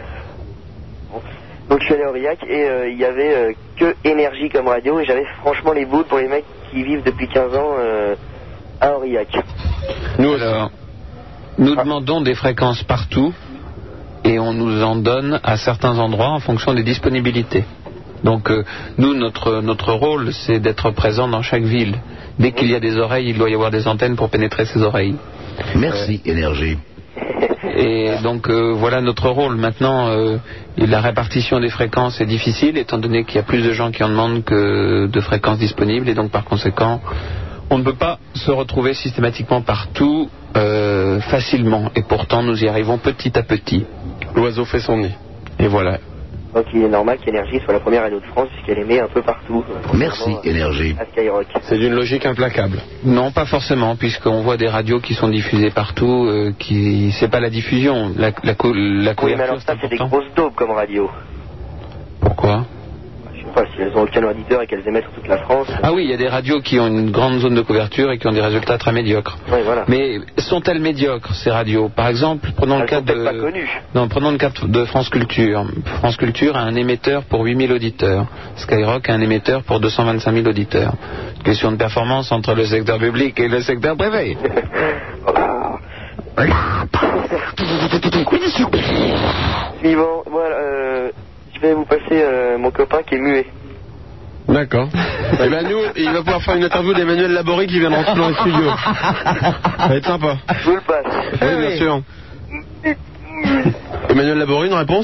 Donc je suis allé à Aurillac et il y avait que Énergie comme radio, et j'avais franchement les boules pour les mecs qui vivent depuis 15 ans à Aurillac. Nous demandons des fréquences partout, et on nous en donne à certains endroits en fonction des disponibilités. Donc nous, notre rôle, c'est d'être présent dans chaque ville. Dès qu'il y a des oreilles, il doit y avoir des antennes pour pénétrer ces oreilles. Merci, Énergie. Et donc voilà notre rôle. Maintenant, la répartition des fréquences est difficile, étant donné qu'il y a plus de gens qui en demandent que de fréquences disponibles, et donc par conséquent, on ne peut pas se retrouver systématiquement partout facilement. Et pourtant, nous y arrivons petit à petit. L'oiseau fait son nid. Et voilà. Donc il est normal qu'Énergie soit la première radio de France puisqu'elle émet un peu partout. Merci, Énergie. À Skyrock. C'est d'une logique implacable. Non, pas forcément, puisqu'on voit des radios qui sont diffusées partout, c'est pas la diffusion, la couverture. Oui, mais alors ça, c'est des grosses daubes comme radio. Pourquoi ? Je sais pas, si elles ont aucun auditeur et qu'elles émettent sur toute la France. Ah oui, il y a des radios qui ont une grande zone de couverture et qui ont des résultats très médiocres. Oui, voilà. Mais sont-elles médiocres, ces radios ? Par exemple, prenons le cas de France Culture. France Culture a un émetteur pour 8000 auditeurs. Skyrock a un émetteur pour 225 000 auditeurs. Question de performance entre le secteur public et le secteur privé. Suivant, voilà, je vais vous passer mon copain qui est muet. D'accord. Et ben nous, il va pouvoir faire une interview d'Emmanuel Laborie qui vient de rentrer dans le studio. Ça va être sympa. Je vous le passe. Oui, bien sûr. Emmanuel Laborie, une réponse ?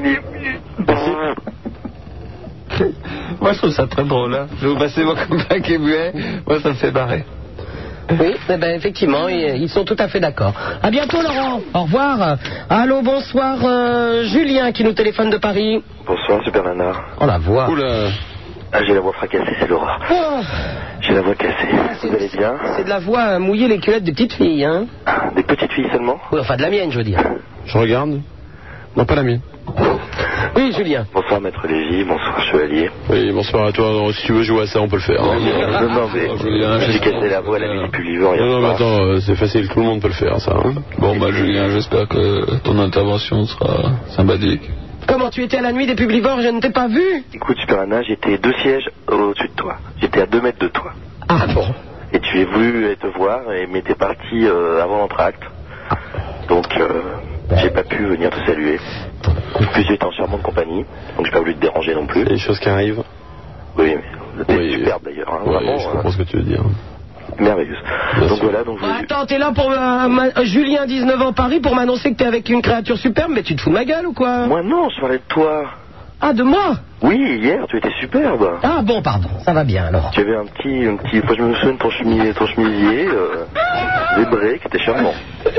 Moi, je trouve ça très drôle. Hein. Je vais vous passer mon copain qui est muet. Moi, ça me fait barrer. Oui, eh ben, effectivement, ils sont tout à fait d'accord. À bientôt, Laurent. Au revoir. Allô, bonsoir, Julien qui nous téléphone de Paris. Bonsoir, Super Nana. Oh, la voix. Oula. Ah, j'ai la voix fracassée, c'est l'horreur. Oh. J'ai la voix cassée. Vous allez bien? C'est de la voix à mouiller les culottes des petites filles, hein? Des petites filles seulement? Oui, enfin de la mienne, je veux dire. Je regarde. Non, pas la mienne. Oui, Julien. Bonsoir, Maître Lévy. Bonsoir, Chevalier. Oui, bonsoir à toi. Alors, si tu veux jouer à ça, on peut le faire. Hein. Non, mais j'ai cassé la voix à la musique Pulliver. Non, mais attends, c'est facile. Tout le monde peut le faire, ça. Hein. Bon, bah, Julien, j'espère que ton intervention sera sympathique. Comment tu étais à la nuit des Publivores? Je ne t'ai pas vu. Écoute, Super Nana, j'étais 2 sièges au-dessus de toi. J'étais à 2 mètres de toi. Ah bon? Et tu es voulu te voir, mais t'es parti avant l'entracte. Donc, j'ai pas pu venir te saluer. Puis j'étais en charmante compagnie, donc j'ai pas voulu te déranger non plus. Les choses qui arrivent. Oui, mais t'es superbe d'ailleurs. Hein, oui, vraiment, je comprends ce que tu veux dire. Merveilleuse. Donc voilà, donc je... Attends, t'es là pour Julien, 19 ans, Paris, pour m'annoncer que t'es avec une créature superbe, mais tu te fous de ma gueule ou quoi? Moi non, je parlais de toi. Ah, de moi? Oui, hier, tu étais superbe. Ah bon, pardon, ça va bien alors. Tu avais un petit, je me souviens de ton chemisier, zébré, qui était charmant.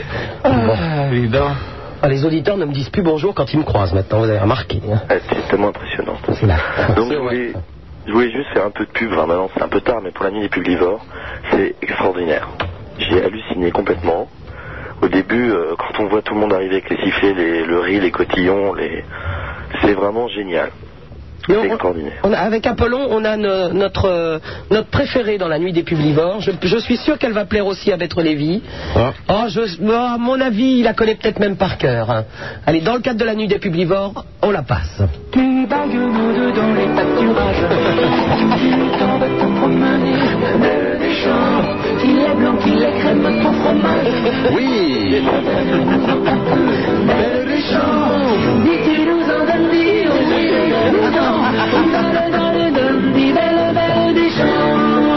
Ah, évidemment. Ah, les auditeurs ne me disent plus bonjour quand ils me croisent maintenant, vous avez remarqué. Hein. C'est tellement impressionnante. C'est là. Donc je voulais juste faire un peu de pub, enfin maintenant c'est un peu tard, mais pour la nuit des Publivores, c'est extraordinaire. J'ai halluciné complètement. Au début, quand on voit tout le monde arriver avec les sifflets, le riz, les cotillons, c'est vraiment génial. C'est extraordinaire. Avec Apollon, on a notre préféré dans la nuit des Publivores. Je suis sûr qu'elle va plaire aussi à Maître Lévy. Ah. À mon avis, il la connaît peut-être même par cœur. Hein. Allez, dans le cadre de la nuit des Publivores, on la passe. Tu bagues nous deux dans les pâturages. Tu t'en vas te promener dans les champs. Il est blanc, il est crème, ton fromage. Oui. Belle des champs. Dis-tu nous en donnes dire. Belle des champs.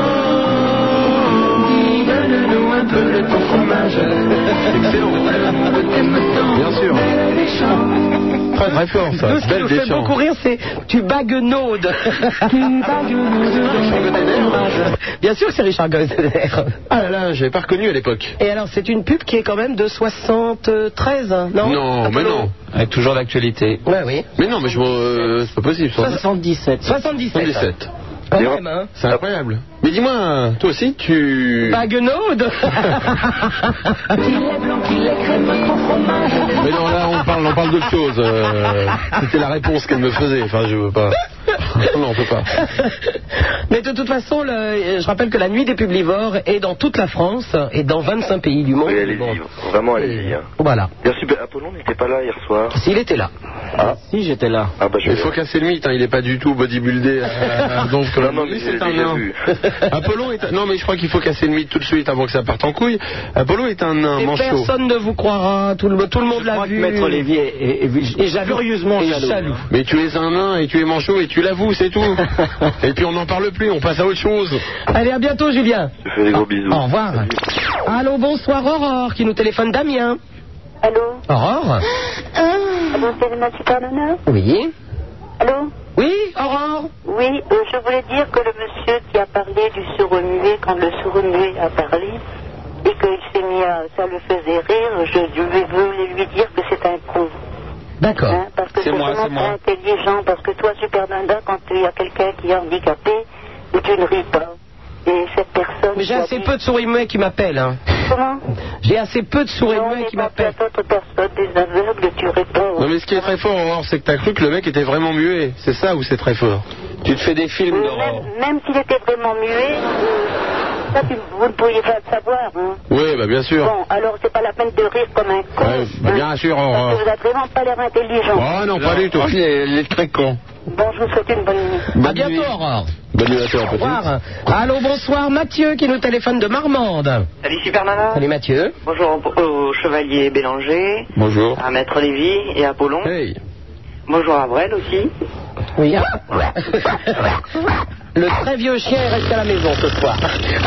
Dis, donne-nous un peu de ton fromage. Excellent. Bien sûr. Très très fort ça. Ce qui nous fait beaucoup rire, c'est tu baguenaudes. Bien sûr que c'est Richard Goldner. Ah là là, j'avais pas reconnu à l'époque. Et alors c'est une pub qui est quand même de 73, hein, non? Non, mais non. Avec toujours d'actualité. Ouais, oui. Mais non, mais c'est pas possible. 77. 77. Quand même, hein. C'est incroyable. Mais dis-moi, toi aussi, tu... Baguenaude. Mais non, là, on parle d'autre chose. C'était la réponse qu'elle me faisait. Enfin, je veux pas... Non, on peut pas. Mais de toute façon, je rappelle que la nuit des Publivores est dans toute la France et dans 25 pays du monde. Oui, allez-y, vraiment allez-y. Hein. Voilà. Bien super, Apollon n'était pas là hier soir. S'il était là. Ah. Si, j'étais là. Ah bah, il faut casser le mythe, hein, il est pas du tout bodybuildé. Donc, non, mais c'est un nain. Apollon est un... Non, mais je crois qu'il faut casser le mythe tout de suite avant que ça parte en couille. Apollon est un nain manchot. Personne ne vous croira, tout le monde l'a vu. Maître Lévy est curieusement jaloux. Mais tu es un nain et tu es manchot et tu l'avoues, c'est tout. Et puis on n'en parle plus, on passe à autre chose. Allez, à bientôt, Julien. Je fais des gros bisous. Au revoir. Allô, bonsoir, Aurore, qui nous téléphone d'Amiens. Allô? Aurore? Allô, c'est la Super Nana? Oui. Allô? Oui, Aurore? Oui, je voulais dire que le monsieur qui a parlé du sourd-muet, quand le sourd-muet a parlé, et qu'il s'est mis à... ça le faisait rire, je voulais lui dire que c'est un con. D'accord. Hein, parce que c'est vraiment pas intelligent, parce que toi, Super Nana, quand il y a quelqu'un qui est handicapé, et tu ne ris pas. Et cette personne... Mais j'ai assez peu de souris-muets qui m'appellent. Hein. Comment? J'ai assez peu de souris-muets qui m'appellent. D'autres personnes, des aveugles, tu réponds. Non mais ce qui est très fort, Aurore, c'est que t'as cru que le mec était vraiment muet. C'est ça où c'est très fort. Tu te fais des films d'Aurore. Même s'il était vraiment muet, ça, vous ne pourriez pas le savoir. Hein. Oui, bah bien sûr. Bon, alors c'est pas la peine de rire comme un con. Ouais, bah, bien sûr, Aurore. Parce que vous n'avez vraiment pas l'air intelligent. Oh non, pas du tout. Il est très con. Bon, je vous souhaite une bonne nuit. À bientôt, Aurore. Bonne nuit à toi, petit. Au revoir. Allô, bonsoir, Mathieu qui nous téléphone de Marmande. Salut Super Nana. Salut Mathieu. Bonjour au chevalier Bélanger. Bonjour. À Maître Lévy et à Apollon. Hey. Bonjour à Brel aussi. Oui. Le très vieux chien est resté à la maison ce soir.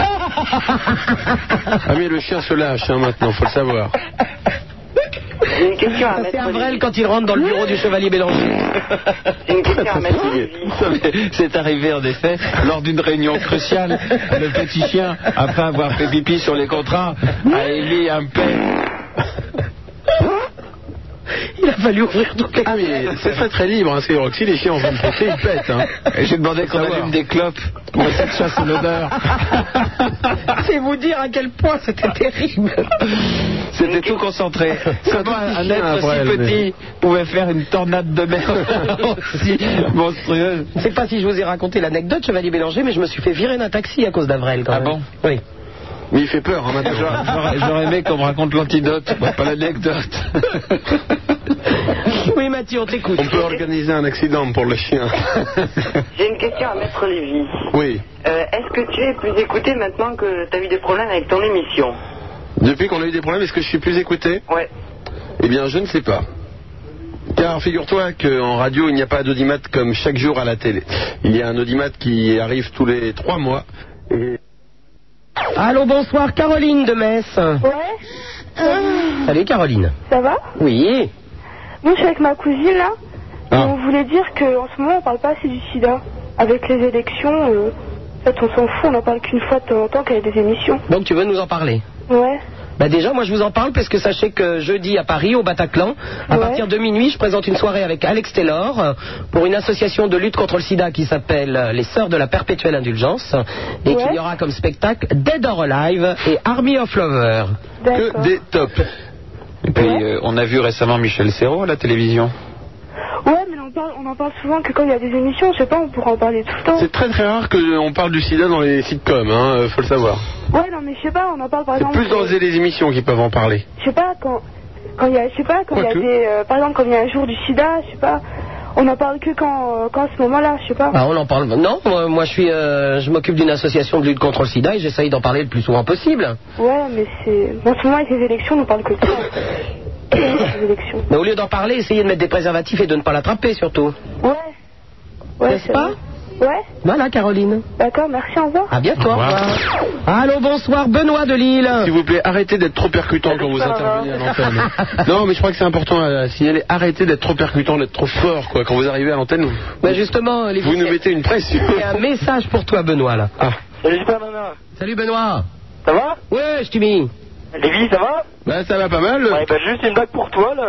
Ah mais le chien se lâche hein, maintenant, faut le savoir. J'ai une question à C'est Avril quand il rentre dans le bureau du chevalier Bélanger. J'ai une question à Maître Lévy. C'est arrivé en effet lors d'une réunion cruciale. Le petit chien, après avoir fait pipi sur les contrats, a émis un pet. Il a fallu ouvrir toutes les... Ah mais c'est très très libre, hein, c'est Roxy, les chiens en train de péter, ils pètent. Hein. J'ai demandé qu'on allume des clopes pour essayer de chasser l'odeur. C'est vous dire à quel point c'était terrible. C'était tout concentré. Comment un être si petit pouvait faire une tornade de merde aussi monstrueuse. Je ne sais pas si je vous ai raconté l'anecdote, chevalier Bélanger, mais je me suis fait virer d'un taxi à cause d'Avril quand même. Ah bon? Oui. Mais il fait peur, hein, maintenant. J'aurais aimé qu'on me raconte l'antidote, pas l'anecdote. Oui, Mathieu, on t'écoute. On peut organiser un accident pour le chien. J'ai une question à Maître Lévy. Oui. Est-ce que tu es plus écouté maintenant que tu as eu des problèmes avec ton émission? Depuis qu'on a eu des problèmes, est-ce que je suis plus écouté? Ouais. Eh bien, je ne sais pas. Car figure-toi qu'en radio, il n'y a pas d'audimat comme chaque jour à la télé. Il y a un audimat qui arrive tous les 3 mois. Et... Allô, bonsoir, Caroline de Metz. Ouais. Salut, Caroline. Ça va? Oui. Moi, je suis avec ma cousine, là. Et on voulait dire qu'en ce moment, on parle pas assez du sida. Avec les élections, en fait, on s'en fout, on n'en parle qu'une fois de temps en temps qu'il y a des émissions. Donc, tu veux nous en parler? Ouais. Bah déjà, moi je vous en parle parce que sachez que jeudi à Paris, au Bataclan, à partir de minuit, je présente une soirée avec Alex Taylor pour une association de lutte contre le sida qui s'appelle les Sœurs de la Perpétuelle Indulgence et qu'il y aura comme spectacle Dead or Alive et Army of Lovers. Que des tops. Et puis on a vu récemment Michel Serrault à la télévision. Ouais, mais on en parle souvent que quand il y a des émissions, je sais pas, on pourra en parler tout le temps. C'est très très rare qu'on parle du sida dans les sitcoms, hein, faut le savoir. Ouais, non, mais je sais pas, on en parle par C'est exemple. plus dans les émissions qu'ils peuvent en parler. Je sais pas, quand il y a, des. Par exemple, quand il y a un jour du sida, je sais pas, on n'en parle que quand à ce moment-là, je sais pas. Ah, on en parle. Non, moi je m'occupe d'une association de lutte contre le sida et j'essaye d'en parler le plus souvent possible. Ouais, mais c'est. En ce moment, avec les élections, on ne parle que de ça. Les élections. Mais au lieu d'en parler, essayez de mettre des préservatifs et de ne pas l'attraper surtout. Ouais. N'est-ce pas? Ouais. Voilà, Caroline. D'accord, merci, au revoir. À bientôt. Au revoir. Allô, bonsoir, Benoît de Lille. S'il vous plaît, arrêtez d'être trop percutant quand vous intervenez à l'antenne. Non, mais je crois que c'est important à signaler. Arrêtez d'être trop percutant, d'être trop fort, quoi. Quand vous arrivez à l'antenne, Bah justement, vous nous mettez une pression. Il y a un message pour toi, Benoît, là. Ah. Salut Super Nana. Salut, Benoît. Ça va? Ouais, je t'ai mis. Lévi, ça va? Bah ça va pas mal. Ouais, bah juste une blague pour toi, là.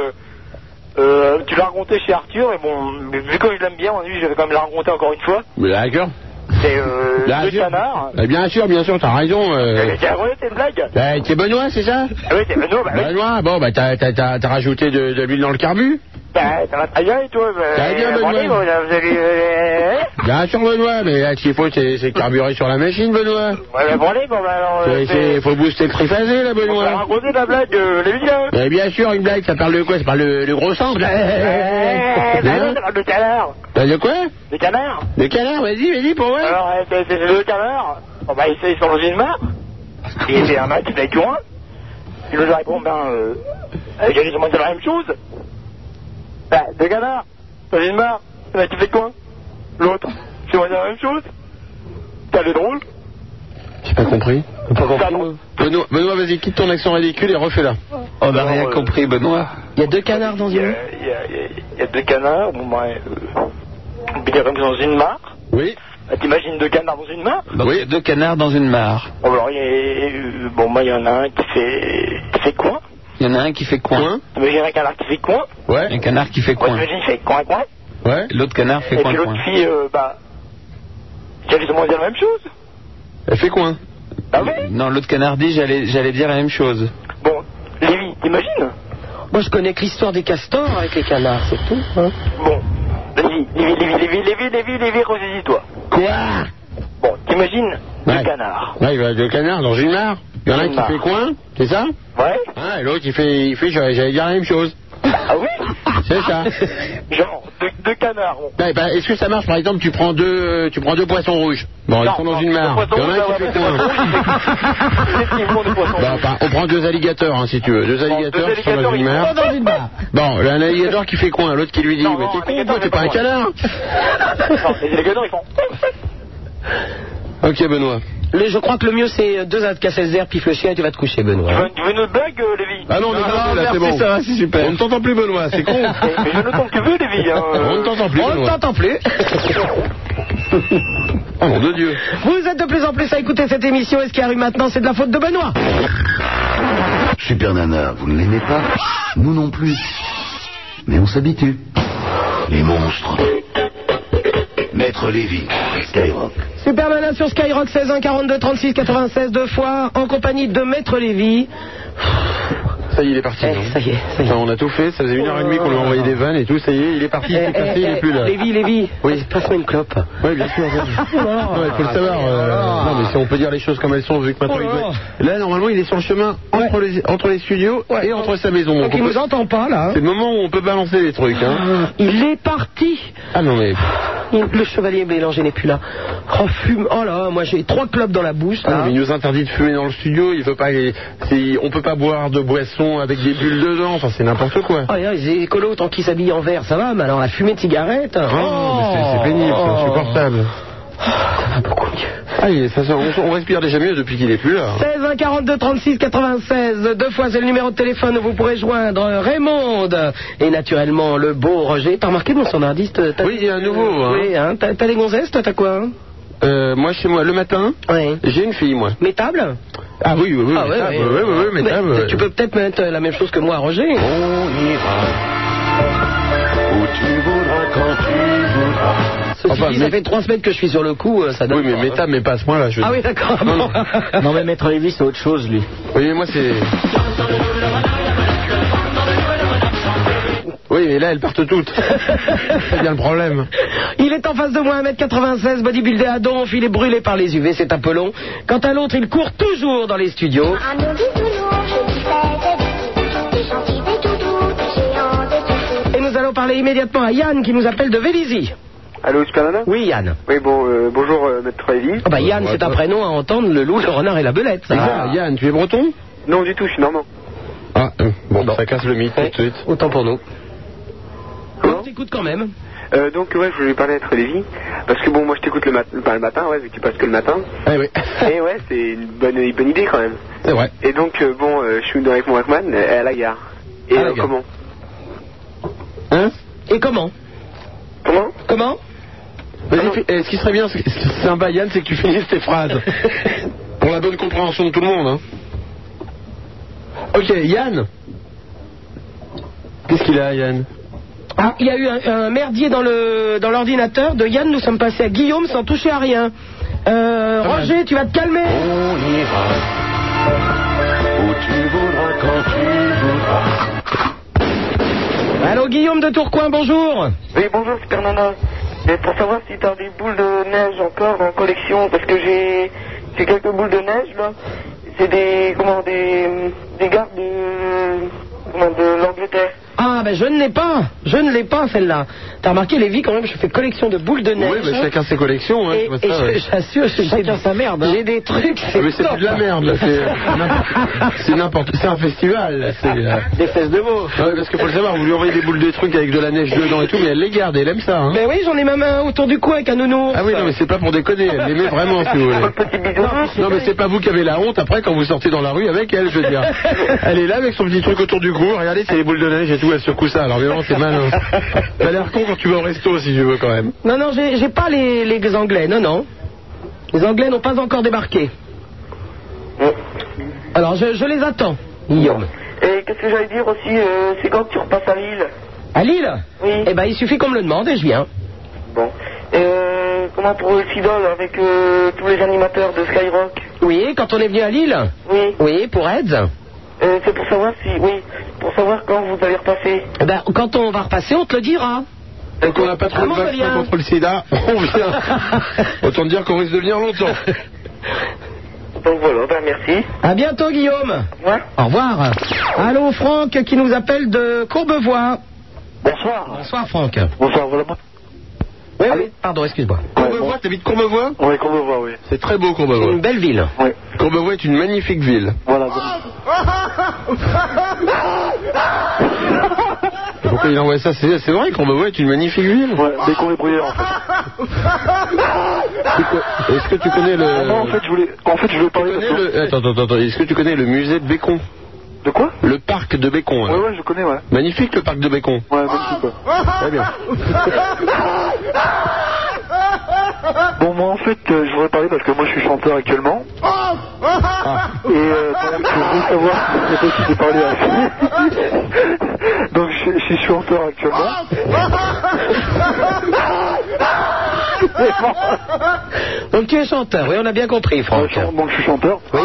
Tu l'as raconté chez Arthur, et bon, vu que je l'aime bien, je vais quand même la raconter encore une fois. Mais d'accord. C'est deux canards. Bien sûr, t'as raison. C'est une blague. C'est Benoît, c'est ça? Ah oui, c'est Benoît, bah oui. Benoît, bon, bah t'as rajouté de l'huile dans le carbu? Bah, ça va très bien, et toi? Très bien, Benoît. Bien sûr, Benoît, mais là, ce qu'il faut, c'est carburer sur la machine, Benoît. Ouais, mais bon, allez, bon, bah alors... Faut booster le triphasé, là, Benoît. On va raconter la blague, Lévi, là. Mais bien sûr, une blague, ça parle de quoi? Ça parle de gros sang, là. Ça parle de canard. De quoi? De canard. De canard, vas-y, pour moi. Alors, c'est deux canards. Bon, bah, ils sont dans une mare. Et c'est un mec qui fait joint. Il nous répond, j'ai justement dit la même chose. Bah, deux canards. Dans une mare. Le mec qui fait quoi? L'autre. C'est moi la même chose. T'as le drôle. J'ai pas compris. Benoît, vas-y, quitte ton accent ridicule et refais-la. On n'a rien compris, Benoît. Il y a 2 canards dans une... Il y a 2 canards, bon bah... on peut dire comme dans une mare. Oui. T'imagines 2 canards dans une mare? Donc il y a 2 canards dans une mare. Alors il y en a un qui fait coin. Il y en a un qui fait coin. Imagine un canard qui fait coin. Ouais. Un canard qui fait coin. Imagine il fait coin. Ouais. L'autre canard fait Et coin. puis l'autre fille, qui a justement dire la même chose. Elle fait coin. Ah oui? Non, l'autre canard dit j'allais dire la même chose. Bon, Lévi, t'imagines? Moi, je connais que l'histoire des castors avec les canards, c'est tout. Hein. Bon, vas-y, Lévi, ressaisis-toi. Quoi? Bon, t'imagines 2 canards. Ouais, il y a 2 canards dans une mare. Il y en a un qui fait coin, c'est ça? Ouais. Ah, et l'autre il fait j'allais dire la même chose. Ah oui? C'est ça. Genre, 2 canards. Bon. Ouais, bah, est-ce que ça marche? Par exemple, tu prends deux poissons rouges. Bon, ils sont dans une mare. Il y en a un qui fait coin. On prend 2 alligators, hein, si tu veux. 2 alligateurs qui sont dans une mare. Bon, un alligator qui fait coin, l'autre qui lui dit mais t'es con, t'es pas un canard. Non, les alligators ils font... Ok, Benoît. Je crois que le mieux c'est 2 cassettes d'air, pifle le chien et tu vas te coucher, Benoît. Tu veux une autre blague, Lévi? Ah non, on est là, c'est bon. Ça va, c'est super. On ne t'entend plus, Benoît, c'est con. Mais je ne t'entends que vous, Lévi. On ne t'entend plus, On Benoît. ne t'entend plus. Oh mon Dieu. Vous êtes de plus en plus à écouter cette émission et ce qui arrive maintenant c'est de la faute de Benoît. Super Nana, vous ne l'aimez pas? Nous non plus. Mais on s'habitue. Les monstres. Maître Lévy, Skyrock. Super Nana sur Skyrock 16 1 42 36 96 2 fois en compagnie de Maître Lévy. Ça y est, il est parti. Ça y est. Enfin, on a tout fait, ça faisait 1h30 qu'on lui a envoyé des vannes et tout, ça y est, il est parti, il est passé, il est plus là. Lévy, oui. passe-moi une clope. Oui, bien sûr. Il faut le savoir. Non, mais si on peut dire les choses comme elles sont, vu que maintenant il doit... Là, normalement, il est sur le chemin entre les studios et entre sa maison. Donc il nous entend pas, là. C'est le moment où on peut balancer les trucs. Hein. Il est parti. Ah non, mais... Le chevalier Bélanger n'est plus là. Oh, fume. Oh là, moi j'ai 3 clopes dans la bouche. Là. Ah, mais il nous interdit de fumer dans le studio. Il veut pas. On peut pas boire de boisson avec des bulles dedans. Enfin, c'est n'importe quoi. Oh, les écolos, tant qu'ils s'habillent en vert, ça va. Mais alors la fumée de cigarette. Mais c'est pénible, c'est insupportable. Ça va beaucoup mieux. Ah, on respire déjà mieux depuis qu'il est plus là. 16 1 42 36 96 2 fois c'est le numéro de téléphone où vous pourrez joindre Raymond et naturellement le beau Roger. T'as remarqué mon standardiste? Oui, il y a un nouveau. Oui, hein. T'as des gonzesses, toi, t'as quoi hein? Moi, chez moi, le matin, j'ai une fille, moi. Métable? Ah oui, métable. Tu peux peut-être mettre la même chose que moi, Roger. On ira où tu voudras, quand tu voudras. Ça fait 3 semaines que je suis sur le coup, ça donne. Oui, mais métable, mais pas à ce point-là. Ah oui, d'accord. Non, mais Maître Lévy, c'est autre chose, lui. Oui, mais moi, c'est... Oui, mais là, elles partent toutes. C'est bien le problème. Il est en face de moi, 1m96, bodybuildé à donf, il est brûlé par les UV, c'est Apollon. Quant à l'autre, il court toujours dans les studios. Et nous allons parler immédiatement à Yann qui nous appelle de Vélizy. Allô, Super Nana? Oui, Yann. Oui, bonjour, Maître Lévy. Oh, Yann, c'est un prénom à entendre, le loup, le renard et la belette. Ah, Yann, tu es breton? Non, du tout, je suis normand. Ah, bon, ça casse le mythe tout de suite. Autant pour nous. On t'écoute quand même. Donc, je voulais parler à Maître Lévy, parce que moi je t'écoute le matin, vu que tu passes que le matin. Ah oui. Et c'est une bonne idée quand même. C'est vrai. Et donc, je suis avec mon Walkman à la gare. Et comment? Hein? Et comment? Comment? Vas-y, ce qui serait bien, c'est sympa, Yann, c'est que tu finisses tes phrases. Pour la bonne compréhension de tout le monde, hein. Ok, Yann. Qu'est-ce qu'il a, Yann? Ah, il y a eu un merdier dans l'ordinateur de Yann, nous sommes passés à Guillaume sans toucher à rien. Roger, tu vas te calmer. On ira où tu voudras, quand tu voudras. Allô, Guillaume de Tourcoing, bonjour. Oui, bonjour, Super Nana. Et pour savoir si t'as des boules de neige encore en collection, parce que j'ai quelques boules de neige, là. C'est des gardes de l'Angleterre. Ah Ah, ben je ne l'ai pas. Je ne l'ai pas, celle-là. T'as remarqué, Lévi, quand même, je fais collection de boules de neige. Oui, mais chacun ses collections. Hein, et j'assure, chacun sa merde. J'ai des trucs, c'est mais c'est plus de la merde, là. C'est n'importe... C'est un festival. C'est des fesses de veau. Ouais, parce qu'il faut le savoir, vous lui envoyez des boules de trucs avec de la neige dedans et tout, mais elle les garde, elle aime ça. Hein. Ben oui, j'en ai même un autour du cou avec un nounours. Ah oui, non, mais c'est pas pour déconner, elle l'aimait vraiment, si vous voulez. Non, mais c'est pas vous qui avez la honte après quand vous sortez dans la rue avec elle, je veux dire. Elle est là avec son petit truc autour du cou, regardez, c'est les boules de neige et tout, elle secoue ça. Alors vraiment, c'est malin. T'as l'air con quand tu vas au resto, si tu veux, quand même. Non, non, j'ai pas les Anglais, non. Les Anglais n'ont pas encore débarqué. Alors, je les attends, Guillaume. Et qu'est-ce que j'allais dire aussi, c'est quand que tu repasses à Lille? À Lille? Oui. Eh ben, il suffit qu'on me le demande et je viens. Bon. Comment pour le Sidol avec tous les animateurs de Skyrock? Oui, quand on est venu à Lille? Oui. Oui, pour Eds? C'est pour savoir pour savoir quand vous allez repasser. Eh ben, quand on va repasser, on te le dira. Donc on n'a pas trop de vaccin contre le sida, on vient. Autant dire qu'on risque de venir longtemps. Donc voilà, ben merci. À bientôt, Guillaume. Ouais. Au revoir. Allô, Franck qui nous appelle de Courbevoie. Bonsoir. Bonsoir, Franck. Bonsoir, voilà. Oui, oui, pardon, excuse-moi. Courbevoie, t'habites Courbevoie? Oui, Courbevoie, oui. C'est très beau, Courbevoie. C'est une belle ville. Oui. Courbevoie est une magnifique ville. Voilà. Et pourquoi il envoie ça? C'est vrai, Courbevoie est une magnifique ville. Ouais, dès qu'on est bruyère, en fait. Est-ce que tu connais le... Non, en fait, je voulais parler... Attends, est-ce que tu connais le musée de Bécon? De quoi? Le parc de Bécon. Ouais, je connais, ouais. Magnifique, le parc de Bécon. Ouais, magnifique, ouais. Très bien. Bon, moi, en fait, je voudrais parler parce que moi, je suis chanteur actuellement. Et donc, je voudrais savoir si c'est possible de parler à donc, je suis chanteur actuellement. Donc, tu es chanteur, oui, on a bien compris, Franck. Donc, je suis chanteur. Oui.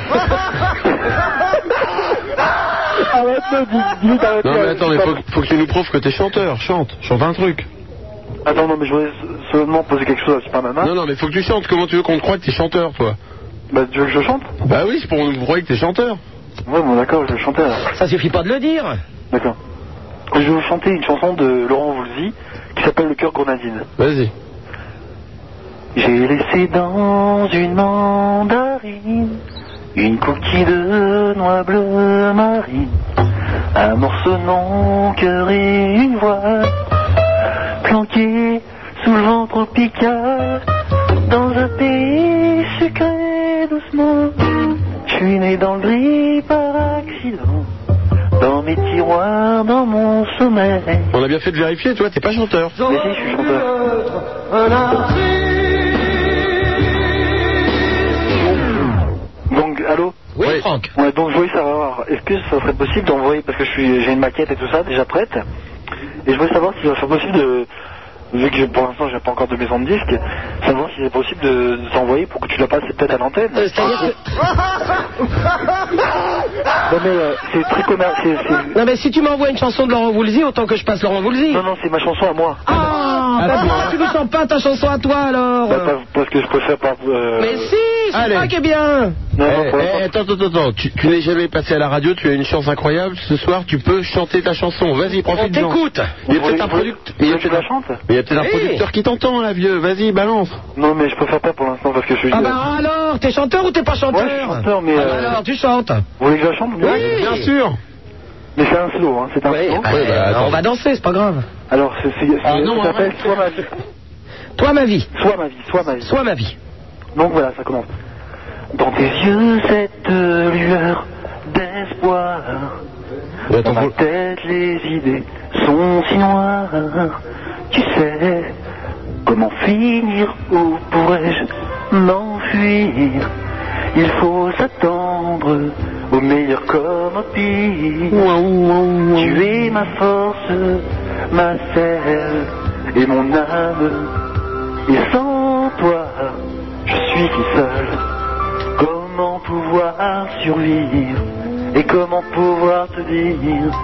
Arrête, dis, arrête. Non, mais attends, mais faut que tu nous prouves que t'es chanteur. Chante un truc. Attends, non, mais je voudrais seulement poser quelque chose à Super Nana. Non, mais faut que tu chantes. Comment tu veux qu'on te croie que t'es chanteur, toi? Bah, tu veux que je chante? Bah oui, c'est pour nous croire que t'es chanteur. Ouais, bon, d'accord, je vais chanter alors. Ça suffit pas de le dire. D'accord. Je vais vous chanter une chanson de Laurent Voulzy qui s'appelle Le Cœur Grenadine. Vas-y. J'ai laissé dans une mandarine une coquille de noix bleu marine, un morceau de mon cœur et une voile, planqués sous le vent tropical, dans un pays sucré doucement. Je suis né dans le gris par accident, dans mes tiroirs, dans mon sommeil. On a bien fait de vérifier, toi, t'es pas chanteur. Mais si, je suis chanteur. Donc, allô? Oui, Franck. Ouais, donc je voulais savoir, est-ce que ça serait possible d'envoyer, parce que j'ai une maquette et tout ça déjà prête, et je voulais savoir si ça serait possible de, vu que pour l'instant j'ai pas encore de maison de disque, savoir si c'est possible de s'envoyer pour que tu la passes peut-être à l'antenne. C'est-à-dire que... Non mais c'est très commercial. Non mais si tu m'envoies une chanson de Laurent Voulzy, autant que je passe Laurent Voulzy. Non, c'est ma chanson à moi. Ah, pourquoi tu ne chants pas ta chanson à toi alors? Parce que je préfère pas... Mais si, c'est ça qui est bien. Attends, tu n'es jamais passé à la radio, tu as une chance incroyable, ce soir tu peux chanter ta chanson, vas-y, profite-en. On t'écoute. Il y a peut-être un producteur... Il y a peut-être un producteur qui t'entend là, vieux, vas-y, balance. Non mais je préfère pas pour l'instant parce que je suis... Ah bah alors, t'es chanteur ou t'es pas chanteur? Ouais, je suis chanteur mais... alors, tu chantes. Vous voulez que je la chante? Oui, bien sûr. Mais c'est un slow, hein, c'est un slow. On va danser, c'est pas grave. Alors, ça s'appelle Soit ma vie. Toi ma vie. Soit ma vie, soit ma vie. Soit ma vie. Donc voilà, ça commence. Dans tes yeux, cette lueur d'espoir. Dans ma tête, les idées sont si noires. Tu sais comment finir, où pourrais-je m'enfuir? Il faut s'attendre au meilleur comme au pire. Tu es ma force, ma selle et mon âme. Et sans toi, je suis si seul. Comment pouvoir survivre? Et comment pouvoir te dire?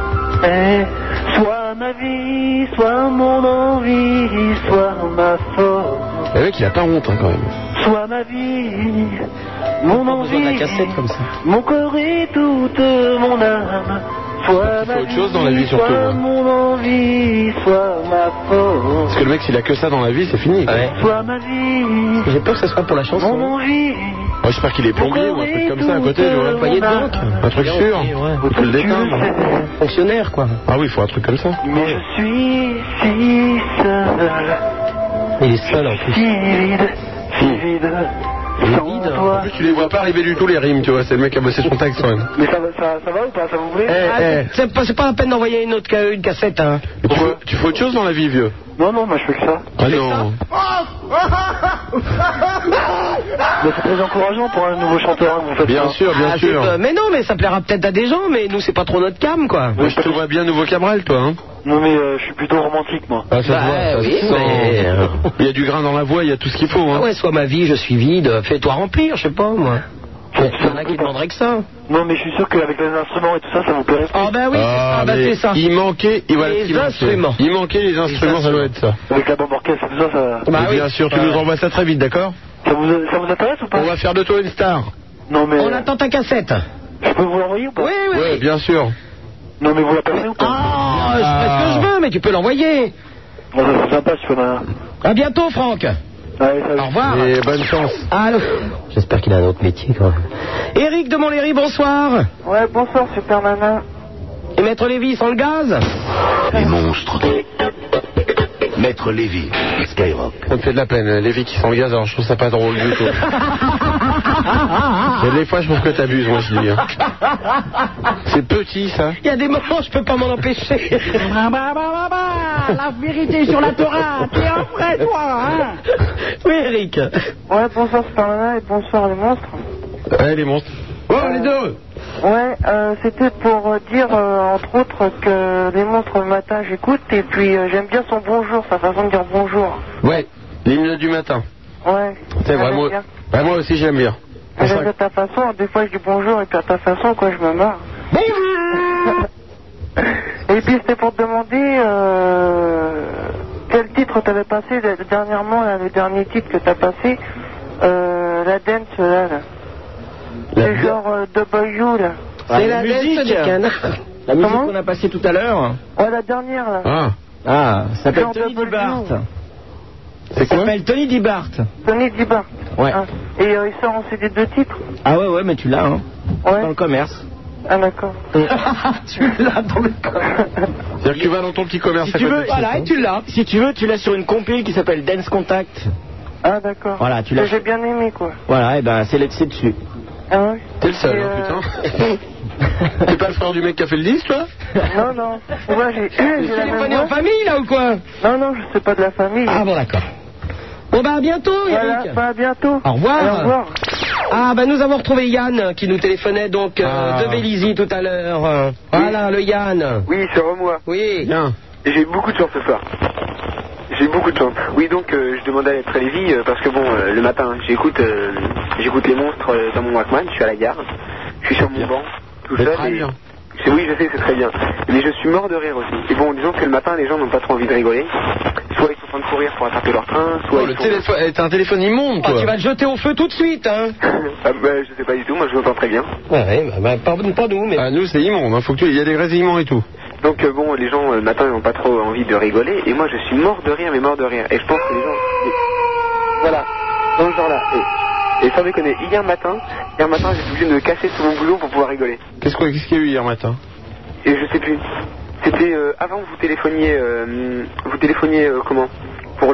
Sois ma vie, sois mon envie, sois ma force. Le mec, il a pas honte hein, quand même. Sois ma vie, mon envie, la cassette comme ça. mon corps et toute mon âme. Soit il faut autre chose dans la vie surtout. Soit mon envie, soit ma force. Parce que le mec, s'il a que ça dans la vie, c'est fini. Ouais. Soit ma vie. J'ai peur que ce soit pour la chanson. Mon envie. Moi, j'espère qu'il est plombier ou un truc comme ça à côté. Un foyer de banque. Un truc sûr. Il faut le déteindre. Fonctionnaire, quoi. Ah oui, il faut un truc comme ça. Mais je suis si seul. Il est seul en plus. Si vide. Si vide. Sans toi. En plus, tu les vois pas arriver du tout les rimes, tu vois. C'est le mec qui a bossé son texte quand même. Mais ça va ou pas? Ça vous plaît? C'est pas la peine d'envoyer une cassette, hein. Tu fais autre chose dans la vie, vieux? Non, moi je fais que ça. Ah non. Mais c'est très encourageant pour un nouveau chanteur, hein, vous faites Bien ça. sûr, bien sûr. Mais non, mais ça plaira peut-être à des gens, mais nous c'est pas trop notre cam, quoi. Moi, je te vois bien nouveau Cabrel, toi, hein. Non mais je suis plutôt romantique, moi. Ah, ça se voit, oui, ça se mais... sent. Il y a du grain dans la voix, il y a tout ce qu'il faut, hein. Ah ouais, soit ma vie, je suis vide, fais-toi remplir, je sais pas, moi. Il y en a qui demanderaient que ça. Non mais je suis sûr qu'avec les instruments et tout ça, ça vous plairait. Ah bah oui, c'est ça. Il manquait, les instruments. Il manquait les instruments, ça doit être ça. Avec la bande orchestre et tout ça, ça... Bah oui. Bien sûr, tu nous envoies ça très vite, d'accord? Ça vous intéresse ou pas? On va faire de toi une star. Non mais... On attend ta cassette. Je peux vous l'envoyer ou pas? Oui, bien sûr. Non mais vous la passez ou pas? Ah, je fais ce que je veux, mais tu peux l'envoyer. Bon, ça c'est sympa, tu fais un... À bientôt, Franck. Allez, salut. Au revoir. Et bonne chance. Allô. J'espère qu'il a un autre métier, quand même. Éric de Montlhéry, bonsoir. Ouais, bonsoir, Super Nana. Et Maître Lévy sans le gaz? Les monstres. Maître Lévy, Skyrock. Ça me fait de la peine, Lévy qui sent le gaz, alors je trouve ça pas drôle du tout. Et des fois, je trouve que t'abuses, moi je dis. Hein. C'est petit, ça. Il y a des moments, je peux pas m'en empêcher. La vérité sur la Torah, t'es un vrai, toi, hein? Oui, Eric. Ouais, bonsoir, Super Nana, et bonsoir, les monstres. Ouais, les monstres. Oh, les deux. Ouais, c'était pour dire, entre autres, que les monstres le matin, j'écoute, et puis j'aime bien son bonjour, sa façon de dire bonjour. Ouais, l'hymne du matin. Ouais. C'est vrai, moi, bah, moi aussi j'aime bien. J'aime bien ta façon, des fois je dis bonjour, et puis à ta façon, quoi, je me marre. Et puis c'était pour te demander quel titre t'avais passé dernièrement, là, le dernier titre que t'as passé, la dance, là. C'est genre W, là. C'est la musique du canard. La musique qu'on a passée tout à l'heure. Ouais, la dernière, là. Ah, ça s'appelle Genre Tony W. Dibart. C'est quoi? Ça s'appelle Tony Dibart. Tony Dibart. Ouais. Ah. Et il sort en CD 2 titres. Ah ouais, mais tu l'as, hein. Ouais. Dans le commerce. Ah d'accord. Tu l'as dans le commerce. C'est-à-dire que tu vas dans ton petit commerce Si à tu côté veux, de voilà, chez et tu l'as. Si tu veux, tu l'as sur une compile qui s'appelle Dance Contact. Ah d'accord. Voilà, tu l'as. J'ai bien aimé, quoi. Voilà, et ben c'est dessus. Ah ouais. T'es le seul, hein, putain. T'es pas le frère du mec qui a fait le disque, toi? Non, non. Moi, j'ai la même téléphoné en voix. famille, là, ou quoi? Non, non, je sais pas de la famille. Ah bon, d'accord. Bon, bah, à bientôt, Voilà, Eric. bah, à bientôt. Au revoir. Allez, au revoir. Ah, bah, nous avons retrouvé Yann qui nous téléphonait, donc, de Vélizy tout à l'heure. Voilà, le Yann. Oui, c'est moi. Oui. Bien. J'ai beaucoup de chance ce soir. J'ai beaucoup de chance. Oui, donc je demandais à être Lévy parce que bon, le matin, j'écoute les monstres dans mon Walkman, je suis à la gare, je suis sur mon banc, tout seul. Oui, je sais, c'est très bien. Mais je suis mort de rire aussi. Et bon, disons que le matin, les gens n'ont pas trop envie de rigoler. Soit ils sont en train de courir pour attraper leur train, soit le téléphone, t'as un téléphone immonde, toi. Tu vas te jeter au feu tout de suite, hein. Ah, bah, je sais pas du tout, moi je l'entends très bien. Ouais, pas nous, mais... Ah, nous, c'est immonde, hein. Faut que il y a des grésillements et tout. Donc bon, les gens le matin n'ont pas trop envie de rigoler, et moi je suis mort de rire, mais mort de rire. Et je pense que les gens... Voilà, dans ce genre-là. Et sans déconner, hier matin, j'ai obligé de me cacher sous mon boulot pour pouvoir rigoler. Qu'est-ce qu'il y a eu hier matin? Et je sais plus. C'était avant que vous téléphoniez comment? Pour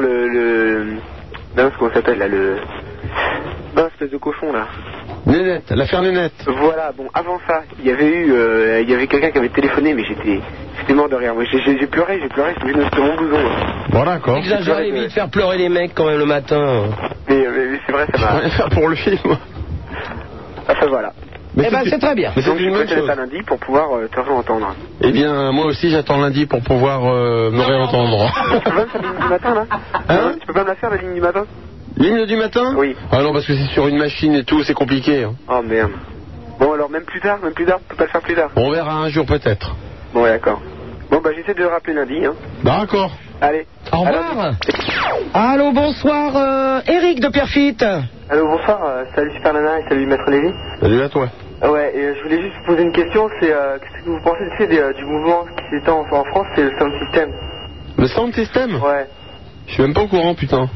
non, comment ça s'appelle là, non, espèce de cochon là. Nénette, l'affaire Nénette. Voilà, bon, avant ça, il y avait quelqu'un qui avait téléphoné, mais j'étais mort de rire. Moi, j'ai pleuré, je suis obligé de me sur mon blouson. Bon, d'accord. Exagérez vite, faire pleurer les mecs quand même le matin. Mais c'est vrai, ça m'a... rien faire pour le film. Enfin, voilà. Eh ben, c'est très bien. Mais c'est donc, une bonne chose. à lundi pour pouvoir te réentendre. Eh bien, moi aussi, j'attends lundi pour pouvoir me réentendre. Tu peux pas me faire la ligne du matin, là? Hein? Tu peux pas me la faire, la ligne du matin? Ligne du matin? Oui. Ah non, parce que c'est sur une machine et tout, c'est compliqué. Hein. Oh merde. Bon, alors même plus tard, tu peux pas le faire plus tard. On verra un jour peut-être. Bon, ouais, d'accord. Bon, bah j'essaie de le rappeler lundi, hein. D'accord. Allez. Au revoir. Allô, bonsoir, Eric de Pierrefitte. Allô, bonsoir, salut Super Nana et salut Maître Lévy. Salut à toi. Ouais, et je voulais juste vous poser une question, c'est qu'est-ce que vous pensez du mouvement qui s'étend en France, c'est le sound system. Le sound system? Ouais. Je suis même pas au courant, putain.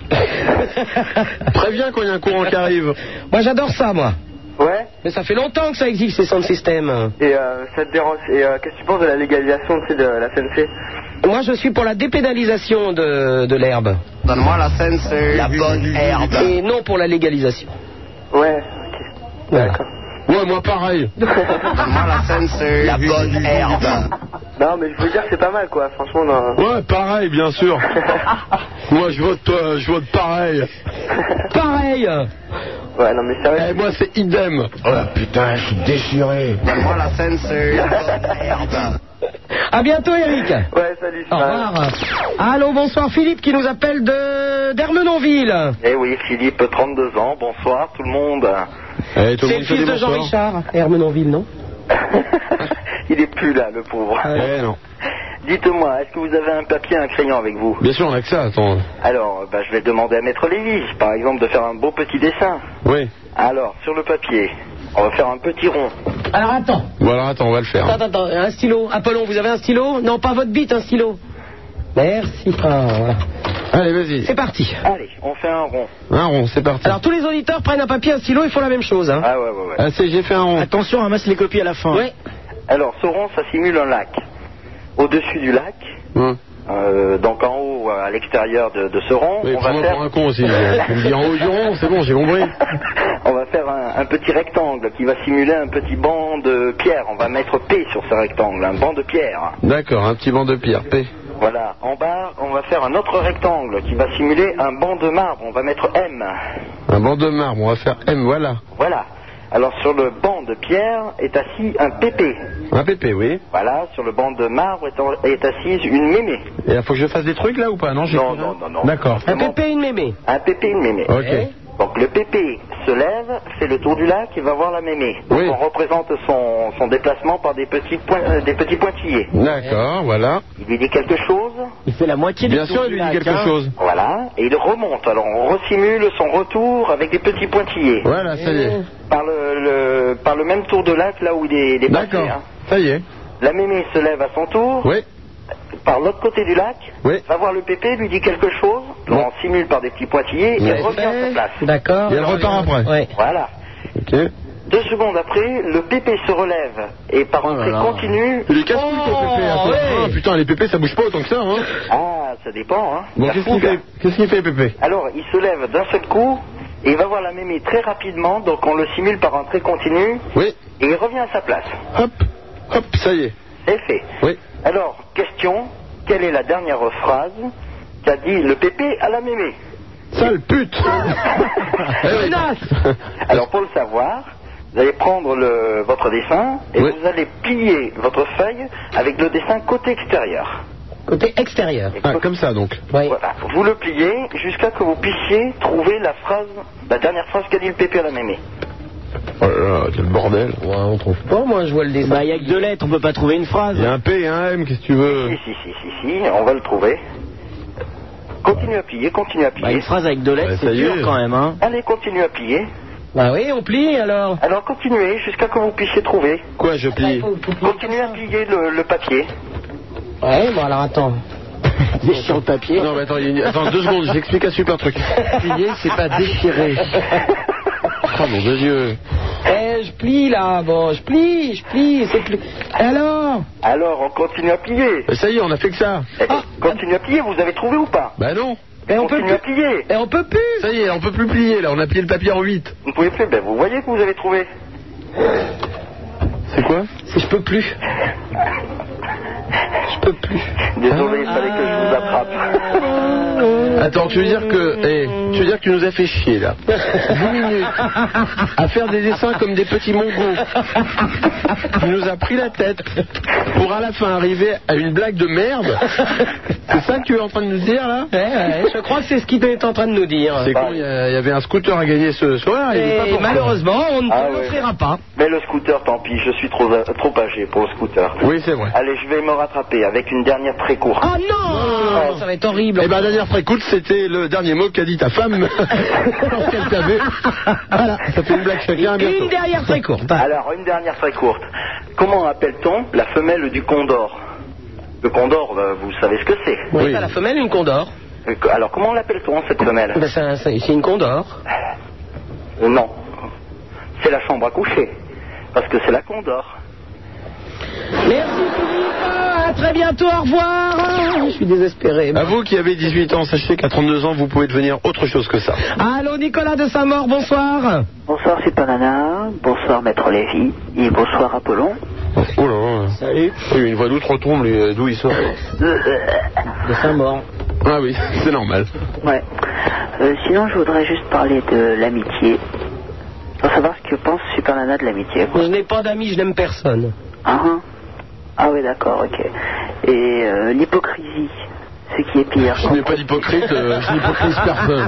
Préviens quand il y a un courant qui arrive. Moi j'adore ça, moi. Ouais. Mais ça fait longtemps que ça existe, ces sound systems. Et ça te dérange. Et qu'est-ce que tu penses de la légalisation de la CNC? Moi je suis pour la dépénalisation de l'herbe. Donne-moi la CNC. La bonne herbe. Et non pour la légalisation. Ouais, ok. D'accord. Ouais, moi pareil. Donne-moi la CNC. La bonne herbe. Non, mais je veux dire que c'est pas mal, quoi, franchement. Non. Ouais, pareil, bien sûr. Moi, je vote pareil. Pareil. Ouais, non, mais sérieux. Et moi, c'est idem. Oh putain, je suis déchiré. Donne-moi la CNC. La bonne herbe. À bientôt, Eric. Ouais, salut. Au revoir. Allô, bonsoir, Philippe qui nous appelle d'Ermenonville. Eh oui, Philippe, 32 ans, bonsoir tout le monde. Allez, tout le C'est monde le fils de bonsoir. Jean-Richard, Ermenonville, non? Il est plus là, le pauvre. Eh non. Dites-moi, est-ce que vous avez un papier et un crayon avec vous? Bien sûr, on a que ça, attends. Alors, je vais demander à Maître Lévy, par exemple, de faire un beau petit dessin. Oui. Alors, sur le papier, on va faire un petit rond. Alors attends. Bon, alors attends, on va le faire. Attends, un stylo. Apollon, vous avez un stylo? Non, pas votre bite, un stylo. Merci. Ah, voilà. Allez, vas-y. C'est parti. Allez, on fait un rond. Un rond, c'est parti. Alors tous les auditeurs prennent un papier, un stylo, ils font la même chose. Hein. Ah ouais. Ah, j'ai fait un rond. Attention, ramasse les copies à la fin. Oui. Alors, ce rond, ça simule un lac. Au-dessus du lac, donc en haut, à l'extérieur de ce rond, Oui, on va prends-moi faire... pour un con aussi. Tu me dis en haut du rond, c'est bon, j'ai compris. On va faire un petit rectangle qui va simuler un petit banc de pierre. On va mettre P sur ce rectangle, un banc de pierre. D'accord, un petit banc de pierre, P. Voilà, en bas, on va faire un autre rectangle qui va simuler un banc de marbre. On va mettre M. Un banc de marbre, on va faire M, voilà. Voilà. Alors sur le banc de pierre est assis un pépé. Un pépé, oui. Voilà, sur le banc de marbre est assise une mémé. Et il faut que je fasse des trucs là ou pas? Non, Non. D'accord. Un pépé et une mémé. Un pépé et une mémé. Ok. Donc le pépé se lève, fait le tour du lac et va voir la mémé. Donc on représente son déplacement par des petits pointillés. D'accord, voilà. Il lui dit quelque chose. Il fait la moitié du Bien sûr, il lui dit quelque chose. Voilà, et il remonte. Alors on resimule son retour avec des petits pointillés. Voilà, ça y est. Par le même tour de lac là où il est passé. D'accord, hein. ça y est. La mémé se lève à son tour. Oui. Par l'autre côté du lac, va voir le pépé, lui dit quelque chose, on simule par des petits pointillés, et elle revient à sa place. D'accord. Et elle repart après. Ouais. Voilà. Ok. 2 secondes après, le pépé se relève, et par un trait continu... Il est casse-couille ton pépé, attends. Ah, putain, les pépés ça bouge pas autant que ça, hein. Ah, ça dépend, hein. Bon, qu'est-ce qu'il fait, pépé? Alors, il se lève d'un seul coup, et il va voir la mémé très rapidement, donc on le simule par un trait continu, oui. Et il revient à sa place. Hop, ça y est. C'est fait. Oui. Alors, question, quelle est la dernière phrase qu'a dit le pépé à la mémé? Sale pute. Alors, pour le savoir, vous allez prendre votre dessin et vous allez plier votre feuille avec le dessin côté extérieur. Côté extérieur. Ah, comme ça donc. Oui. Voilà. Vous le pliez jusqu'à que vous puissiez trouver la dernière phrase qu'a dit le pépé à la mémé. Oh là là, quel bordel. Ouais, on trouve pas, moi je vois le dessin. Bah, il y a que 2 lettres, on peut pas trouver une phrase. Il y a un P et un M, qu'est-ce que tu veux? Si, on va le trouver. Continue à plier. Bah, une phrase avec 2 lettres, c'est dur quand même, hein. Allez, continue à plier. Bah oui, on plie alors. Alors continuez jusqu'à que vous puissiez trouver. Quoi, je plie? Continuez à plier le papier. Ouais, bon alors attends. Déchire le papier. Non, mais attends 2 secondes, j'explique un super truc. Plier, c'est pas déchirer. Oh mon Dieu. Je plie là, bon, je plie, c'est plus. Alors, on continue à plier. Ça y est, on a fait que ça. Continue à plier, vous avez trouvé ou pas? Bah non. Et on peut plus. À plier. Et on peut plus. Ça y est, on peut plus plier là, on a plié le papier en 8. Vous ne pouvez plus, vous voyez que vous avez trouvé. C'est quoi? Je peux plus. Je peux plus. Désolé, il fallait que je vous attrape. Attends, tu veux dire que tu nous as fait chier là 10 minutes à faire des dessins comme des petits mongols. Tu nous as pris la tête pour à la fin arriver à une blague de merde. C'est ça que tu es en train de nous dire là? Ouais, je crois que c'est ce qu'il est en train de nous dire. C'est con, il y avait un scooter à gagner ce soir. Et malheureusement, on ne l'offrira pas. Mais le scooter, tant pis, je suis trop âgé pour le scooter. Oui, c'est vrai. Allez, je vais me rattraper. écouter avec une dernière très courte. Oh non, ça va être horrible. Eh ben, dernière très courte, c'était le dernier mot qu'a dit ta femme lorsqu'elle t'avait. Voilà, ça fait une blague chacun. Une dernière très courte. Alors, une dernière très courte. Comment appelle-t-on la femelle du condor? Le condor, vous savez ce que c'est. Oui, la femelle, une condor. Alors, comment l'appelle-t-on, cette femelle? C'est une condor. Non. C'est la chambre à coucher. Parce que c'est la condor. Merci Philippe, à très bientôt, au revoir. Je suis désespéré. À vous qui avez 18 ans, sachez qu'à 32 ans, vous pouvez devenir autre chose que ça. Allô, Nicolas de Saint-Maur, bonsoir. Bonsoir Super Nana, bonsoir Maître Lévy, et bonsoir Apollon. Oh là. Salut. Oui, une voix d'outre-tombe, d'où il sort? De Saint-Maur. Ah oui, c'est normal. Ouais. Sinon, je voudrais juste parler de l'amitié. Pour savoir ce que pense Super Nana de l'amitié. Je n'ai pas d'amis, je n'aime personne. Ah oui, d'accord, ok. Et l'hypocrisie, ce qui est pire. Je n'ai pas d'hypocrite, je n'hypocrise personne.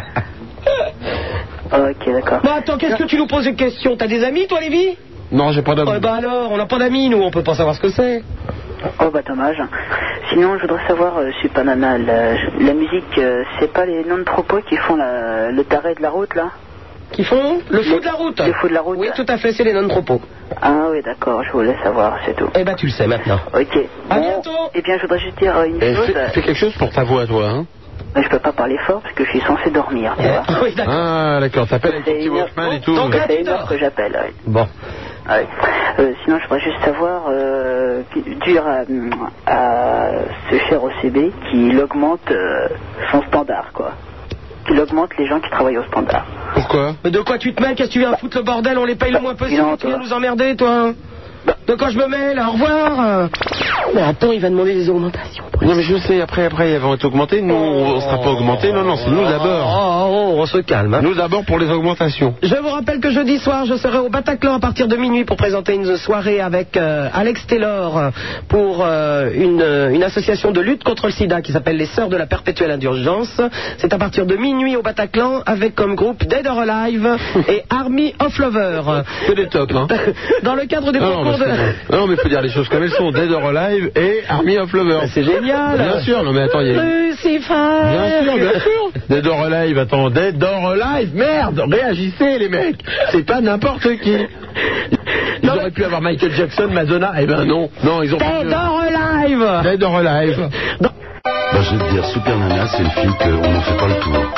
Ok, d'accord. Bon, attends, qu'est-ce que tu nous poses une question? T'as des amis, toi, Lévy? Non, j'ai pas d'amis. Bah alors, on n'a pas d'amis, nous, on peut pas savoir ce que c'est. Oh bah dommage. Sinon, je voudrais savoir, Super Nana, la musique, c'est pas les non-tropos qui font le taré de la route, là? Qui font le fou de la route? Le fou de la route. Oui, tout à fait, c'est les non-tropos. Ah oui, d'accord, je voulais savoir, c'est tout. Eh ben, tu le sais maintenant. Ok. À bientôt. Eh bien, je voudrais juste dire une chose. Fais quelque chose pour ta voix, toi, hein? Je peux pas parler fort parce que je suis censé dormir, tu vois. Oui, d'accord. Ah, d'accord, t'appelles avec ton petit Walkman et tout. Donc là, c'est une heure que j'appelle, oui. Bon. Ouais. Sinon, je voudrais juste savoir, dire à ce cher OCB qu'il augmente son standard, quoi. Qu'il augmente les gens qui travaillent au standard. Pourquoi? Mais de quoi tu te mêles? Qu'est-ce que tu viens foutre le bordel? On les paye le moins possible. Tu viens nous emmerder, toi? De quoi je me mêle? Au revoir. Mais attends, il va demander des augmentations. Non, mais je sais, après, ils vont être augmentés. Nous, on ne sera pas augmentés. Non, c'est nous d'abord. On se calme. Hein. Nous d'abord pour les augmentations. Je vous rappelle que jeudi soir, je serai au Bataclan à partir de minuit pour présenter une soirée avec Alex Taylor pour une association de lutte contre le sida qui s'appelle les Sœurs de la Perpétuelle Indulgence. C'est à partir de minuit au Bataclan avec comme groupe Dead or Alive et Army of Lovers. C'est des tops, hein. Dans le cadre du concours de... Non, mais il faut dire les choses comme elles sont. Dead or Alive et Army of Lovers. C'est génial. Bien sûr, non mais attends, il y a... Lucifer. Bien sûr. Dead or Alive, attends, Dead or Alive, merde, réagissez les mecs. C'est pas n'importe qui. Ils auraient pu avoir Michael Jackson, Madonna, eh ben non, ils ont... Dead or Alive. Dead or Alive. Bah, je vais te dire, Super Nana, c'est le film qu'on n'en fait pas le tour.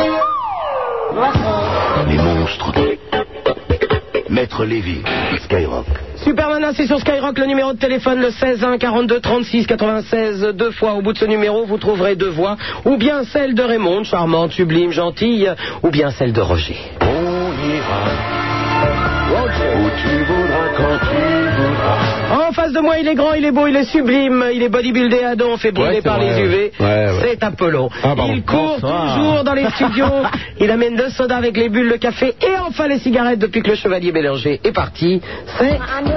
Les monstres. Maître Lévy, Skyrock. Super Nana, c'est sur Skyrock, le numéro de téléphone, le 16 1 42 36 96. Deux fois au bout de ce numéro, vous trouverez deux voix, ou bien celle de Raymond, charmante, sublime, gentille, ou bien celle de Roger. On ira où tu voudras, quand tu voudras. En face de moi, il est grand, il est beau, il est sublime, il est bodybuildé à dos, fait brûler par les UV. C'est Apollon. Il court toujours dans les studios, il amène le soda avec les bulles, le café et enfin les cigarettes depuis que le chevalier Bélanger est parti. C'est...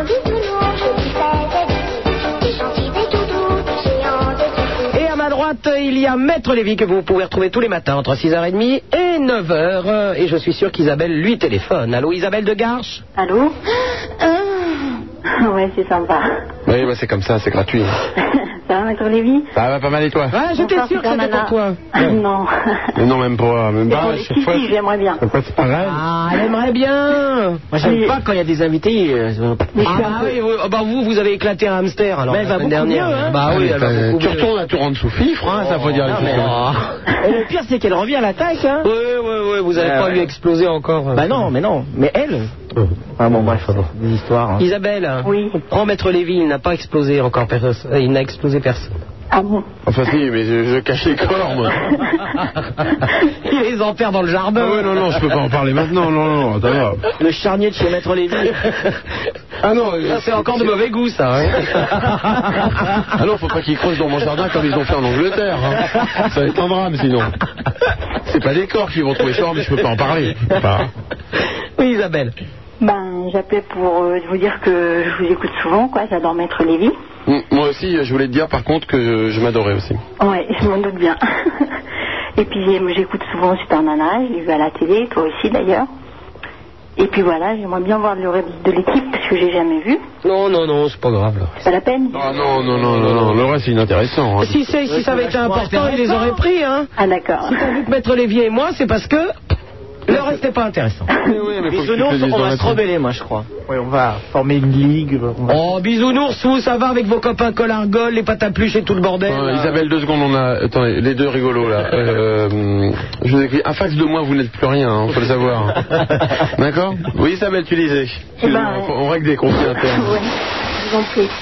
Et à ma droite, il y a Maître Lévy que vous pouvez retrouver tous les matins entre 6h30 et 9h. Et je suis sûr qu'Isabelle lui téléphone. Allô, Isabelle de Garches? Allô? Ouais, c'est sympa. Oui, c'est comme ça, c'est gratuit. Ça va, Maître Lévy? Ça va pas mal et toi? Ouais, j'étais sûr que c'était pour toi. Non. Mais non, même pas. Si, j'aimerais bien. C'est pareil. Ah, elle aimerait bien. Moi, j'aime pas quand il y a des invités. Vous avez éclaté un hamster alors. Mais elle va beaucoup dernière. mieux, hein. Bah oui, elle va beaucoup tu mieux. retournes la tour en dessous fifre, hein, ça faut dire les choses. Et le pire, c'est qu'elle revient à l'attaque, hein. Oui, vous avez pas lui exploser encore. Bah non, mais elle. Ah bon, bref, des histoires. Hein. Isabelle, oui. Prends Maître Lévy, il n'a pas explosé encore personne. Il n'a explosé personne. Ah bon? Enfin si, mais je cache les corps, moi. Il les enterre dans le jardin. Ah ouais, non, je peux pas en parler maintenant, non, ça va. Le charnier de chez Maître Lévy. Ah non, c'est encore de mauvais goût, ça. Hein. Ah non, faut pas qu'ils creusent dans mon jardin comme ils ont fait en Angleterre. Hein. Ça va être un drame, sinon. C'est pas des corps qu'ils vont trouver ça, mais je peux pas en parler. Oui, Isabelle. Ben, j'appelais pour vous dire que je vous écoute souvent, quoi. J'adore Maître Lévy. Moi aussi, je voulais te dire par contre que je m'adorais aussi. Ouais, je m'en doute bien. Et puis, j'écoute souvent Super Nana, je l'ai vu à la télé, toi aussi d'ailleurs. Et puis voilà, j'aimerais bien voir le reste de l'équipe parce que j'ai jamais vu. Non, c'est pas grave. Là. C'est pas la peine. Ah non, le reste c'est inintéressant. Hein. Si ça avait été important, ils les auraient pris. Hein. Ah d'accord. Si t'as vu que Maître Lévy et moi, c'est parce que le reste n'est pas intéressant. Mais Bisounours, on va se rebeller, moi, je crois. Oui, on va former une ligue. Oh, bisounours, vous, ça va avec vos copains Colargol, les pâtes à pluche et tout le bordel. Isabelle, 2 secondes, on a... Attendez, les deux rigolos, là. Je vous écris, à face de moi, vous n'êtes plus rien, hein, faut le savoir. D'accord? Oui, Isabelle, tu disais. On règle des conflits internes. Ouais, je vous en prie.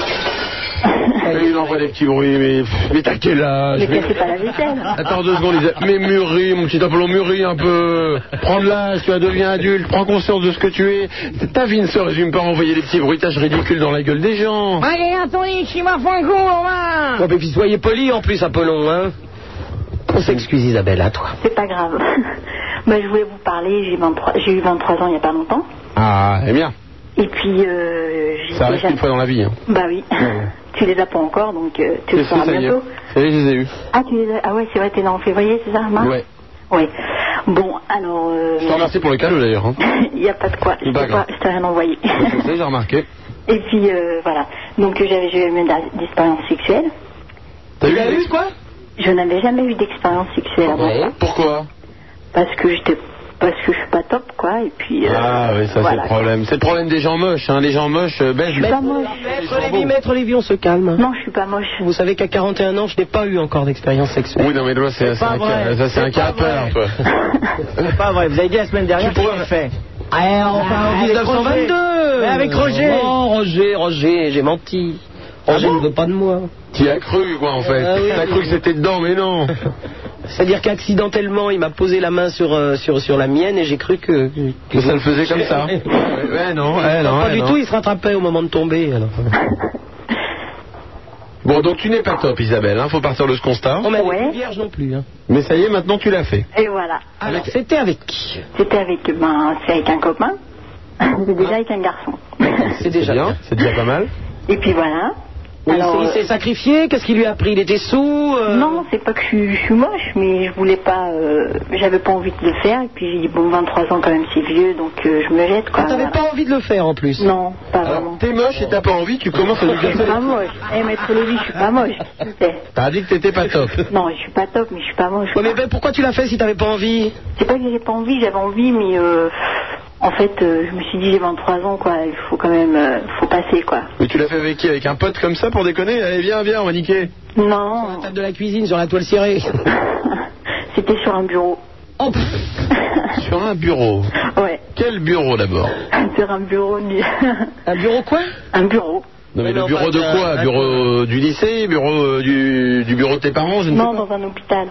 Il envoie des petits bruits, mais t'as quel âge? Mais cassez pas la vaisselle. Attends 2 secondes, mais mûris, mon petit Apollon, mûris un peu. Prends de l'âge, tu deviens adulte, prends conscience de ce que tu es. Ta vie ne se résume pas à envoyer des petits bruitages ridicules dans la gueule des gens. Allez, attendez, qui m'a fait un coup, va. Bon, et puis soyez poli en plus, Apollon, hein. On s'excuse, Isabelle, à toi. C'est pas grave. Bah, je voulais vous parler, j'ai eu 23 ans il y a pas longtemps. Ah, eh bien. Et puis, ça arrive une fois dans la vie. Hein. Bah oui. Tu les as pas encore, donc tu le sauras bientôt. Ça y est, je les ai eus. Ah, ah ouais, c'est vrai, t'es là en février, c'est ça, Marc? Ouais. Ouais. Bon, alors... Je te remercie pour le cadeau, d'ailleurs. Il n'y a pas de quoi, je t'ai rien envoyé. J'ai remarqué. Et puis, voilà. Donc, j'ai eu une expérience sexuelle. T'as eu quoi? Je n'avais jamais eu d'expérience sexuelle avant ça. Pourquoi? Parce que je suis pas top, quoi, et puis... ah oui, ça voilà, c'est le problème. C'est le problème des gens moches, hein. Les gens moches baissent. Je suis pas moche. Maître Lévy, on se calme. Non, je suis pas moche. Vous savez qu'à 41 ans, je n'ai pas eu encore d'expérience sexuelle. Oui, non, mais là, c'est un cas à part, quoi. C'est pas vrai, vous avez dit la semaine dernière, tu pourrais fait. En 1922. Mais avec Roger. Oh, Roger, j'ai menti. Roger ne veut pas de moi. Tu as cru, quoi, en fait. Oui, t'as cru que c'était dedans, mais non. C'est-à-dire qu'accidentellement, il m'a posé la main sur la mienne et j'ai cru que ça le faisait comme ça. Ouais, non. Pas du tout, il se rattrapait au moment de tomber. Alors. Bon, donc tu n'es pas top, Isabelle, hein, faut partir de ce constat. On m'a pas vierge non plus. Hein. Mais ça y est, maintenant tu l'as fait. Et voilà. Alors, c'était avec qui? C'était avec un copain. C'était déjà avec un garçon. C'est déjà bien. C'est déjà pas mal. Et puis voilà. Alors, il s'est sacrifié. Qu'est-ce qu'il lui a pris? Il était sous Non, c'est pas que je suis moche, mais je voulais pas. J'avais pas envie de le faire. Et puis j'ai dit, bon, 23 ans quand même, c'est vieux, donc je me jette, quoi. Ah, t'avais pas envie de le faire en plus? Non, pas vraiment. T'es moche et t'as pas envie, tu commences à nous casser. Je suis pas moche. Maître Lévy, je suis pas moche. T'as dit que t'étais pas top. Non, je suis pas top, mais je suis pas moche. Ouais, mais pourquoi tu l'as fait si t'avais pas envie? C'est pas que j'avais pas envie, j'avais envie, mais. En fait, je me suis dit, j'ai 23 ans, quoi, il faut quand même, faut passer, quoi. Mais tu l'as fait avec qui? Avec un pote comme ça pour déconner? Allez, viens, on va niquer. Non. Sur la table de la cuisine, sur la toile cirée. C'était sur un bureau. Oh. Sur un bureau? Ouais. Quel bureau d'abord? Sur un bureau. Un bureau quoi? Un bureau. Non, mais le bureau de quoi? Bureau du lycée? Bureau du bureau de tes parents? Je ne sais pas. Non, dans un hôpital.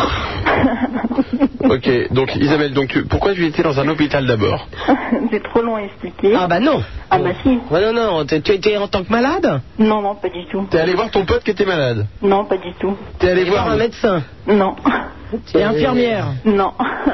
Ok, donc Isabelle, pourquoi tu étais dans un hôpital d'abord? C'est trop long à expliquer. Ah bah non. Ah bah si. Ouais, non, tu étais en tant que malade? Non, pas du tout. T'es allé voir ton pote qui était malade? Non, pas du tout. T'es allé voir un médecin? Non. T'es infirmière? Non.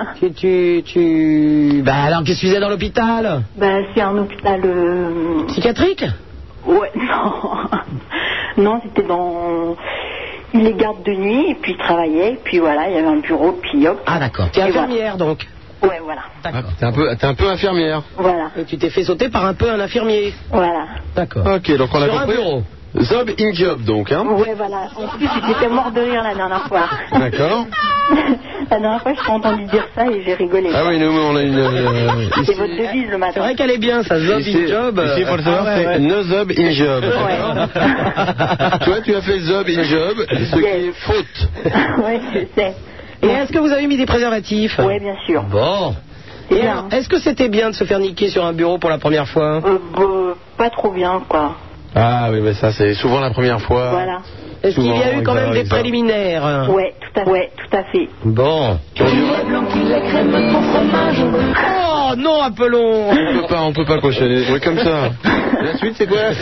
Bah alors qu'est-ce que tu faisais dans l'hôpital? Bah c'est un hôpital... Psychiatrique? Ouais, non. Non, c'était dans... Il est garde de nuit, et puis il travaillait, et puis voilà, il y avait un bureau, puis hop. Ah d'accord, t'es infirmière voilà. Donc? Ouais, voilà. D'accord. T'es un peu infirmière. Voilà. Et tu t'es fait sauter par un infirmier. Voilà. D'accord. Ok, donc on a compris. Sur un bureau. Job in job, donc, hein? Ouais, voilà. En plus, j'étais mort de rire la dernière fois. D'accord. La dernière fois, je t'ai entendu dire ça et j'ai rigolé. Ah oui, nous, on a une... C'est votre devise le matin. C'est vrai qu'elle est bien, ça, job in job. Ici, il faut le savoir, c'est no job in job. Ouais. Toi, tu as fait job in job, ce qui est faute. Oui, je sais. Et est-ce que vous avez mis des préservatifs? Oui, bien sûr. Bon. Et alors, est-ce que c'était bien de se faire niquer sur un bureau pour la première fois? Pas trop bien, quoi. Ah oui, mais ça, c'est souvent la première fois. Voilà. Est-ce qu'il y a eu quand même des préliminaires? Ouais, tout à fait. Bon. Oh non, Apollon. On peut pas cautionner des trucs comme ça. La suite, c'est quoi?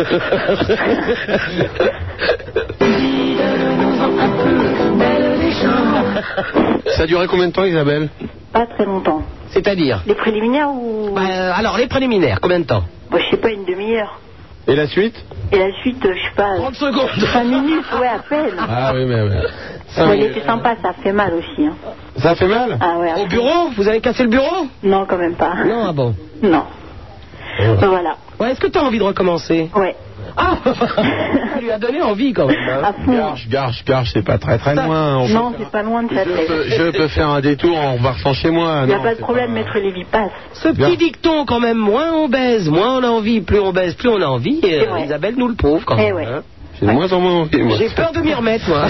Ça a duré combien de temps, Isabelle? Pas très longtemps. C'est-à-dire? Les préliminaires ou... Alors, les préliminaires, combien de temps? Je sais pas, une demi-heure. Et la suite? Et la suite, je sais pas... 30 secondes. 5 minutes, ouais, à peine. Ah oui, mais... Ouais, il était sympa, ça fait mal aussi. Hein. Ça fait mal? Ah ouais. Au bureau? Vous avez cassé le bureau? Non, quand même pas. Non, ah bon? Non. Voilà. Ouais, est-ce que tu as envie de recommencer? Ouais. Ah, ça lui a donné envie quand même. Hein. Garches, c'est pas très loin. Non, c'est pas loin de ça. Je peux faire un détour en repartant chez moi. Il n'y a pas de problème, Maître Lévy passe. Ce petit dicton quand même, moins on baise, moins on a envie, plus on baise, plus on a envie. Et Isabelle nous le prouve quand même. Hein. J'ai de moins en moins envie, moi. J'ai peur de m'y remettre, moi.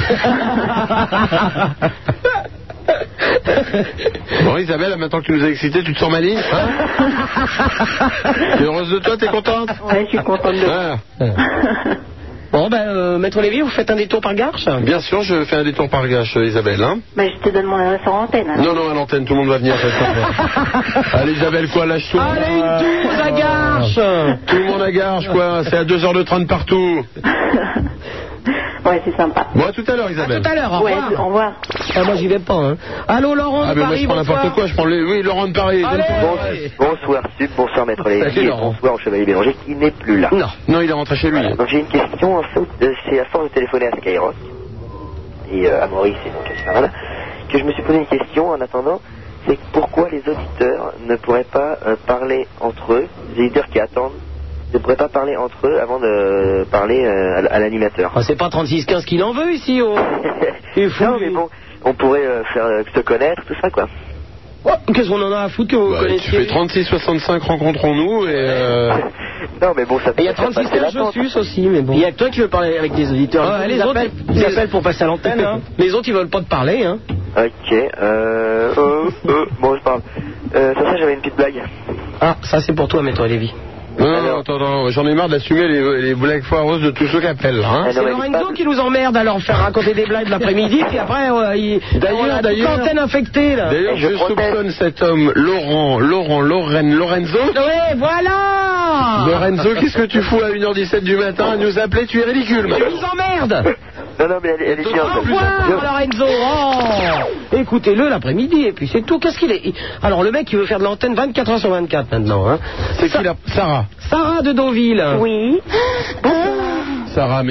Bon, Isabelle, maintenant que tu nous as excités, tu te sens maligne, hein? T'es heureuse de toi, t'es contente? Ouais, je suis contente de toi. Bon, Maître Lévy, vous faites un détour par Garches? Bien sûr, je fais un détour par Garches, Isabelle. Hein? Bah, je te donne mon adresse en antenne. Alors. Non, à l'antenne, tout le monde va venir. Allez, Isabelle, quoi, lâche-toi. Allez, une douce à Garches. Tout le monde à Garches, quoi. C'est à 2 heures de train de partout. Ouais, c'est sympa. Bon, à tout à l'heure, Isabelle. À tout à l'heure, au revoir. Au revoir. Ah, moi, j'y vais pas. Hein. Allô, Laurent de mais Paris, moi, je prends n'importe quoi. Je prends oui, Laurent de Paris. Bonsoir, Sup, bonsoir, Maître Lévy, et bonsoir au Chevalier Bélanger qui n'est plus là. Non, il est rentré chez lui. Voilà, donc j'ai une question, en fait, c'est à force de téléphoner à Skyrock, et à Maurice et donc à Sparana, que je me suis posé une question en attendant, c'est pourquoi les auditeurs ne pourraient pas parler entre eux, les auditeurs qui attendent, ne pourraient pas parler entre eux avant de parler à l'animateur. Ah, c'est pas 36-15 qu'il en veut ici, oh. Il est fou. Non, mais bon, on pourrait faire se connaître, tout ça, quoi. Oh, qu'est-ce qu'on en a à foutre que vous connaissiez? Tu fais 36-65, rencontrons-nous et... Non, mais bon, ça peut. Il y a 36-15, je suis aussi, mais bon. Il y a que toi qui veux parler avec des auditeurs. Les autres, ils appellent pour passer à l'antenne. Hein. Les autres, ils veulent pas te parler, hein. Ok, bon, je parle. Ça, j'avais une petite blague. Ah, ça, c'est pour toi, Maître Lévy. Non, attends, j'en ai marre d'assumer les blagues foireuses de tous ceux qui appellent. Hein. C'est Lorenzo qui nous emmerde à leur faire raconter des blagues l'après-midi, puis après, d'ailleurs, l'antenne infectée, là. D'ailleurs, je soupçonne cet homme, Lorenzo. Oui, voilà. Lorenzo, qu'est-ce que tu fous à 1h17 du matin à nous appeler? Tu es ridicule, tu nous emmerdes. Non, mais elle est bien. Au revoir, Lorenzo. Oh. Écoutez-le l'après-midi, et puis c'est tout. Qu'est-ce qu'il est? Alors, le mec, il veut faire de l'antenne 24 heures sur 24 maintenant. Hein. C'est qui là? Sarah de Deauville. Oui. Sarah,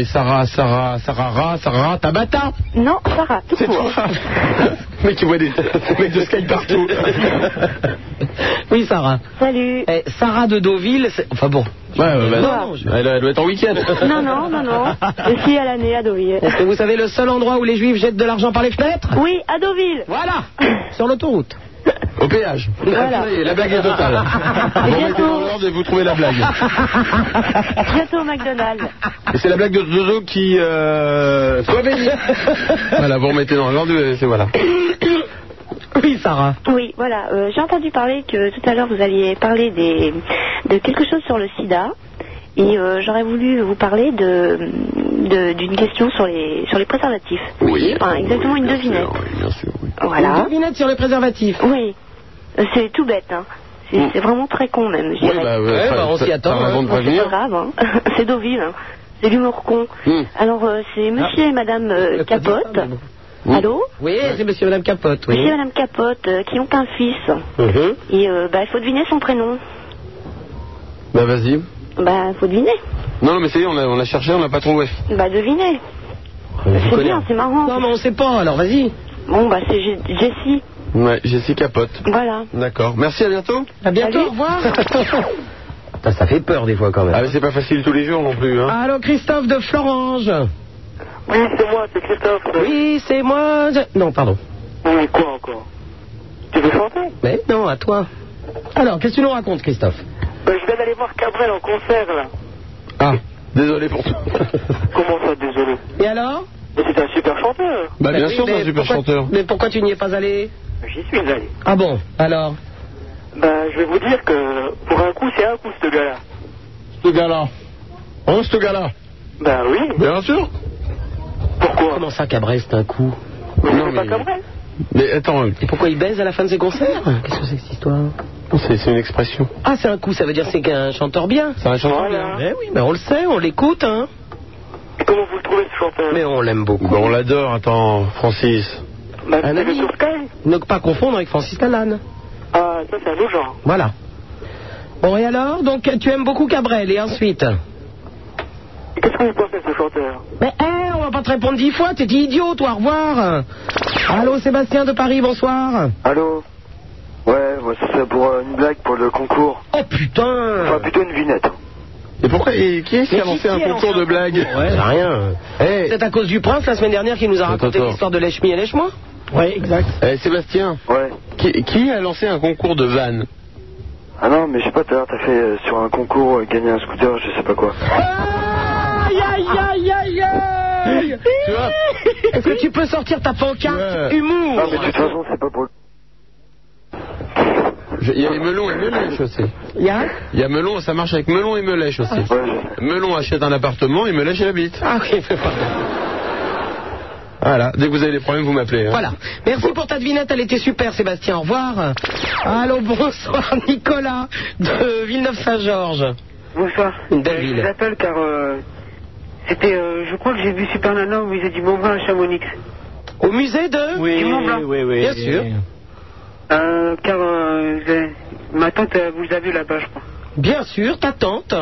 Tabata. Non, Sarah, tout court. Mais tu vois des mecs de Skype partout. Oui, Sarah. Salut. Sarah de Deauville, enfin bon. Elle doit être en week-end. Non. Je suis à l'année à Deauville. Est-ce que vous savez le seul endroit où les Juifs jettent de l'argent par les fenêtres? Oui, à Deauville. Voilà. Sur l'autoroute. Au péage. Voilà. La blague est totale. Vous mettez dans l'ordre et vous trouvez la blague. Bientôt au McDonald's. Et c'est la blague de Zozo qui... soit béni. Voilà, vous remettez dans l'ordre et c'est voilà. Oui, Sarah. Oui, voilà. J'ai entendu parler que tout à l'heure vous alliez parler de quelque chose sur le sida. Et j'aurais voulu vous parler d'une question sur les préservatifs. Oui. Enfin, exactement une devinette. Bien sûr, oui. Voilà. Une devinette sur les préservatifs. Oui. C'est tout bête, hein. C'est vraiment très con même, je dirais. On s'y attend. C'est pas grave, hein. C'est Deauville, hein. C'est l'humour con. Alors, c'est monsieur et madame Capote. Allô? Oui, c'est monsieur et madame Capote, oui. Monsieur et madame Capote qui ont un fils. Et il faut deviner son prénom. Bah vas-y. Bah, faut deviner. Non, mais c'est on l'a cherché, on l'a pas trouvé. Bah, devinez. C'est bien, c'est marrant. Non, mais on sait pas, alors vas-y. Bon, bah, c'est Jessie. Ouais, Jessie Capote. Voilà. D'accord. Merci, à bientôt. À bientôt, Salut. au revoir. Ça fait peur des fois quand même. Ah, mais c'est pas facile tous les jours non plus. Hein. Allô, Christophe de Florange. Oui, c'est moi, c'est Christophe. Oui, c'est moi. Non, pardon. Oui, quoi encore? Tu veux chanter? Mais non, à toi. Alors, qu'est-ce que tu nous racontes, Christophe? Je viens d'aller voir Cabrel en concert, là. Ah, désolé pour toi. Comment ça, désolé? Et alors? Mais c'est un super chanteur. Bah bien sûr, c'est un super chanteur. Mais pourquoi tu n'y es pas allé? J'y suis allé. Ah bon, alors? Bah, je vais vous dire que pour un coup, c'est un coup, ce gars-là. Ce gars-là? Oh, ce gars-là? Bah oui. Bien sûr. Pourquoi? Comment ça, Cabrel, c'est un coup? Non, mais... pas Cabrel. Mais attends. Et pourquoi il baise à la fin de ses concerts? Qu'est-ce que c'est que cette histoire? C'est une expression. Ah, c'est un coup, ça veut dire c'est qu'un chanteur bien. C'est un chanteur bien. Eh oui, mais on le sait, on l'écoute, hein. Et comment vous le trouvez, ce chanteur? Mais on l'aime beaucoup. Bah, on l'adore, attends, Francis. Bah, Un c'est ami. sur Sky. Ne pas confondre avec Francis Lalanne. Ah, ça, c'est un autre genre. Voilà. Bon, et alors? Donc, tu aimes beaucoup Cabrel, et ensuite? Qu'est-ce que vous pensez de ce chanteur? Mais on va pas te répondre 10 fois, t'es idiot, toi, au revoir. Allô, Sébastien de Paris, bonsoir. Allô? Ouais, moi c'est pour une blague pour le concours. Oh putain! Enfin, plutôt une vinette. Et pourquoi qui est-ce qui a lancé un concours de blagues? Ouais, rien. C'est à cause du prince la semaine dernière qui nous a raconté l'histoire de Lèche-mi et Lèche-moi. Ouais, exact. Sébastien. Ouais. Qui a lancé un concours de vannes? Ah non, mais je sais pas, tout à l'heure t'as fait sur un concours gagner un scooter, je sais pas quoi. Aïe aïe aïe aïe aïe. Tu vois? Est-ce que tu peux sortir ta pancarte humour? Non, mais de toute façon, c'est pas pour... Il y a les melons et melèches aussi. Il y a melon, ça marche avec melon et melèche aussi. Melon achète un appartement et melèche habite. Ah oui, pardon. Voilà, dès que vous avez des problèmes, vous m'appelez. Hein. Voilà. Merci pour ta devinette, elle était super, Sébastien. Au revoir. Allô, bonsoir, Nicolas de Villeneuve-Saint-Georges. Bonsoir. Une belle ville. Je vous appelle car c'était, je crois que j'ai vu Super Nana au musée du Mont-Blanc à Chamonix. Au musée de du Mont-Blanc. Oui, bien sûr. Car ma tante vous a vu là-bas, je crois. Bien sûr, ta tante.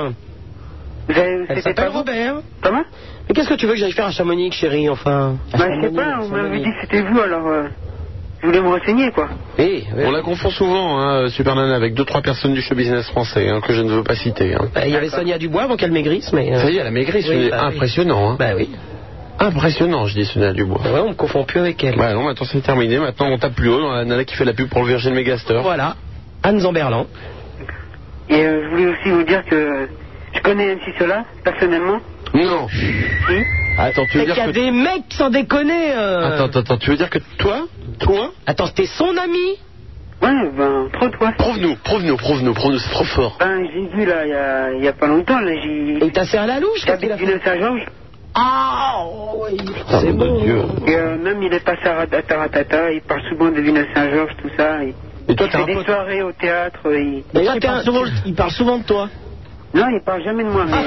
Elle s'appelle Robert. Comment? Mais qu'est-ce que tu veux que j'aille faire à Chamonix, chérie, enfin? Je sais pas, on m'avait dit que c'était vous, alors je voulais me renseigner, quoi. On la confond souvent, hein, Super Nana, avec 2-3 personnes du show business français, hein, que je ne veux pas citer. Hein. Il y avait Sonia Dubois avant qu'elle maigrisse, mais... Ça y est, elle a maigri, c'est impressionnant. Hein. Bah oui. Impressionnant, je dis Sonia Dubois. Ouais, on me confond plus avec elle. Ouais, non, maintenant c'est terminé, maintenant on tape plus haut, dans la nana qui fait la pub pour le Virgin Megastore. Voilà, Anne Zamberlan. Et je voulais aussi vous dire que je connais MC Solar, personnellement. Non. Si. Attends, tu veux dire qu'il y a des mecs sans déconner. Attends, tu veux dire que toi Attends, t'es son ami? Ouais, ben, trop toi. Prouve-nous, c'est trop fort. Ben, j'ai vu là, il y a pas longtemps, là, j'ai... Et t'as serré à la louche? J'habite Villeneuve-Saint-Georges. Ah, oui. C'est bon. Dieu. Et même il est passé à Taratata, il parle souvent de Villeneuve-Saint-Georges, tout ça. Et toi, il fait des soirées au théâtre. D'ailleurs, il parle souvent de toi. Non, il parle jamais de moi, mais...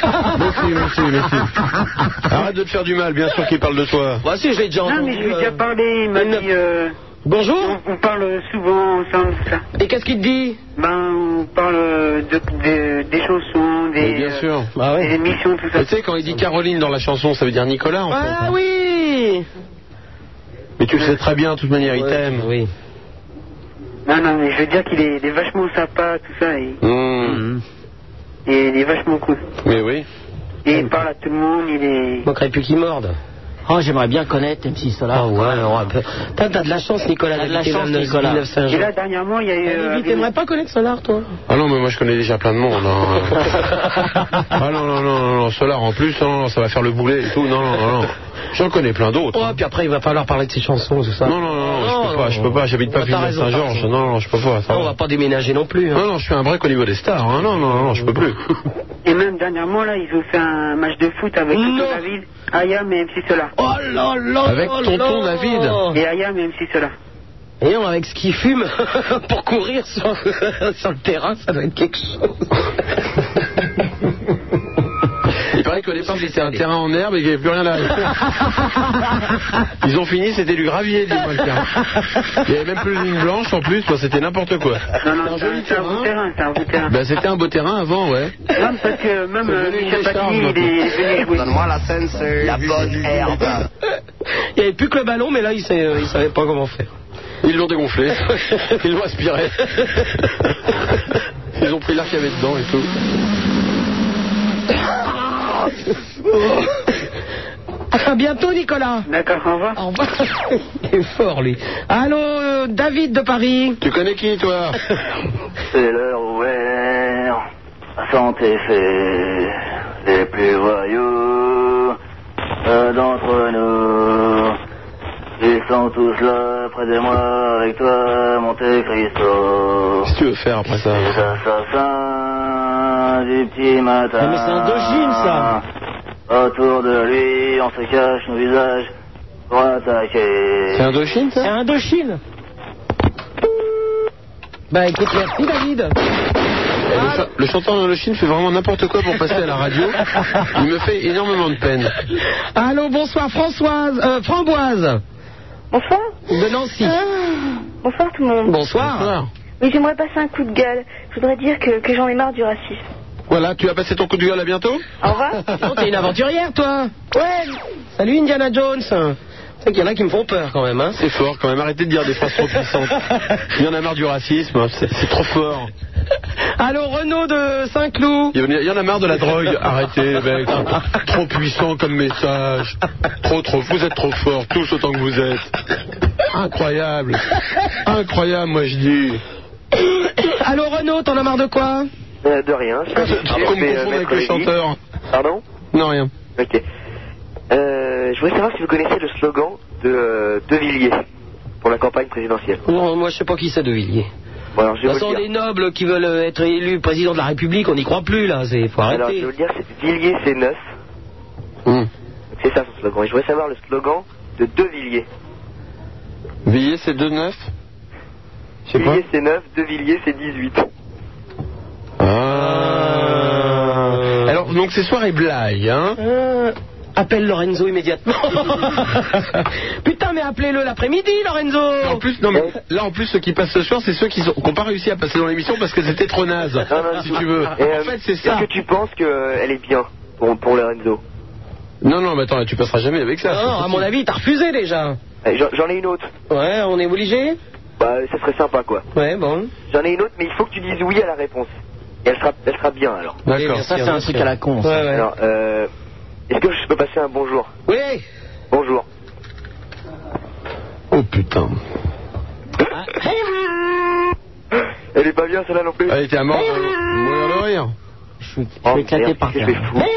Merci. Arrête de te faire du mal, bien sûr qu'il parle de toi. Bah si, je l'ai déjà entendu. Non, mais je lui ai déjà parlé, il m'a dit... Bonjour. On parle souvent ensemble, tout ça. Et qu'est-ce qu'il te dit? Ben, on parle des chansons, bien sûr. des émissions, tout ça. Tu sais, quand il dit Caroline dans la chanson, ça veut dire Nicolas, en fait. Ah oui. Mais tu le sais très bien, de toute manière, il t'aime. Oui. Non, mais je veux dire qu'il est vachement sympa, tout ça, et il est vachement cool. Mais oui. Et il parle à tout le monde, il est... Manquerait plus qu'il morde. Oh, j'aimerais bien connaître MC Solar. Oh ouais, t'as de la chance, Nicolas. T'as de la chance, Nicolas. Et là, dernièrement, il y a eu... T'aimerais pas connaître Solar, toi? Ah non, mais moi je connais déjà plein de monde. Hein. Ah non, Solar en plus, non, ça va faire le boulet et tout. Non. J'en connais plein d'autres. Oh, puis après, il va falloir parler de ses chansons, tout ça. Non, je peux pas, j'habite pas Villeneuve-Saint-Georges. Non, je peux pas. On va pas déménager non plus. Hein. Non, je suis un break au niveau des stars. Hein. Non, je peux plus. Et même dernièrement, là, ils ont fait un match de foot avec Tonton David, Ayam et MC Solar. Oh là. Avec Tonton David. Et Ayam et MC Solar. Et non, avec ce qu'il fume pour courir sur le terrain, ça doit être quelque chose. Il paraît qu'au départ c'était un terrain en herbe et qu'il n'y avait plus rien derrière. Ils ont fini, c'était du gravier, dis-moi le terrain. Il n'y avait même plus de ligne blanche en plus, c'était n'importe quoi. Non, c'est un beau terrain, Ben, c'était un beau terrain avant, ouais. Non, parce que même Michel Platini, il est venu jouer. Donne-moi la la bonne herbe. Il n'y avait plus que le ballon, mais là, il ne savait pas comment faire. Ils l'ont dégonflé, ils l'ont aspiré. Ils ont pris l'air qu'il y avait dedans et tout. À bientôt, Nicolas. D'accord, au revoir. Au revoir. Il est fort, lui. Allô, David de Paris. Tu connais qui, toi? C'est l'heure où santé fait les plus voyous d'entre nous. Ils sont tous là, près de moi, avec toi, Monte Cristo. Qu'est-ce que tu veux faire après ça? Les assassins du petit matin. Mais c'est Indochine, ça. Autour de lui, on se cache nos visages pour attaquer. C'est Indochine, ça? C'est Indochine. Bah écoute, merci, David. Le chanteur d'Indochine fait vraiment n'importe quoi pour passer à la radio. Il me fait énormément de peine. Allô, bonsoir, Framboise. Bonsoir. De Nancy. Bonsoir tout le monde. Bonsoir. Oui, j'aimerais passer un coup de gueule. Je voudrais dire que j'en ai marre du racisme. Voilà, tu vas passer ton coup de gueule, à bientôt. Au revoir. Oh, t'es une aventurière, toi. Ouais. Salut, Indiana Jones. C'est qu'il y en a qui me font peur quand même, hein. C'est fort quand même, arrêtez de dire des phrases trop puissantes. Il y en a marre du racisme, c'est trop fort. Allô, Renaud de Saint-Cloud. Il y en a marre de la drogue, arrêtez, mec. Trop puissant comme message. Trop, vous êtes trop fort, tous autant que vous êtes. Incroyable. Incroyable, moi je dis. Allô, Renaud, t'en as marre de quoi? De rien. Comme confondre avec le chanteur. Pardon? Non, rien. Ok. Je voulais savoir si vous connaissez le slogan de Villiers pour la campagne présidentielle. Non, moi je sais pas qui c'est de Villiers. Bon, alors, de toute façon, des nobles qui veulent être élus président de la République, on n'y croit plus là, faut arrêter. Alors je vais vous le dire, c'est Villiers c'est neuf. C'est ça son slogan. Et je voudrais savoir le slogan de Villiers. Villiers c'est 2-9. Villiers c'est 9, de Villiers c'est 18. Alors donc c'est soirée blague, hein. Appelle Lorenzo immédiatement. Putain, mais appelez-le l'après-midi, Lorenzo. En plus, non mais là en plus ceux qui passent ce soir, c'est ceux qui n'ont pas réussi à passer dans l'émission parce que c'était trop naze. Non, si tu veux. En fait, c'est ça. Est-ce que tu penses qu'elle est bien pour Lorenzo? Non, mais attends, là, tu passeras jamais avec ça. Non, à mon avis, t'as refusé déjà. J'en ai une autre. Ouais, on est obligé. Bah, ça serait sympa, quoi. Ouais, bon. J'en ai une autre, mais il faut que tu dises oui à la réponse. Et elle sera bien, alors. D'accord. Ça, c'est un truc à la con. Ouais. Alors, est-ce que je peux passer un bonjour? Oui. Bonjour. Oh putain. Elle est pas bien, celle-là non plus. Elle était à mort de rire. Je vais éclater par terre.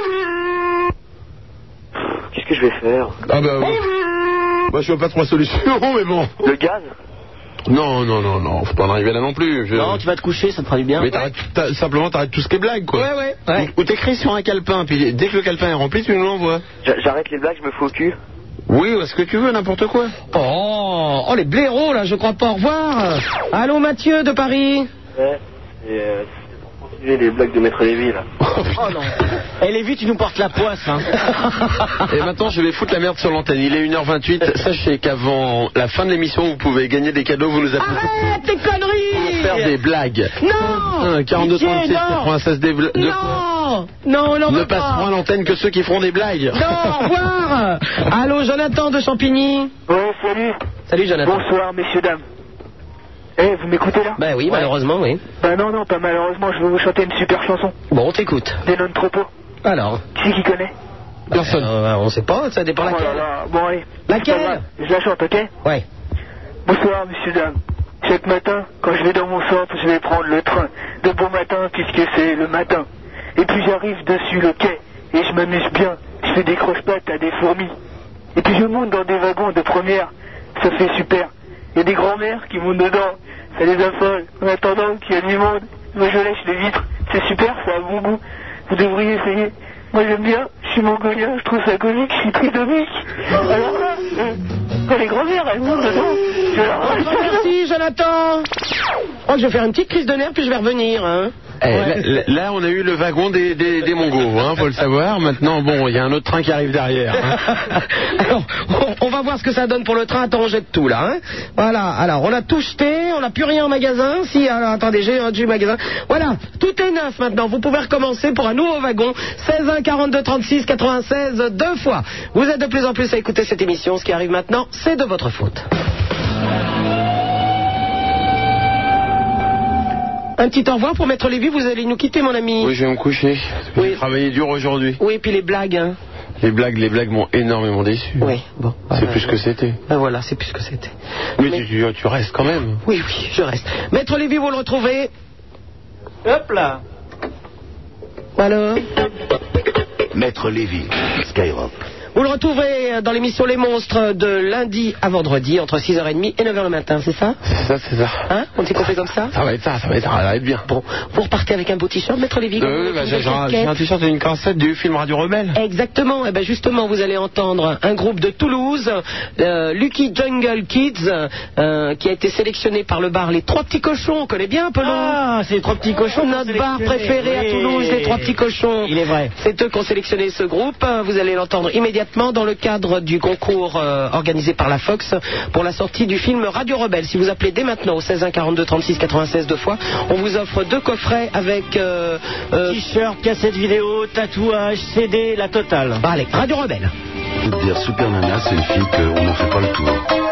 Qu'est-ce que je vais faire? Ah bah ouais. Moi je vois pas trois solutions, mais bon. Le gaz? Non, faut pas en arriver là non plus. Non, tu vas te coucher, ça te fera du bien. Mais simplement t'arrêtes tout ce qui est blague, quoi. Ouais. Ou t'écris sur un calepin, puis dès que le calepin est rempli, tu nous l'envoies. J'arrête les blagues, je me fous au cul. Oui, est-ce que tu veux, n'importe quoi. Oh, les blaireaux, là, je crois pas. Au revoir. Allô, Mathieu de Paris. Ouais, c'est pour continuer les blagues de Maître Lévy, là. Oh non. Et Lévy, tu nous portes la poisse, hein. Et maintenant, je vais foutre la merde sur l'antenne. Il est 1h28. Sachez qu'avant la fin de l'émission, vous pouvez gagner des cadeaux. Vous nous appelez. Arrête tes conneries. Pour faire des blagues. Non. 42 36 96 des blagues. Non, ne passeront à l'antenne que ceux qui feront des blagues. Non, au revoir. Allô, Jonathan de Champigny. Ouais, salut. Salut, Jonathan. Bonsoir, messieurs, dames. Vous m'écoutez là? Ben oui, malheureusement, oui. Bah non, pas malheureusement, je vais vous chanter une super chanson. Bon, on t'écoute. Des noms de troupeau. Alors? Qui c'est qui connaît? Personne. On sait pas, ça dépend laquelle. Bon, allez. Laquelle? Je la chante, ok? Ouais. Bonsoir, messieurs, dames. Chaque matin, quand je vais dans mon centre, je vais prendre le train. De bon matin, puisque c'est le matin. Et puis j'arrive dessus le quai, et je m'amuse bien. Je fais des croche-pattes à des fourmis. Et puis je monte dans des wagons de première. Ça fait super. Il y a des grands-mères qui montent dedans. Ça les affole. En attendant qu'il y a du monde, moi je lèche les vitres. C'est super, ça a bon goût. Vous devriez essayer. Moi j'aime bien, je suis mongolien, je trouve ça comique, je suis tridomique. Alors là, quand les grands-mères elles montent dedans, je leur... Merci, Jonathan. Je crois que je vais faire une petite crise de nerfs puis je vais revenir, hein. Là, on a eu le wagon des Mongos, hein, faut le savoir. Maintenant, bon, il y a un autre train qui arrive derrière. Hein. Alors, on va voir ce que ça donne pour le train. Attends, on jette tout là. Hein. Voilà. Alors, on a tout jeté, on n'a plus rien en magasin. Si, alors, attendez, j'ai du magasin. Voilà, tout est neuf maintenant. Vous pouvez recommencer pour un nouveau wagon. 16 1 42 36 96 deux fois. Vous êtes de plus en plus à écouter cette émission. Ce qui arrive maintenant, c'est de votre faute. Un petit au revoir pour Maître Lévy, vous allez nous quitter, mon ami. Oui, je vais me coucher. Oui. J'ai travaillé dur aujourd'hui. Oui, et puis les blagues, hein. Les blagues m'ont énormément déçu. Oui, bon. C'est plus que c'était. Voilà, c'est plus que c'était. Mais tu restes quand même. Oui, je reste. Maître Lévy, vous le retrouvez. Hop là. Alors Maître Lévy, Skyrock. Vous le retrouverez dans l'émission Les Monstres de lundi à vendredi entre 6h30 et 9h le matin, c'est ça? C'est ça. Hein? On s'est compris comme ça? Ça va être bien. Bon, vous repartez avec un beau t-shirt, Maître Lévy? J'ai un t-shirt et une cassette du film Radio Rebelle. Exactement. Et ben justement, vous allez entendre un groupe de Toulouse, Lucky Jungle Kids, qui a été sélectionné par le bar Les Trois Petits Cochons. On connaît bien, Pelon? Ah, c'est Les Trois Petits Cochons. Notre bar préféré à Toulouse, Les Trois Petits Cochons. Il est vrai. C'est eux qui ont sélectionné ce groupe. Vous allez l'entendre immédiatement immédiatement dans le cadre du concours organisé par la Fox pour la sortie du film Radio Rebelle. Si vous appelez dès maintenant au 16 1 42 36 96 deux fois, on vous offre 2 coffrets avec t-shirt, cassette vidéo, tatouage, CD, la totale. Bah, allez, Radio Rebelle. Je veux dire, Super Nana, c'est une fille qu'on n'en fait pas le tour.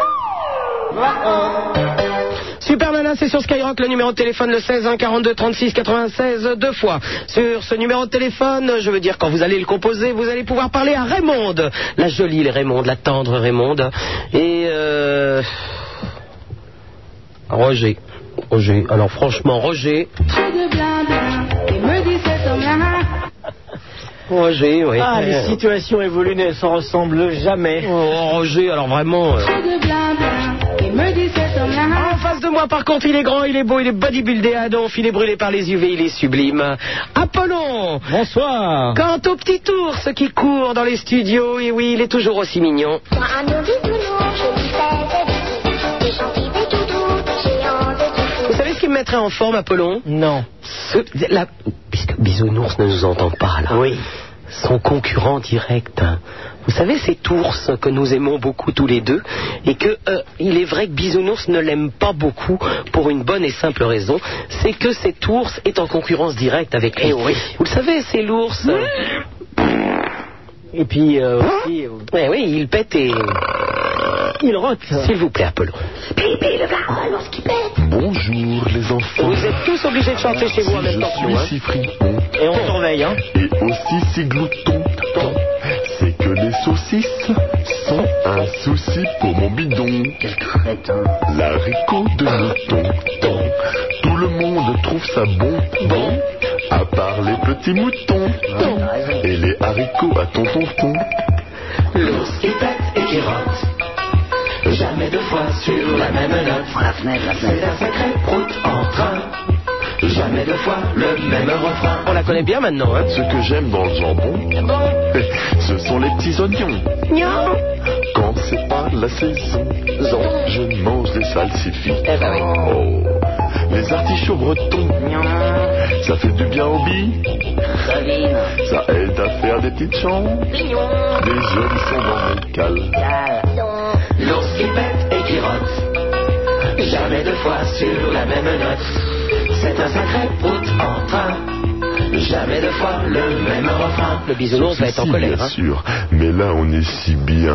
Super Nana, c'est sur Skyrock, le numéro de téléphone, le 16 1 42 36 96 deux fois. Sur ce numéro de téléphone, je veux dire, quand vous allez le composer, vous allez pouvoir parler à Raymonde, la jolie Raymonde, la tendre Raymonde, et Roger. Alors franchement, Roger, oui. Ah, les situations évoluent, ne se ressemblent jamais. Oh, Roger, alors vraiment... En face de moi, par contre, il est grand, il est beau, il est bodybuildé à donf, il est brûlé par les UV, il est sublime. Apollon. Bonsoir. Quant au petit ours qui court dans les studios, et oui, il est toujours aussi mignon. Vous savez ce qui me mettrait en forme, Apollon? Non. Puisque Bisounours ne nous entend pas, là. Oui. Son concurrent direct. Vous savez, cet ours que nous aimons beaucoup tous les deux, et que il est vrai que Bisounours ne l'aime pas beaucoup pour une bonne et simple raison, c'est que cet ours est en concurrence directe avec lui. Oui. Vous le savez, c'est l'ours. Et puis aussi... Oui, il pète et... Il rote. S'il vous plaît, Apollon. Pipi, le gars, alors qui pète. Bonjour les enfants. Vous êtes tous obligés de chanter chez vous en même temps que nous. Je suis si fripon. Et on surveille, hein. Et aussi si glouton. C'est que les saucisses sont un souci pour mon bidon. Quel crétin. L'haricot de mouton. Tout le monde trouve ça bon. À part les petits moutons. Et les haricots à tonton. L'ours qui pète et qui rote. Jamais 2 fois sur la même note. La fenêtre. C'est un sacré prout en train. Jamais 2 fois le même refrain. On la connaît bien maintenant, hein. Ce que j'aime dans le jambon, ce sont les petits oignons. Quand c'est pas la saison, je mange les salsifis. Oh, les artichauts bretons, ça fait du bien aux billes. Ça aide à faire des petites chants. Des jolis sons dans mon cale. L'ours qui pète et qui rote. Jamais 2 fois sur la même note. C'est un sacré prout en train. Jamais 2 fois le même refrain. Le bisounours va être en colère. Bien sûr, mais là on est si bien.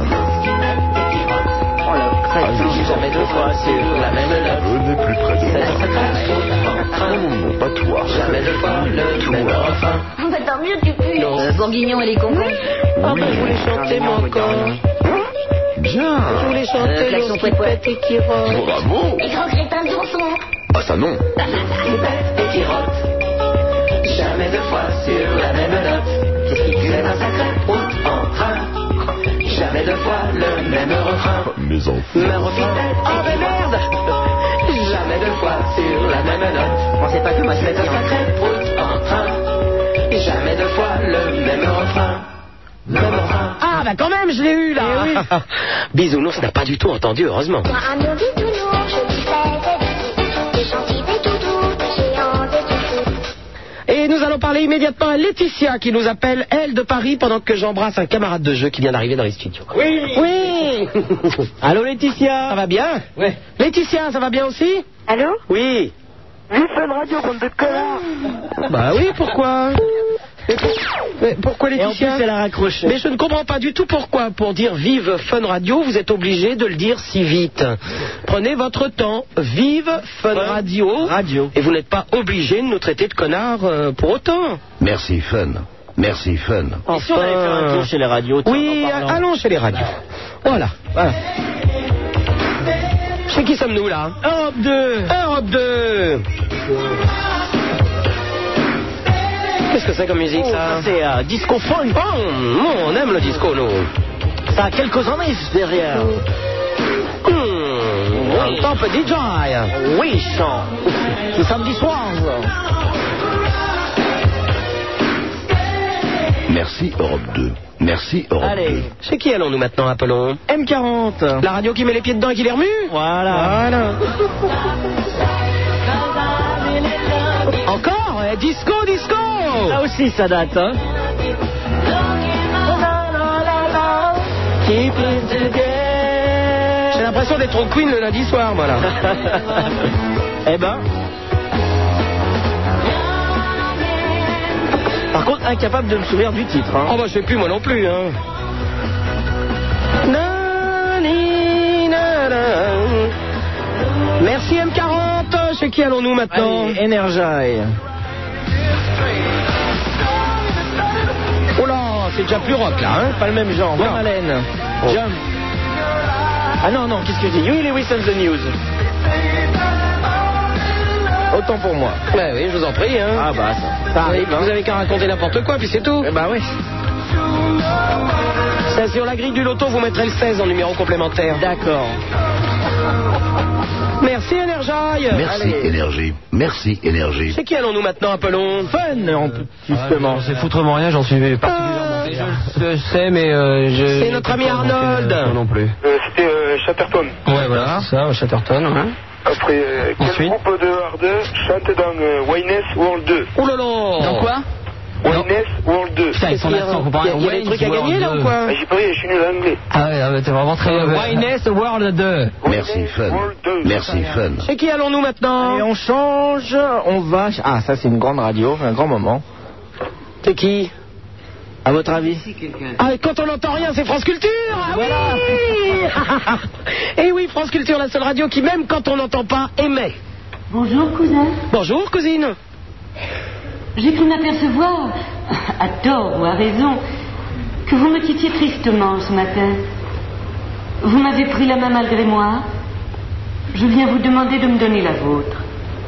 Jamais 2 fois sur la même note. Venez plus près de C'est un moi. sacré prout en train. Non, pas toi. Jamais 2 fois le même refrain. Bah tant mieux, tu pues. Bourguignon et les concons. Ah bah je voulais chanter moi encore. Bien. Je voulais chanter l'ours qui pète et qui rote. Bravo. Les grands crétins de Johnson. Ah ça non. Qui pète et qui rote. Jamais 2 fois sur la même note. C'est un sacré prout en train. Jamais 2 fois le même refrain. Mes enfants. Oh mais merde. Jamais 2 fois sur la même note. On sait pas que moi c'est un sacré prout en train. Jamais 2 fois le même refrain. Ah bah quand même, je l'ai eu là. Eh oui. Bisounours n'a pas du tout entendu, heureusement. Un nouveau bisounours, je lui fais des gentils, des toutous, des géants, des toutous. Et nous allons parler immédiatement à Laetitia qui nous appelle, elle, de Paris, pendant que j'embrasse un camarade de jeu qui vient d'arriver dans les studios. Oui. Allô Laetitia. Ça va bien? Ouais. Laetitia, ça va bien aussi? Allô? Oui. Vive Fun Radio, bande de connards. Bah oui, pourquoi? Mais pourquoi Et en Laetitia? plus elle a raccroché. Mais je ne comprends pas du tout pourquoi. Pour dire vive Fun Radio, vous êtes obligé de le dire si vite. Prenez votre temps. Vive Fun Radio. Et vous n'êtes pas obligé de nous traiter de connards pour autant. Merci Fun. Merci Fun. Et si on allait faire un tour chez les radios? Oui, allons chez les radios. Voilà. Chez qui sommes-nous là? Europe 2. Europe 2. Qu'est-ce que c'est comme musique ça? C'est disco funk. On aime le disco nous. Ça a quelques années derrière. Un top DJ. Oui, chant. C'est samedi soir. Merci Europe 2. Merci Europe 2. Chez qui allons-nous maintenant, Apollon? M40. La radio qui met les pieds dedans et qui les remue? Voilà. Encore? Disco. Là aussi ça date, hein. Keep it together. J'ai l'impression d'être au Queen le lundi soir, moi, là. Eh ben... Par contre, incapable de me souvenir du titre. Hein. Oh bah je sais plus, moi non plus. Hein. Merci M40. Chez qui allons-nous maintenant? Allez, Energy. Oh là, c'est déjà plus rock là, hein. Pas le même genre. Van Halen. Oh. Jump. Ah non, non, qu'est-ce que je dis? Huey Lewis and the News. Autant pour moi. Ouais, oui, je vous en prie. Hein. Ah bah ça arrive. Vous avez qu'à raconter n'importe quoi, puis c'est tout. Eh bah oui. Ça, sur la grille du loto, vous mettrez le 16 en numéro complémentaire. D'accord. Merci Énergie. Merci Énergie. Merci Énergie. C'est qui allons-nous maintenant, Apollon? Fun, justement. C'est foutrement rien, j'en suis particulièrement. Je sais, mais je... C'est notre ami Arnold. Non plus. C'était Chatterton. Ouais, voilà. Ça, Chatterton, ouais. Après, quel groupe de hard chante dans Wayne's World 2? Oh là là. Dans quoi? Wayne's World 2. Putain, ils sont accent, faut pas Il y a des trucs à gagner là ou quoi? J'ai pas dit, je suis nul en anglais. Ah ouais, t'es vraiment très... Wayne's World 2. Merci Fun. Merci Fun. Chez qui allons-nous maintenant? Et on change, on va... Ah, ça c'est une grande radio, un grand moment. C'est qui? À votre avis? Ah, quand on n'entend rien, c'est France Culture. Ah voilà. Oui. Et oui, France Culture, la seule radio qui, même quand on n'entend pas, émet. Bonjour, cousin. Bonjour, cousine. J'ai cru m'apercevoir, à tort ou à raison, que vous me quittiez tristement ce matin. Vous m'avez pris la main malgré moi. Je viens vous demander de me donner la vôtre.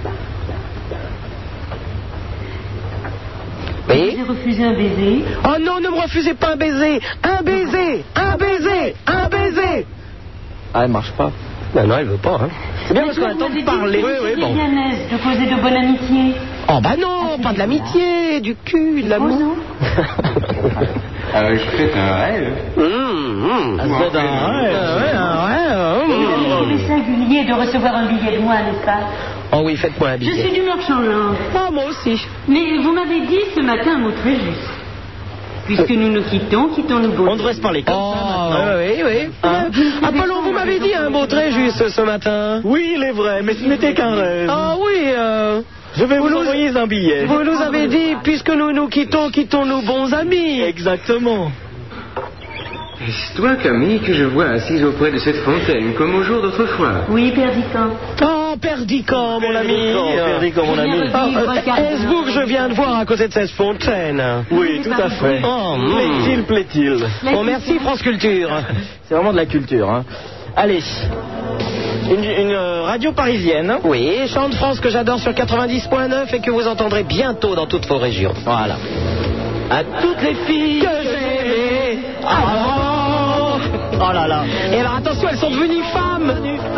Oui. J'ai refusé un baiser. Oh non, ne me refusez pas un baiser. Un baiser, un baiser, un baiser. Ah, elle marche pas. Non, non, elle veut pas. Hein. C'est bien parce qu'on attend de parler. Oui, oui, bon. Bien aise de causer de bonne amitié. Oh bah non, pas de l'amitié, du cul, de l'amour. Alors, je fais un rêve. C'est un rêve. Il est singulier de recevoir un billet de moi, n'est-ce pas? Oh oui, faites-moi un billet. Je suis d'humeur changeante. Oh, moi aussi. Mais vous m'avez dit ce matin un mot très juste. Puisque nous nous quittons, quittons-nous beaux. On devrait se parler comme ça maintenant. Oui, oui. Apollon, vous m'avez dit un mot très juste ce matin. Oui, il est vrai, mais ce n'était qu'un rêve. Ah oui, je vais vous envoyer un billet. Vous nous avez dit, puisque nous nous quittons, quittons-nous bons amis. Exactement. Est-ce toi, Camille, que je vois assise auprès de cette fontaine, comme au jour d'autrefois? Oui, Perdican. Oh, Perdican, mon ami. Perdican, mon ami. Est-ce que je viens de voir à côté de cette fontaine? Oui, tout à fait. Oh, plaît-il. Bon, merci, France Culture. C'est vraiment de la culture, hein. Allez. Une radio parisienne. Oui, Chant de France que j'adore sur 90.9 et que vous entendrez bientôt dans toutes vos régions. Voilà. À toutes les filles que j'aimais avant. Oh là là. Et alors attention, elles sont devenues femmes.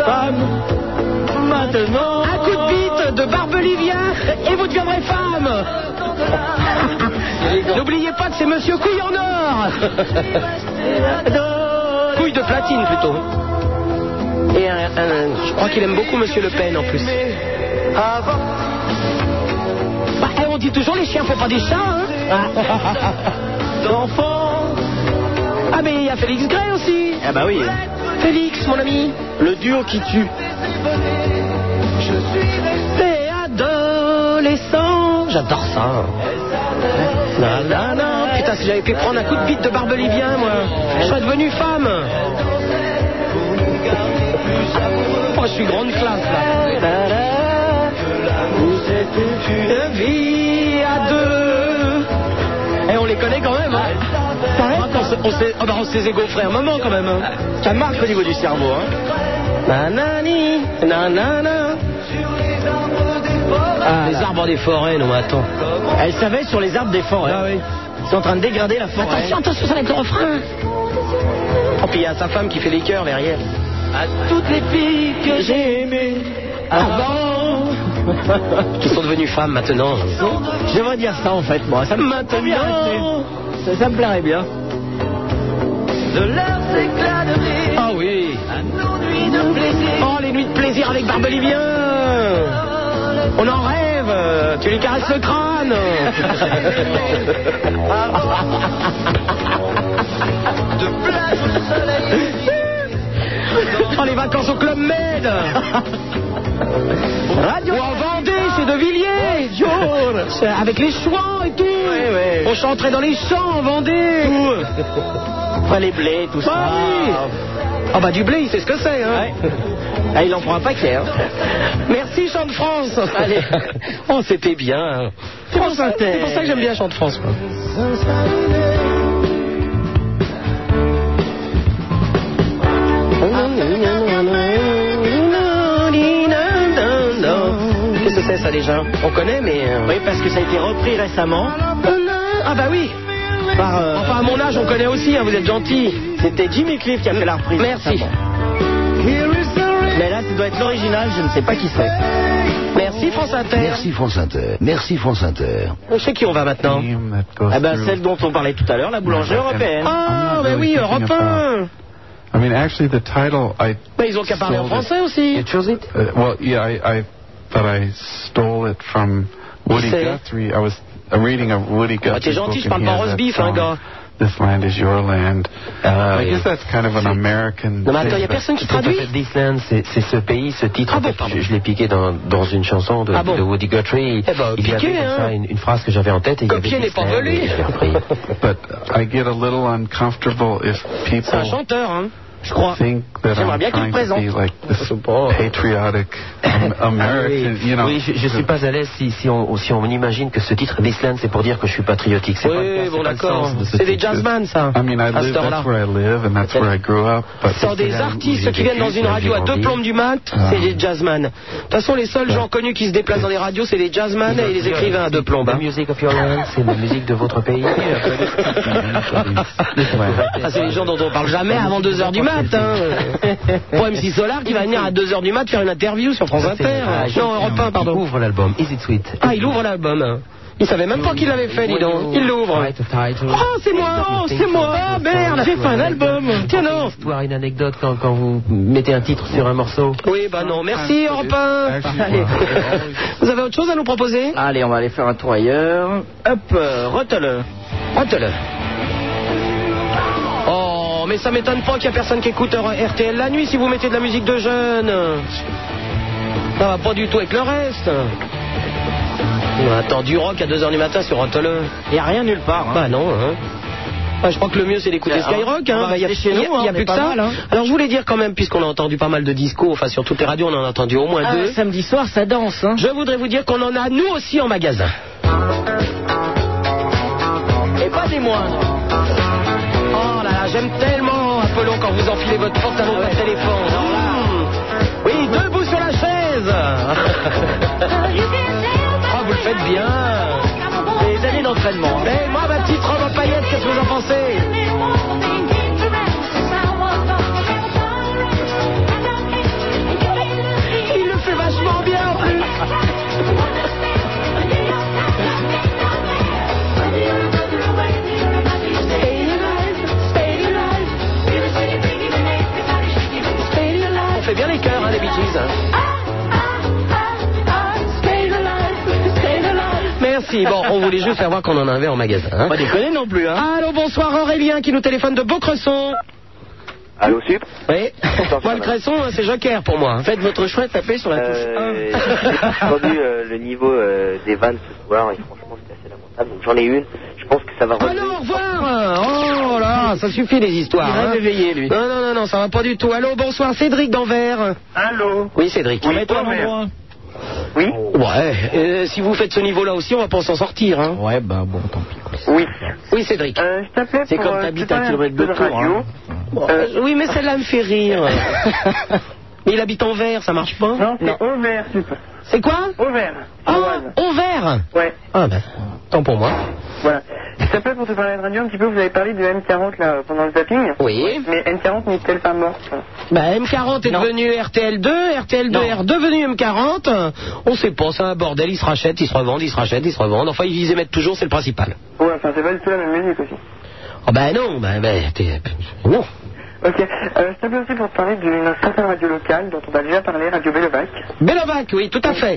Maintenant. Un coup de bite de Barbelivien et vous deviendrez femme. N'oubliez pas que c'est Monsieur Couille en or. Couille de platine plutôt. Et je crois qu'il aime beaucoup Monsieur Le Pen en plus. Bah, on dit toujours les chiens font pas des chats, hein. D'enfants. Ah mais il y a Félix Gray aussi. Ah bah oui. Félix, mon ami. Le duo qui tue. Je suis resté adolescent. J'adore ça. Putain, si j'avais pu prendre un coup de bite de Barbelivien, moi, je serais devenu femme. Oh, je suis grande classe là. Une vie à deux. Et on les connaît quand même, hein. On s'est égaux frères maman quand même, hein. Ça marche au niveau du cerveau, hein. Nanani, nanana. Les arbres des forêts, non, attends. Elle savait sur les arbres des forêts. Ah oui. Ils sont en train de dégrader la forêt. Attention, attention, ça va être le refrain. Oh, puis il y a sa femme qui fait les chœurs derrière. À toutes les filles que j'ai aimées avant. Qui sont devenues femmes maintenant. Je devrais dire ça en fait, moi. Ça me maintenant. Ça me plairait bien. De leurs éclats de rire. Ah oui. À nos nuits de plaisir. Oh, les nuits de plaisir avec Barbelivien. On en rêve. Tu lui caresses le crâne. De plage au soleil. Oh, les vacances au Club Med. Radio. Ou en Vendée, chez De Villiers. Avec les chouans et tout. Ouais. On chanterait dans les champs en Vendée. Enfin, les blés, tout ça. Oui. Ah bah du blé, il sait ce que c'est, hein. Ouais. Ah, il en prend un paquet, hein. Merci, Chant de France. Allez. Oh, c'était bien. C'est pour ça que j'aime bien Chant de France, moi. Qu'est-ce que c'est ça déjà? On connaît, mais... Oui, parce que ça a été repris récemment. Ah bah oui. Enfin, à mon âge, on connaît aussi, hein, vous êtes gentil. C'était Jimmy Cliff qui a fait la reprise. Merci. Mais là, ça doit être l'original, je ne sais pas qui c'est. Merci France Inter. Merci France Inter. Merci France Inter. Chez qui on va maintenant? Eh ben, celle dont on parlait tout à l'heure, la boulangerie européenne. Ah, mais oui, Europe 1. I mean, actually, the title, Mais ils ont qu'à parler en français aussi. Well, yeah, I thought I stole it from Woody Guthrie. I was reading a Woody Guthrie. T'es gentil, je parle pas roast beef, hein, gars. This land is your land. I guess that's kind of an American. Non, mais attends, il n'y a personne qui traduit. This land, c'est ce pays, ce titre. Je l'ai piqué dans une chanson de Woody Guthrie. Eh ben, il y avait comme ça une phrase que j'avais en tête. Copier n'est pas volé. But I get a little uncomfortable if people. C'est un chanteur, hein. Je crois. J'aimerais bien qu'il me présente. Like this patriotic American, you know. Oui, je suis pas à l'aise si on imagine que ce titre This Land, c'est pour dire que je suis patriotique. C'est oui, bon d'accord. C'est des jazzman, ça. I mean, that's where I live and that's where I grew up. Ce sont des artistes qui viennent dans une radio à 2 plombes du mat, c'est des jazzman. De toute façon, les seuls gens connus qui se déplacent dans les radios, c'est les jazzman et les écrivains à 2 plombes. La music of your land, c'est la musique de votre pays. C'est les gens dont on parle jamais avant 2h du mat. Pour MC Solar qui va venir à 2h du mat faire une interview sur France Inter. Non, Europe 1, pardon. Il ouvre l'album Is It Sweet. Ah, il ouvre l'album. Il savait même pas qu'il l'avait fait, dis donc. Il l'ouvre. Oh, c'est moi. Oh, c'est moi. Ah, merde, j'ai fait un album. Tiens, non. Une anecdote quand vous mettez un titre sur un morceau. Oui, bah non. Merci, Europe 1. Vous avez autre chose à nous proposer? Allez, on va aller faire un tour ailleurs. Hop, Rottele. Oh, mais ça m'étonne pas qu'il y a personne qui écoute RTL la nuit si vous mettez de la musique de jeunes. Ça va pas du tout avec le reste. Attends, du rock à 2h du matin sur Rottele. Il n'y a rien nulle part. Hein. Bah non, hein. Je crois que le mieux c'est d'écouter Skyrock. Hein. Il n'y a plus que ça. Mal, hein. Alors je voulais dire quand même, puisqu'on a entendu pas mal de disco, enfin sur toutes les radios on en a entendu au moins 2. Samedi soir ça danse. Hein. Je voudrais vous dire qu'on en a nous aussi en magasin. Et pas des moindres. Oh là là, j'aime tellement Apollon quand vous enfilez votre pantalon de téléphone. Oui, debout sur la chaise. Oh, vous le faites bien. Des années d'entraînement. Mais moi, ma petite robe en paillettes, qu'est-ce que vous en pensez? Il le fait vachement bien en plus. On fait bien les chœurs, hein, les Bee Gees. Merci. Bon, on voulait juste faire voir qu'on en avait en magasin. Hein. Pas déconner non plus. Hein. Allô, bonsoir Aurélien qui nous téléphone de Beaucresson. Allô, Sup? Oui. Moi, le Cresson, c'est Joker pour moi. Faites votre choix et tapez sur la touche 1. J'ai entendu le niveau des vannes ce soir et franchement, c'était assez lamentable. Donc j'en ai une. Je pense que ça va revenir. Allô, au revoir. Oh là, ça suffit les histoires. Il va réveiller, lui. Non, ça va pas du tout. Allô, bonsoir, Cédric d'Anvers. Allô? Oui, Cédric. Mets-toi à l'endroit. Oui. Ouais, si vous faites ce niveau-là aussi, on va pas s'en sortir. Hein. Ouais, bah bon, tant pis. Oui. Oui, Cédric. Je t'appelais c'est pour... comme t'habites à 1 kilomètre de Tours. Hein. Oui, mais celle-là me fait rire. Mais il habite en vert, ça marche pas? Non, c'est Auvert, super. C'est quoi? Auvert. Ah, Auvert. Ouais. Ah ben, tant pour moi. Voilà. Je t'appelais pour te parler de radio un petit peu. Vous avez parlé de M40 là pendant le zapping. Oui. Mais M40 n'est-elle pas morte? Bah M40 est devenu RTL2, RTL2 est redevenu M40. On sait pas, c'est un bordel, ils se rachètent, ils se revendent, ils se rachètent, ils se revendent. Enfin, ils émettent toujours, c'est le principal. Ouais, enfin, c'est pas du tout la même musique aussi. Oh ben non, non. Ok, je t'appelais aussi pour te parler d'une certaine radio locale dont on a déjà parlé, Radio Bellovac. Bellovac, oui, tout à fait.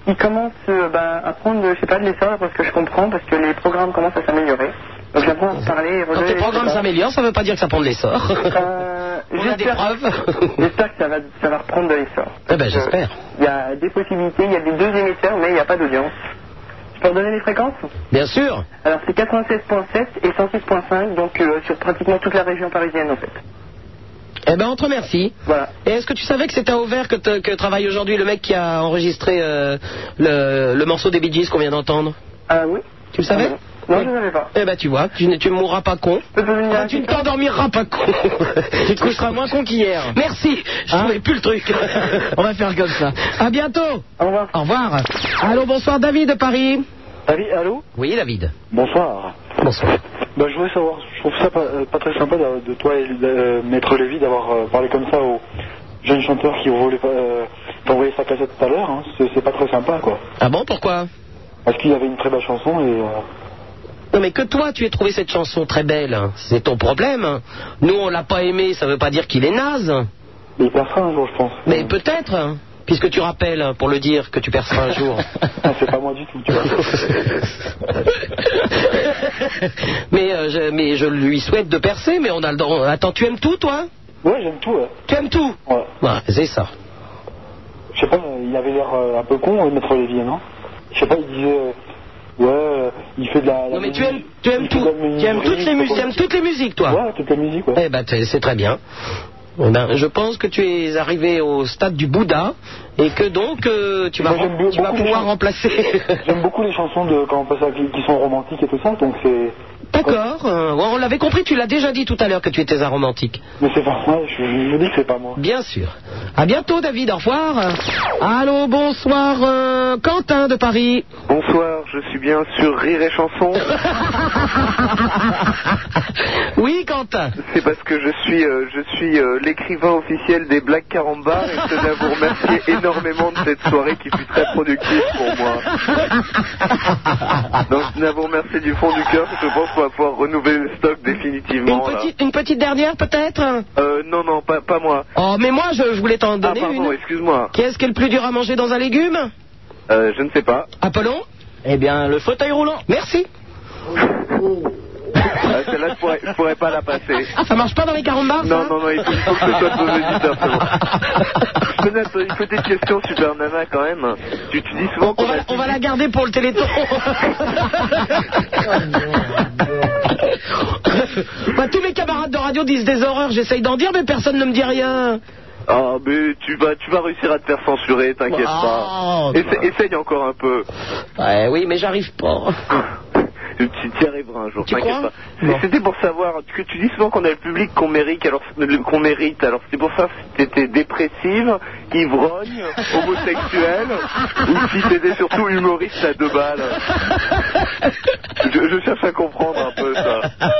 il commence à prendre, je sais pas, de l'essor, parce que je comprends, parce que les programmes commencent à s'améliorer. Donc j'apprends à parler. Quand tes programmes s'améliorent, ça veut pas dire que ça prend de l'essor. On a des preuves. J'espère que ça va reprendre de l'essor. Eh ben, j'espère. Il y a des possibilités, il y a des 2 émetteurs, mais il n'y a pas d'audience. Je peux redonner les fréquences? Bien sûr. Alors c'est 96.7 et 106.5, donc sur pratiquement toute la région parisienne en fait. Eh ben, on te remercie. Voilà. Et est-ce que tu savais que c'était à Auvers que travaille aujourd'hui le mec qui a enregistré le morceau des Bee Gees qu'on vient d'entendre? Ah oui. Tu le savais? Non, je ne savais pas. Eh ben, tu vois, tu ne mourras pas con. Tu ne t'endormiras pas con. Tu te coucheras moins con qu'hier. Merci. Je ne trouvais plus le truc. On va faire comme ça. À bientôt. Au revoir. Au revoir. Allô, bonsoir, David de Paris. David, allô? Oui, David. Bonsoir. Bonsoir. Ben, je voulais savoir, je trouve ça pas très sympa de toi et de Maître Lévy d'avoir parlé comme ça aux jeunes chanteurs qui voulaient t'envoyer sa cassette tout à l'heure. Hein. C'est pas très sympa, quoi. Ah bon, pourquoi? Parce qu'il y avait une très belle chanson et... Non, mais que toi, tu aies trouvé cette chanson très belle, c'est ton problème. Nous, on l'a pas aimé, ça veut pas dire qu'il est naze. Mais il percera un jour, je pense. Mais peut-être, puisque tu rappelles, pour le dire, que tu perceras un jour. Ah, c'est pas moi du tout, tu vois. mais je lui souhaite de percer, mais on a le droit. Attends, tu aimes tout, toi? Ouais, j'aime tout, ouais. Tu aimes tout? Ouais. Ouais, c'est ça. Je sais pas, il avait l'air un peu con, Maître Lévy, non? Je sais pas, il disait... il fait de la... Non, mais tu aimes tout. Tu aimes toutes les musiques, toi? Ouais, toutes les musiques, ouais. Eh ben, c'est très bien. Je pense que tu es arrivé au stade du Bouddha et que donc tu vas pouvoir remplacer. J'aime beaucoup les chansons qui sont romantiques et tout ça, donc c'est... D'accord, on l'avait compris, tu l'as déjà dit tout à l'heure que tu étais un romantique. Mais c'est pas moi, je vous dis que c'est pas moi. Bien sûr. À bientôt, David, au revoir. Allô, bonsoir, Quentin de Paris. Bonsoir, je suis bien sur Rire et Chanson. Oui, Quentin. C'est parce que je suis l'écrivain officiel des Blagues Carambars et je tenais à vous remercier énormément de cette soirée qui fut très productive pour moi. Donc je tenais à vous remercier du fond du cœur, je pense qu'on va pouvoir renouveler le stock définitivement. Une petite dernière peut-être? Non, pas moi. Oh, mais moi je voulais t'en donner une. Ah pardon, excuse-moi. Qui est-ce qui est le plus dur à manger dans un légume? Je ne sais pas. Apollon? Eh bien, le fauteuil roulant. Merci. Celle-là, je pourrais pas la passer. Ah, ça marche pas dans les carambars? Non, il faut que ce soit de vos éditeurs, c'est bon. Je connais une petite question, Super Nana, quand même. Tu dis souvent qu'on on va la garder pour le Téléthon. Tous mes camarades de radio disent des horreurs, j'essaye d'en dire, mais personne ne me dit rien. Ah, mais tu vas réussir à te faire censurer, t'inquiète pas. Essaye encore un peu. Ouais, oui, mais j'arrive pas. Tu y arriveras un jour, t'inquiète pas. Bon. C'était pour savoir, que tu dis souvent qu'on a le public qu'on mérite, alors c'était pour savoir si t'étais dépressive, ivrogne, homosexuelle, ou si t'étais surtout humoriste à 2 balles. Je cherche à comprendre un peu ça.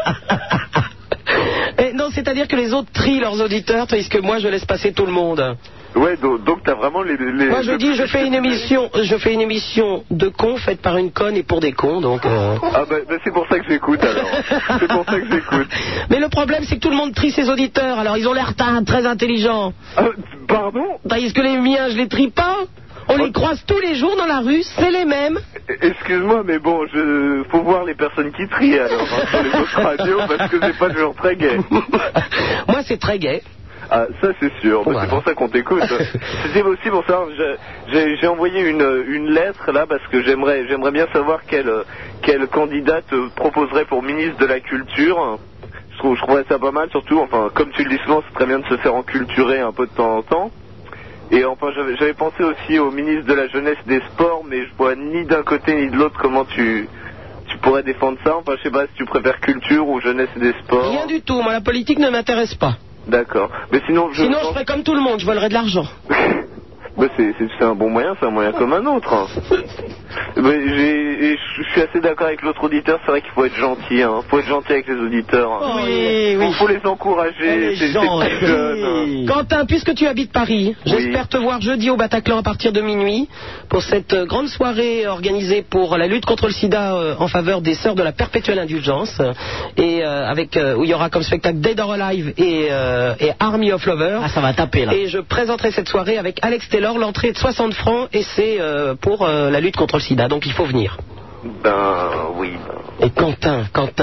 Non, c'est-à-dire que les autres trient leurs auditeurs, tandis que moi je laisse passer tout le monde. Ouais, donc t'as vraiment les... Moi je dis, je fais une émission de cons faite par une conne et pour des cons, donc... Ah bah c'est pour ça que j'écoute alors. C'est pour ça que j'écoute. Mais le problème c'est que tout le monde trie ses auditeurs, alors ils ont l'air très intelligents. Pardon? Tandis que les miens, je les trie pas. On les croise tous les jours dans la rue, c'est les mêmes. Excuse-moi, mais bon, faut voir les personnes qui trient alors, sur les autres radios, parce que c'est pas toujours très gai. Moi c'est très gai. Ah, ça c'est sûr, voilà. C'est pour ça qu'on t'écoute. C'était aussi pour ça, j'ai envoyé une lettre là, parce que j'aimerais bien savoir quelle candidate proposerait pour ministre de la Culture. Je trouverais ça pas mal, surtout, enfin, comme tu le dis souvent, c'est très bien de se faire enculturer un peu de temps en temps. Et enfin, j'avais pensé aussi au ministre de la Jeunesse des Sports, mais je vois ni d'un côté ni de l'autre comment tu pourrais défendre ça. Enfin, je sais pas si tu préfères culture ou jeunesse des sports. Rien du tout, moi la politique ne m'intéresse pas. D'accord. Mais sinon je ferais comme tout le monde, je volerais de l'argent. Bah c'est un bon moyen, c'est un moyen comme un autre. Je suis assez d'accord avec l'autre auditeur, c'est vrai qu'il faut être gentil, hein. Faut être gentil avec les auditeurs. Oh, oui. Faut les encourager, c'est plus jeune. Quentin, puisque tu habites Paris, j'espère te voir jeudi au Bataclan à partir de minuit pour cette grande soirée organisée pour la lutte contre le sida en faveur des Sœurs de la Perpétuelle Indulgence et où il y aura comme spectacle Dead or Alive et Army of Lovers. Ah, ça va taper là. Et je présenterai cette soirée avec Alex Taylor, l'entrée est de 60 francs et c'est pour la lutte contre le sida, donc il faut venir. Ben oui. Et Quentin,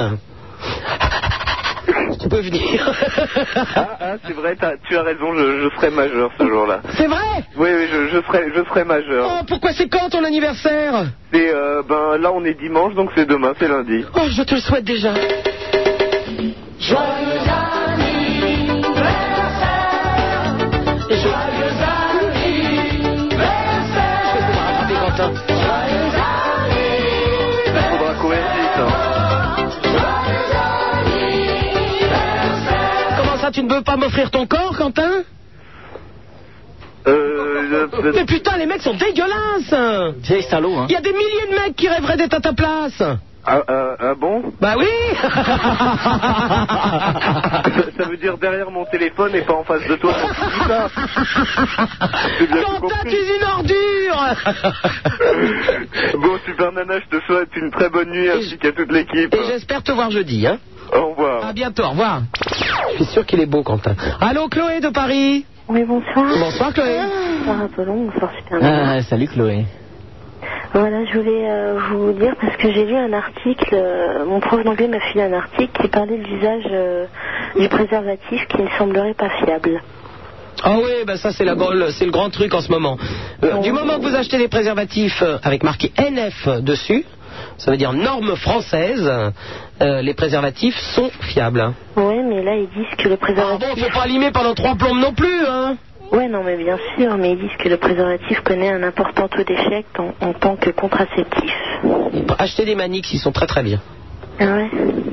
tu peux venir. C'est vrai, tu as raison, je serai majeur ce jour-là. C'est vrai? Oui, je serai majeur. Oh, pourquoi c'est quand ton anniversaire? C'est, là on est dimanche, donc c'est demain, c'est lundi. Oh, je te le souhaite déjà. Joyeux anniversaire, joyeux anniversaire. Je vais pouvoir rattraper Quentin. Faudra courir vite, hein. Comment ça, tu ne veux pas m'offrir ton corps, Quentin? Mais putain, les mecs sont dégueulasses. C'est salaud, hein. Il y a des milliers de mecs qui rêveraient d'être à ta place. Ah bon? Bah oui. Ça veut dire derrière mon téléphone et pas en face de toi. Quentin, tu es une ordure. Bon, Super Nana, je te souhaite une très bonne nuit ainsi qu'à toute l'équipe. Et j'espère te voir jeudi, hein. Au revoir. À bientôt, au revoir. Je suis sûr qu'il est beau, Quentin. Allô, Chloé de Paris. Oui, bonsoir. Bonsoir, Chloé. Bonsoir Apollon, bonsoir Super Nana. Salut Chloé. Voilà, je voulais vous dire, parce que j'ai lu un article, mon prof d'anglais m'a filé un article qui parlait de l'usage du préservatif qui ne semblerait pas fiable. Ah oui, bah ça c'est le grand truc en ce moment. Du moment que vous achetez des préservatifs avec marqué NF dessus, ça veut dire normes françaises, les préservatifs sont fiables. Oui, mais là ils disent que le préservatif... Ah bon, faut pas limer pendant 3 plombes non plus, hein. Ouais, non, mais bien sûr, mais ils disent que le préservatif connaît un important taux d'échec en tant que contraceptif. Achetez des Manix, ils sont très très bien. Ah ouais.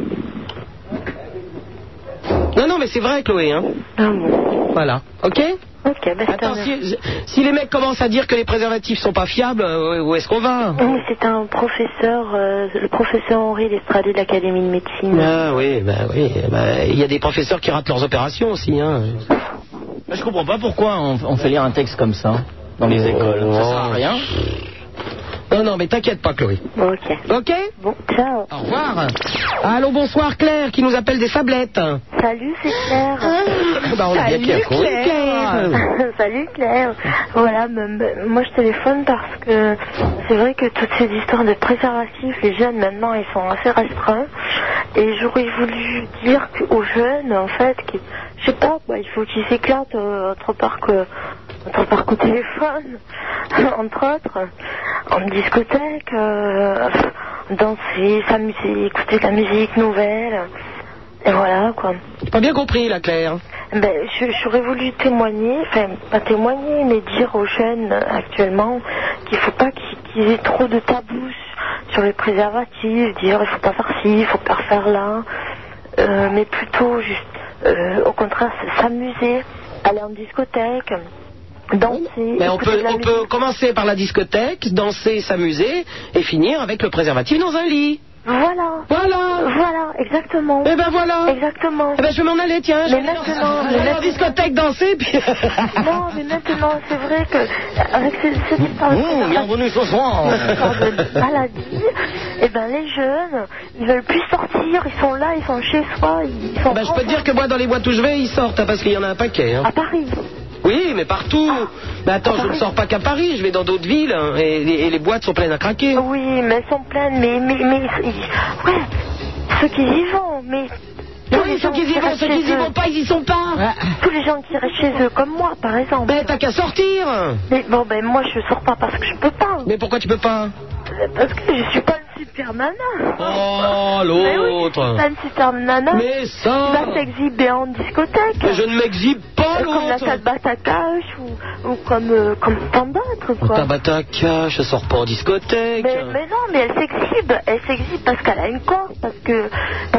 Non, mais c'est vrai, Chloé, hein. Ah bon. Voilà, ok. Ok, bah attends, si les mecs commencent à dire que les préservatifs sont pas fiables, où est-ce qu'on va? Oui, c'est un professeur, le professeur Henri Lestrade de l'Académie de médecine. Ah oui, il y a des professeurs qui ratent leurs opérations aussi, hein. Je comprends pas pourquoi on fait lire un texte comme ça dans les écoles. Ça sert à rien. Non, mais t'inquiète pas, Chloé. Ok. Ok. Bon, ciao. Au revoir. Allô, bonsoir, Claire, qui nous appelle des Sablettes. Salut, c'est Claire. On a bien Claire. Salut, Claire. Voilà, moi je téléphone parce que c'est vrai que toutes ces histoires de préservatifs, les jeunes maintenant, ils sont assez restreints. Et j'aurais voulu dire aux jeunes, en fait, je sais pas, il faut qu'ils s'éclatent autre part qu'au téléphone, entre autres, en discothèque, danser, s'amuser, écouter de la musique nouvelle, et voilà quoi. J'ai pas bien compris là, Claire. J'aurais voulu témoigner, enfin pas témoigner, mais dire aux jeunes actuellement qu'il faut pas qu'ils aient trop de tabous sur les préservatifs, dire il faut pas faire ci, il faut pas faire là, mais plutôt juste au contraire s'amuser, aller en discothèque, danser. Mais on peut commencer par la discothèque, danser, s'amuser et finir avec le préservatif dans un lit. Voilà, exactement. Eh ben voilà. Exactement. Eh ben je vais m'en aller, tiens. Mais maintenant, je vais aller en discothèque danser, puis... Non, mais maintenant, c'est vrai que avec cette histoire bienvenue ce soir. de maladie, les jeunes, ils veulent plus sortir, ils sont là, ils sont chez soi, ils sont... je peux te dire que moi, dans les boîtes où je vais, ils sortent, parce qu'il y en a un paquet. Hein. À Paris. Oui, mais partout. Mais attends, je ne sors pas qu'à Paris, je vais dans d'autres villes, hein, et les boîtes sont pleines à craquer. Oui, mais elles sont pleines, mais ouais, ceux qui y vont, mais... Oui, ceux qui y vont pas, ils y sont pas. Tous les gens qui restent chez eux, comme moi, par exemple. Mais t'as qu'à sortir. Mais moi je sors pas parce que je peux pas. Mais pourquoi tu peux pas? Parce que je suis pas une super nana. Oh, l'autre. Oui, je suis pas une super nana. Mais ça... Tu vas t'exhiber en discothèque. Mais je ne m'exhibe pas, l'autre. Comme la Tabata Cash ou comme tant d'autres, quoi. Tabata Cash, elle sort pas en discothèque. Mais non, mais elle s'exhibe parce qu'elle a une corde, parce que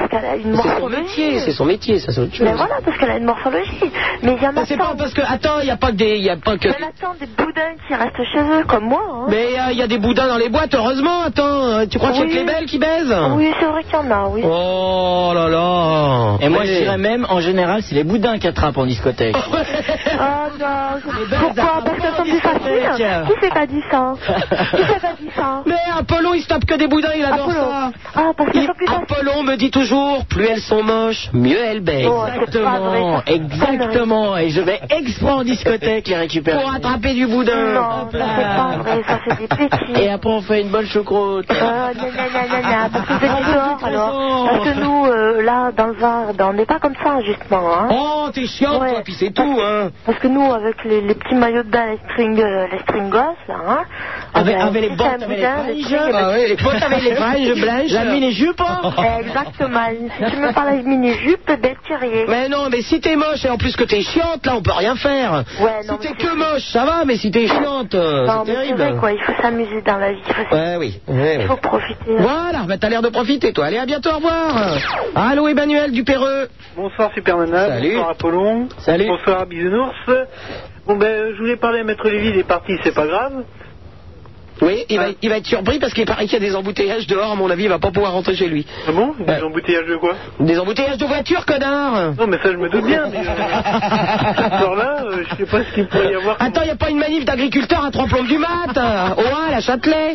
qu'elle a une morphologie. C'est son métier, ça c'est autre chose. Mais voilà, parce qu'elle a une morphologie. Mais il y en a c'est pas parce que... Attends, il n'y a pas que des... Il y en a des boudins qui restent chez eux, comme moi. Hein. Mais il y a des boudins dans les boîtes, heureusement. Attends, tu crois qu'il y a que les belles qui baisent? Oui, c'est vrai qu'il y en a, oui. Oh là là. Et moi, je dirais même, en général, c'est les boudins qui attrapent en discothèque. Ah non, pourquoi? Parce qu'elles sont plus faciles. Qui c'est qui a dit ça? Qui c'est qui a dit ça? Mais Apollon, il se tape que des boudins, il adore ça. Ah, parce qu'elles sont plus faciles. Apollon me dit toujours, plus elles sont moches, mieux elles baissent. Oh, exactement. Et je vais exprès en discothèque les récupérer. Pour attraper du boudin. Non, ça c'est pas vrai, ça c'est des petits. Et après on fait une bonne choucroute. Non, parce que vous êtes dehors alors. Parce que nous, là, dans le Var, on n'est pas comme ça, justement. Hein. Oh, t'es chiant, toi, puis c'est tout, hein. Parce que nous, avec les petits maillots de bain, les stringos, là, hein. Avec les bottes, avec les franges. Ah oui, les bottes avec les franges blanches. La mini-jupe, hein. Exactement. Si tu me parles de mini-jupe, ben, tu rien. Mais non, mais si t'es moche et en plus que t'es chiante, là, on peut rien faire. Ouais, non. Si t'es que moche, ça va, mais si t'es chiante, c'est terrible. C'est vrai, quoi. Il faut s'amuser dans la vie. Il faut profiter. Voilà, bah t'as l'air de profiter, toi. Allez, à bientôt, au revoir. Allô, Emmanuel Dupéreux. Bonsoir, Super Nana. Salut. Bonsoir, Apollon. Salut. Bonsoir, Bisounours. Bon, ben, je voulais parler à Maître Lévy, il est parti, c'est pas grave. Oui, il va être surpris parce qu'il paraît qu'il y a des embouteillages dehors, à mon avis, il va pas pouvoir rentrer chez lui. Ah bon? Des embouteillages de quoi? Des embouteillages de voitures, connard. Non, mais ça, je me doute bien, mais ce soir-là, je sais pas ce qu'il pourrait y avoir. Attends, y a pas une manif d'agriculteurs à 3 plombes du mat, au Hall, à Châtelet.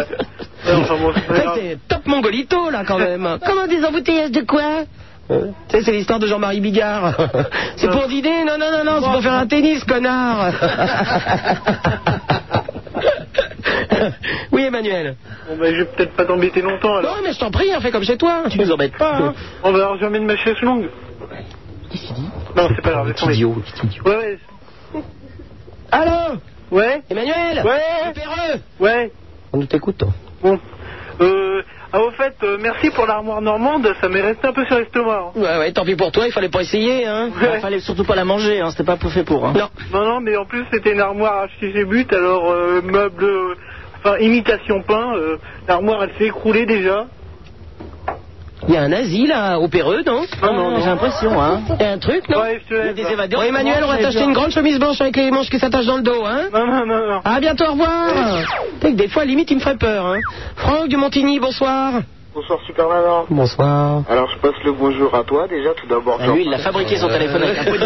C'est top mongolito, là, quand même. Comment des embouteillages de quoi? Tu sais, c'est l'histoire de Jean-Marie Bigard. C'est pour dîner? Non, c'est pour faire un tennis, connard. Oui, Emmanuel. Bon, ben, je vais peut-être pas t'embêter longtemps, alors. Non, mais je t'en prie, fais comme chez toi. Tu nous embêtes pas, hein. Bon, ben, alors, je ramène ma chaise longue. Qu'est-ce qu'il dit? Non, c'est pas grave, c'est idiot. Ouais. Allô? Ouais. Emmanuel? Ouais. Perreux? Ouais. On nous t'écoute, toi. Bon. Au fait, merci pour l'armoire normande, ça m'est resté un peu sur l'estomac. Hein. Ouais, tant pis pour toi, il fallait pas essayer, hein. Ouais. Il fallait surtout pas la manger, hein, c'était pas fait pour. Hein. Non, mais en plus, c'était une armoire achetée chez But, alors, meuble, imitation pain, l'armoire, elle s'est écroulée déjà. Il y a un asile là, au Perreux, non? Non, j'ai l'impression, hein. Il y a un truc, non? Ouais, je te laisse. Des évadés. Emmanuel, on va t'acheter une grande chemise blanche avec les manches qui s'attachent dans le dos, hein? Non. À bientôt, au revoir. Ouais. Des fois, limite, il me ferait peur, hein. Franck de Montigny, bonsoir. Bonsoir, Super Nana. Bonsoir. Alors, je passe le bonjour à toi, déjà, tout d'abord. Lui, il a fabriqué son téléphone avec un pot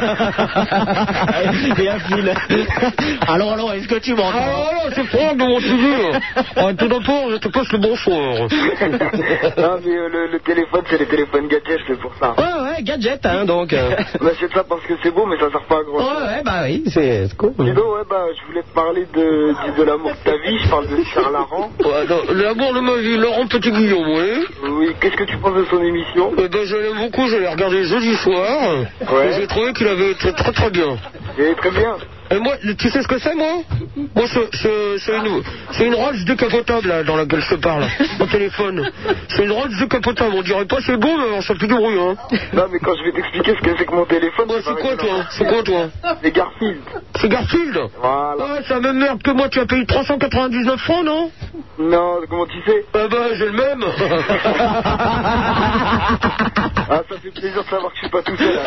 de et un fil. Alors, est-ce que tu m'entends? Ah, c'est Franck de Montigny. Tout d'abord, je te passe le bonsoir. Non, mais le téléphone, c'est les téléphones gadgets, c'est pour ça. Ouais, gadget, hein, donc. On achète ça parce que c'est beau, mais ça sert pas à grand chose. Ouais, bah oui, c'est cool. Sinon, je voulais te parler de l'amour de ta vie, je parle de Charles Laurent. L'amour de ma vie, Laurent Petit-Guillaume. Oui, qu'est-ce que tu penses de son émission? Je l'aime beaucoup, je l'ai regardé jeudi soir. Ouais. Et j'ai trouvé qu'il avait été très très bien. Et très bien. Et moi, tu sais ce que c'est, moi? Moi, c'est une Rolls décapotable, là, dans laquelle je te parle, au téléphone. C'est une Rolls décapotable, on dirait pas c'est beau, mais on fait plus du bruit, hein. Non, mais quand je vais t'expliquer ce que c'est que mon téléphone... Ouais, c'est quoi, toi? C'est Garfield. C'est Garfield? Voilà. Ouais, c'est la même merde que moi, tu as payé 399 francs, non? Non, comment tu sais? J'ai le même. Ah, ça fait plaisir de savoir que je suis pas tout seul,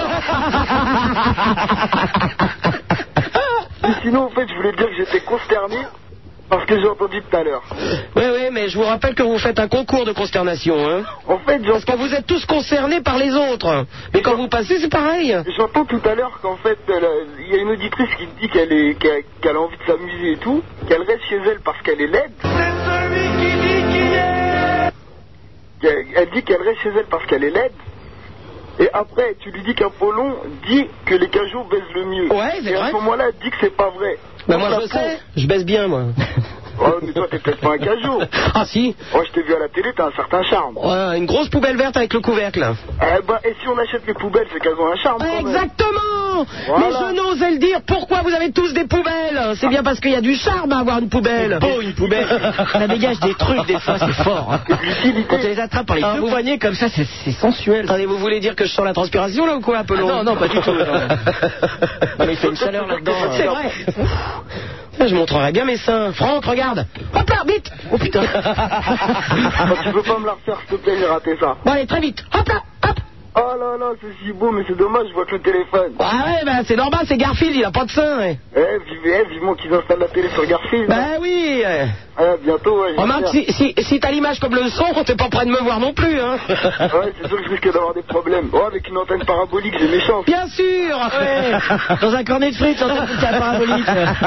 alors. Sinon, en fait, je voulais te dire que j'étais consterné parce que j'ai entendu tout à l'heure. Oui, mais je vous rappelle que vous faites un concours de consternation, hein. En fait, parce que vous êtes tous concernés par les autres. Mais quand vous passez, c'est pareil. J'entends tout à l'heure qu'en fait, il y a une auditrice qui me dit qu'elle a envie de s'amuser et tout, qu'elle reste chez elle parce qu'elle est laide. C'est celui qui dit qu'il est. Elle dit qu'elle reste chez elle parce qu'elle est laide. Et après, tu lui dis qu'Apollon dit que les cajots baisent le mieux. Ouais, c'est vrai. Et à ce moment-là, elle dit que c'est pas vrai. Bah moi je sais, je baisse bien moi. Oh, mais toi t'es peut-être pas un cajot. Ah si. Oh, je t'ai vu à la télé, t'as un certain charme. Ouais, une grosse poubelle verte avec le couvercle. Et si on achète les poubelles, c'est qu'elles ont un charme. Exactement. Voilà. Mais je n'osais le dire, pourquoi vous avez tous des poubelles? C'est bien parce qu'il y a du charme à avoir une poubelle. Oh, une poubelle. Ça dégage des trucs des fois, c'est fort. Hein. Quand tu les attrapes par les deux poignets comme ça, c'est sensuel. Attendez, vous voulez dire que je sens la transpiration là ou quoi, Apollon? Non, pas du tout. Non, mais il fait une chaleur là-dedans. C'est vrai. Je montrerai bien mes seins. Franck, regarde. Hop là, vite. Oh putain. Tu peux pas me la refaire, s'il te plaît, j'ai raté ça. Bon, allez, très vite. Hop là, hop. Oh là là, c'est si beau, mais c'est dommage, je vois que le téléphone. Ah ouais, bah c'est normal, c'est Garfield, il a pas de seins. Vivement qu'ils installent la télé sur Garfield. Bah oui. Bientôt, ouais. Remarque, si t'as l'image comme le son, t'es pas prêt de me voir non plus, hein. Ouais, c'est sûr que je risque d'avoir des problèmes. Oh, avec une antenne parabolique, j'ai mes chances. Bien sûr. Ouais. Dans un cornet de frites, l'antenne parabolique.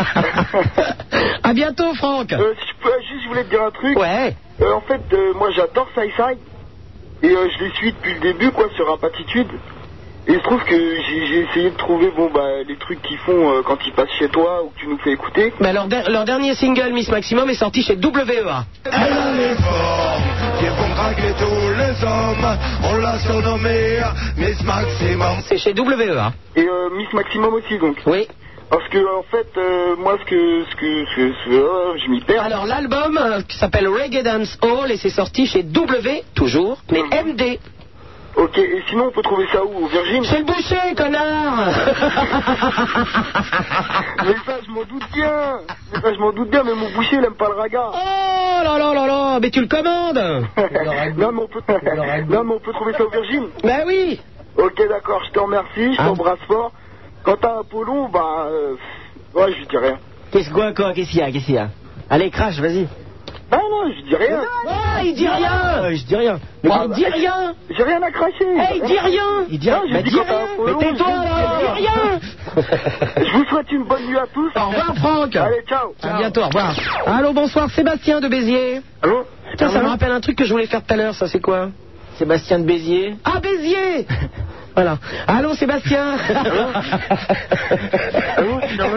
À bientôt, Franck. Si je voulais te dire un truc. Ouais. En fait, moi j'adore Sci-Fi. Et je les suis depuis le début, quoi, sur Apatitude. Et je trouve que j'ai essayé de trouver, les trucs qu'ils font quand ils passent chez toi ou que tu nous fais écouter. Bah, leur dernier single, Miss Maximum, est sorti chez WEA. Elle a les formes qui vont draguer tous les hommes. On l'a surnommée Miss Maximum. C'est chez WEA. Et Miss Maximum aussi, donc. Oui. Parce que, en fait, moi, je m'y perds. Alors, l'album qui s'appelle Reggae Dance Hall et c'est sorti chez W, toujours, mais MD. Ok, et sinon, on peut trouver ça où, au Virgin? Chez le boucher, connard. Mais ça, je m'en doute bien. Mais mon boucher, il aime pas le raga. Oh là là là là, mais tu le commandes. Non, mais on peut trouver ça au Virgin? Ben oui. Ok, d'accord, je te remercie, je t'embrasse fort. Quant à Apollon, ouais, je lui dis rien. Qu'est-ce qu'il y a? Allez, crash, vas-y. Ah non, je dis rien. Ah, il dit rien. Je dis rien. Mais il dit rien. J'ai rien à cracher. Il dit rien. Il dit rien. Mais dis rien. Mais tais-toi là. Il dit rien. Je vous souhaite une bonne nuit à tous. Au revoir, Franck. Allez, ciao. À bientôt, au revoir. Allô, bonsoir, Sébastien de Béziers. Allô. Tiens, ça me rappelle un truc que je voulais faire tout à l'heure, ça c'est quoi? Sébastien de Béziers. Ah, Béziers. Voilà. Allô, Sébastien. Allô,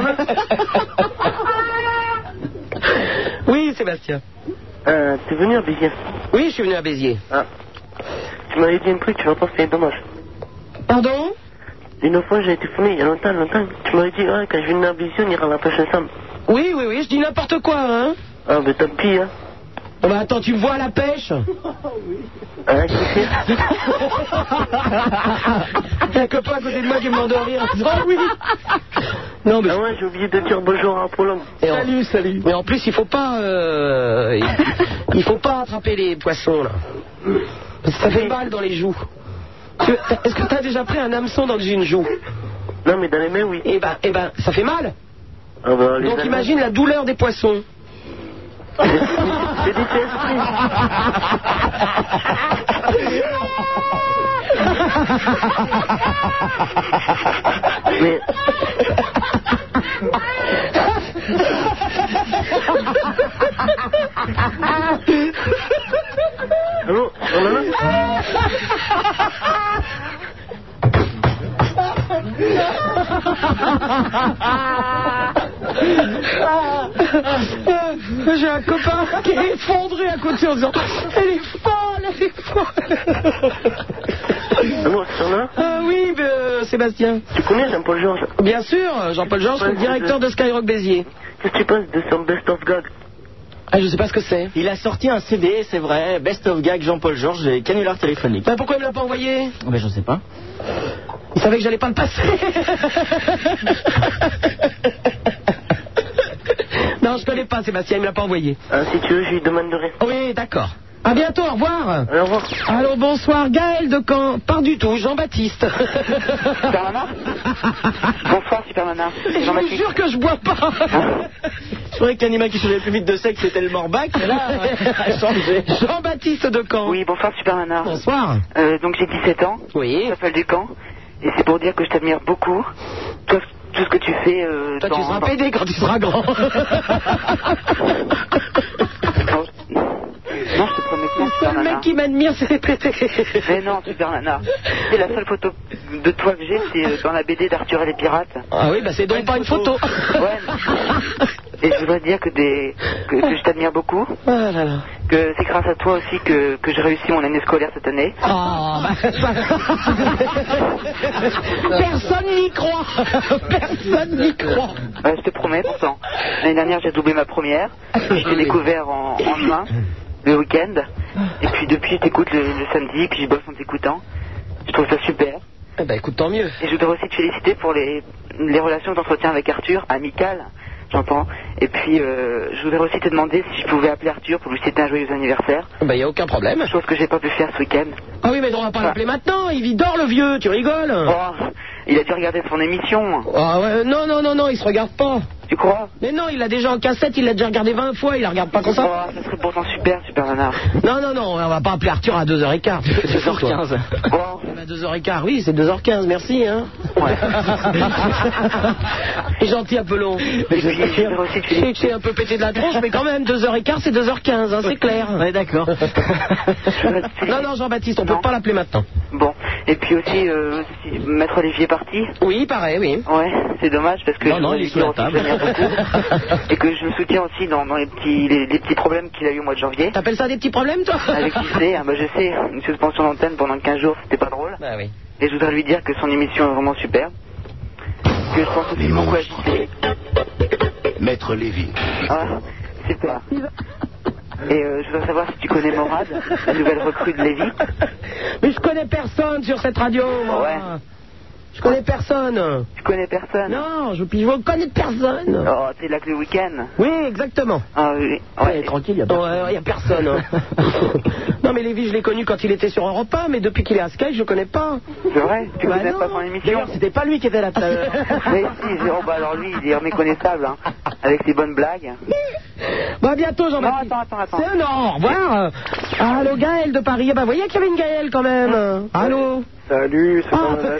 Oui, Sébastien. T'es venu à Béziers? Oui, je suis venu à Béziers. Ah. Tu m'avais dit un truc, tu vas pas, c'est dommage. Pardon? Une fois, j'ai été filmé il y a longtemps. Tu m'avais dit, quand je viens à Béziers, on ira à la pêche ensemble. Oui, je dis n'importe quoi, hein. Ah, mais tant pis, hein. Oh, bah attends, tu me vois à la pêche? Hein, qui c'est? Il y a un copain à côté de moi qui me demande de rire. Oh oui. Non, mais... Ah ouais, j'ai oublié de dire bonjour à Apollon. Salut. Mais en plus, il faut pas attraper les poissons, là. Ça fait mal dans les joues. Est-ce que t'as déjà pris un hameçon dans une joue? Non, mais dans les mains, oui. Eh ben, ça fait mal. Ah bah, donc imagine la douleur des poissons. C'est des esprits. Mais... Allô? J'ai un copain qui est effondré à côté en disant elle est folle. Allô, c'est là? Oui, Sébastien. Tu connais Jean-Paul Georges? Bien sûr, Jean-Paul Georges, le directeur de Skyrock Béziers. Qu'est-ce que tu penses de son Best of Gag? Ah, je sais pas ce que c'est. Il a sorti un CD, c'est vrai, Best of Gag Jean-Paul Georges et Canular téléphonique. Bah pourquoi il me l'a pas envoyé? Mais je sais pas. Il savait que j'allais pas le passer. Non, je connais pas Sébastien, il me l'a pas envoyé. Si tu veux, je lui demanderai. Oui, d'accord. À bientôt, au revoir. Au revoir. Allô, bonsoir, Gaël de Caen. Pas du tout, Jean-Baptiste. Super Nana. Bonsoir, Super Nana. Je vous jure que je bois pas. Je croyais que l'animal qui changeait plus vite de sexe c'était le Morbac, mais là, a changé. Jean-Baptiste de Caen. Oui, bonsoir, Super Nana. Bonsoir. Donc j'ai 17 ans. Oui. Je m'appelle Ducamp. Et c'est pour dire que je t'admire beaucoup. Toi, tout ce que tu fais. Toi, tu seras pédé quand tu seras grand. Non, je te promets que non, Super Nana. Le mec qui m'admire, c'est les pétés. Mais non, Super Nana. C'est la seule photo de toi que j'ai, c'est dans la BD d'Arthur et les pirates. Ah oui, bah c'est donc pas une photo. Ouais. Et je voudrais dire que je t'admire beaucoup. Ah là là. Que c'est grâce à toi aussi que j'ai réussi mon année scolaire cette année. Oh, bah, personne n'y croit. Personne n'y croit. Je te promets, pourtant. L'année dernière, j'ai doublé ma première. Je t'ai découvert en juin, le week-end. Et puis depuis, je t'écoute le samedi, puis je bosse en t'écoutant. Je trouve ça super. Eh ben écoute, tant mieux. Et je voudrais aussi te féliciter pour les relations d'entretien avec Arthur, amicales, j'entends. Et puis, je voudrais aussi te demander si je pouvais appeler Arthur pour lui souhaiter un joyeux anniversaire. Bah, y a aucun problème. Chose que j'ai pas pu faire ce week-end. Ah oui, mais on va pas l'appeler maintenant. Il dort, le vieux. Tu rigoles? Oh, il a dû regarder son émission. Ah ouais, non, il se regarde pas. Tu crois? Mais non, il l'a déjà en cassette, il l'a déjà regardé 20 fois, il la regarde pas comme ça. Oh, ça serait pourtant super nana. Non, on va pas appeler Arthur à 2h15. C'est 2h15. Bon. À 2h15, oui, c'est 2h15, merci, hein. Ouais. C'est gentil, Apollon. J'ai un peu pété de la tronche, mais quand même, 2h15, c'est 2h15, hein, c'est clair. Ouais, d'accord. Non, Jean-Baptiste, on peut pas l'appeler maintenant. Bon, et puis aussi, Maître Olivier est parti. Oui, pareil, oui. Ouais, c'est dommage parce que non, il est sur la table. Et que je le soutiens aussi dans les petits problèmes qu'il a eu au mois de janvier. T'appelles ça des petits problèmes, toi? Avec JC, bah je sais, une suspension d'antenne pendant 15 jours, c'était pas drôle. Bah oui. Et je voudrais lui dire que son émission est vraiment super. Que je pense aussi beaucoup à JC. Maître Lévy. Ah, super. Et je voudrais savoir si tu connais Morad, la nouvelle recrue de Lévy. Mais je connais personne sur cette radio, moi. Ouais. Je connais personne. Tu connais personne? Non, je connais personne. Oh, t'es là que le week-end. Oui, exactement. Ah oui. Ouais, tranquille, il y a personne. Non, mais Lévy, je l'ai connu quand il était sur Europe 1, mais depuis qu'il est à Sky, je le connais pas. C'est vrai? Tu connais pas son émission? D'ailleurs, c'était pas lui qui était là tout à l'heure. Mais si, alors lui, il est méconnaissable, hein, avec ses bonnes blagues. Bon, à bientôt, Jean-Baptiste. Non, attends. C'est un au revoir. Allô, Gaël de Paris. Bah, vous voyez qu'il y avait une Gaël quand même. Allô? Salut, c'est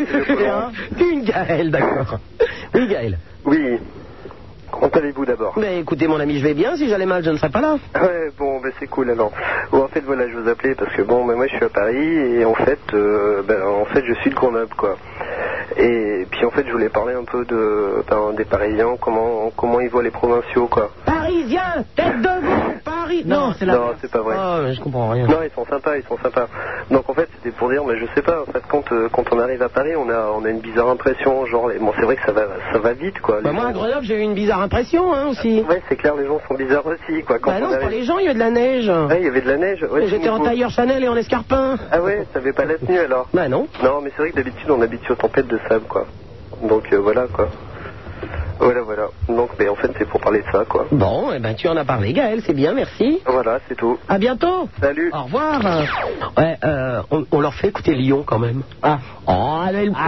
c'est une Gaël, d'accord. Oui, Gaël. Oui. Comment allez-vous d'abord? Mais écoutez, mon ami, je vais bien. Si j'allais mal, je ne serais pas là. Ouais, bon, ben c'est cool alors. Bon, en fait, voilà, je vous appelais parce que bon, ben moi, je suis à Paris et en fait, je suis de Grenoble, quoi. Et puis en fait, je voulais parler un peu des Parisiens, comment ils voient les provinciaux, quoi. Parisiens, tête de veau, Paris. Non, c'est pas vrai. Oh, je comprends rien. Non, ils sont sympas. Donc en fait, c'était pour dire, mais je sais pas. En fait, quand on arrive à Paris, on a une bizarre impression, genre, bon, c'est vrai que ça va vite, quoi. Bah, moi, à Grenoble, j'ai eu une bizarre impression, hein, aussi. Ouais, c'est clair, les gens sont bizarres aussi, quoi. Quand non, c'est pas les gens, il y a de la neige. Ouais, il y avait de la neige. Ouais, j'étais en tailleur Chanel et en escarpin. Ah ouais, ça avait pas la tenue alors? Bah non. Non, mais c'est vrai que d'habitude, on habite aux tempêtes de sable, quoi. Donc voilà, quoi. Voilà. Donc, en fait, c'est pour parler de ça, quoi. Bon, tu en as parlé, Gaël, c'est bien, merci. Voilà, c'est tout. À bientôt. Salut. Au revoir. Ouais, on leur fait écouter Lyon, quand même. Ah. Oh, elle va le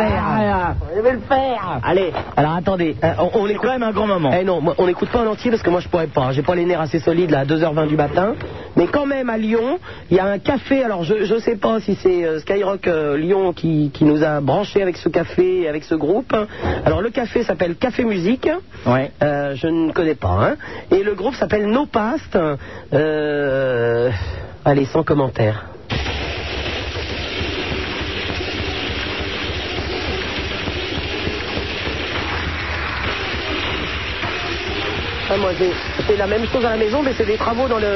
faire. Allez, alors attendez, on écoute quand même un grand moment. Non, on n'écoute pas en entier parce que moi je pourrais pas. J'ai pas les nerfs assez solides là à 2h20 du matin. Mais quand même à Lyon, il y a un café. Alors je sais pas si c'est Skyrock Lyon qui nous a branchés avec ce café, avec ce groupe. Alors le café s'appelle Café Musique. Ouais. Je ne connais pas. Hein. Et le groupe s'appelle No Past. Allez, sans commentaire. Ah, moi, c'est la même chose à la maison, mais c'est des travaux dans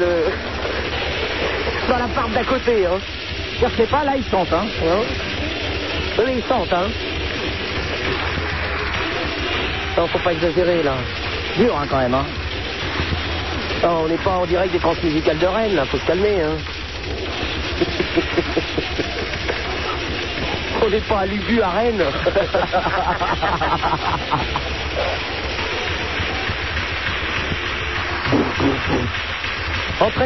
dans l'appart d'à côté. Hein. C'est pas là, ils sentent, hein. Oui, ils sentent, hein. Non, faut pas exagérer, là. Dur, hein, quand même, hein. Non, on n'est pas en direct des transmusicales de Rennes, là, faut se calmer, hein. On n'est pas à Lubu à Rennes. Entrez.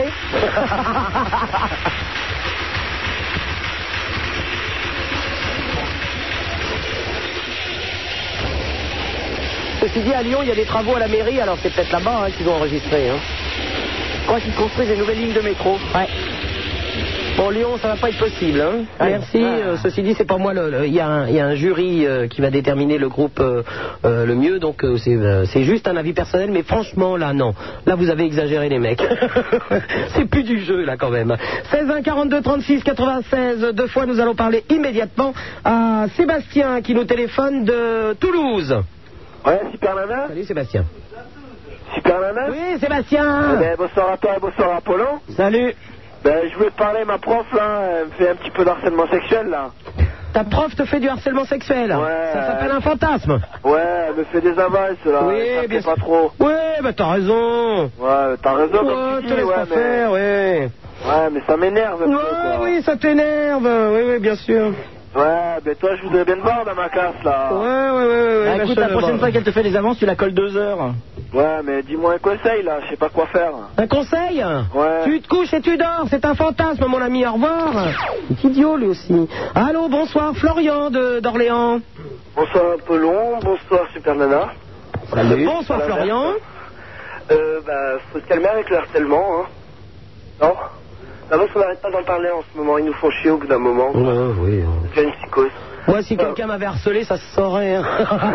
Ceci dit, à Lyon, il y a des travaux à la mairie, alors c'est peut-être là-bas qu'ils ont enregistré. Hein. Je crois qu'ils construisent des nouvelles lignes de métro. Ouais. Bon, Lyon, ça va pas être possible. Hein. Merci. Ceci dit, c'est pas moi. Il y a un jury qui va déterminer le groupe le mieux. Donc c'est juste un avis personnel. Mais franchement, là, non. Là, vous avez exagéré, les mecs. C'est plus du jeu, là, quand même. 16 1 42 36 96. Deux fois, nous allons parler immédiatement à Sébastien qui nous téléphone de Toulouse. Ouais, Super Nana. Salut, Sébastien. Super Nana. Oui, Sébastien. Bonsoir à toi et bonsoir à Apollon. Salut. Je voulais te parler, ma prof, là, elle me fait un petit peu d'harcèlement sexuel, là. Ta prof te fait du harcèlement sexuel? Ouais. Ça s'appelle un fantasme? Ouais, elle me fait des avances, là. Oui, bien sûr. Pas trop. Oui, t'as raison. Ouais, t'as raison, comme tu dis, faire, oui. Ouais, mais ça m'énerve un peu, quoi. Oui, ça t'énerve. Oui, bien sûr. Ouais, ben toi, je voudrais bien te voir dans ma classe, là. Ouais. Écoute, la prochaine fois qu'elle te fait des avances, tu la colles 2 heures. Ouais, mais dis-moi un conseil, là, je sais pas quoi faire. Un conseil? Ouais. Tu te couches et tu dors, c'est un fantasme, mon ami, au revoir. C'est idiot, lui aussi. Allô, bonsoir, Florian d'Orléans. Bonsoir Apollon, bonsoir Super Nana. Salut. Bonsoir Florian. Faut se calmer avec le harcèlement, hein. Non? Non, parce qu'on n'arrête pas d'en parler en ce moment, ils nous font chier au bout d'un moment. Ouais, oui. C'est une psychose. Moi, si quelqu'un m'avait harcelé, ça se saurait. Hein.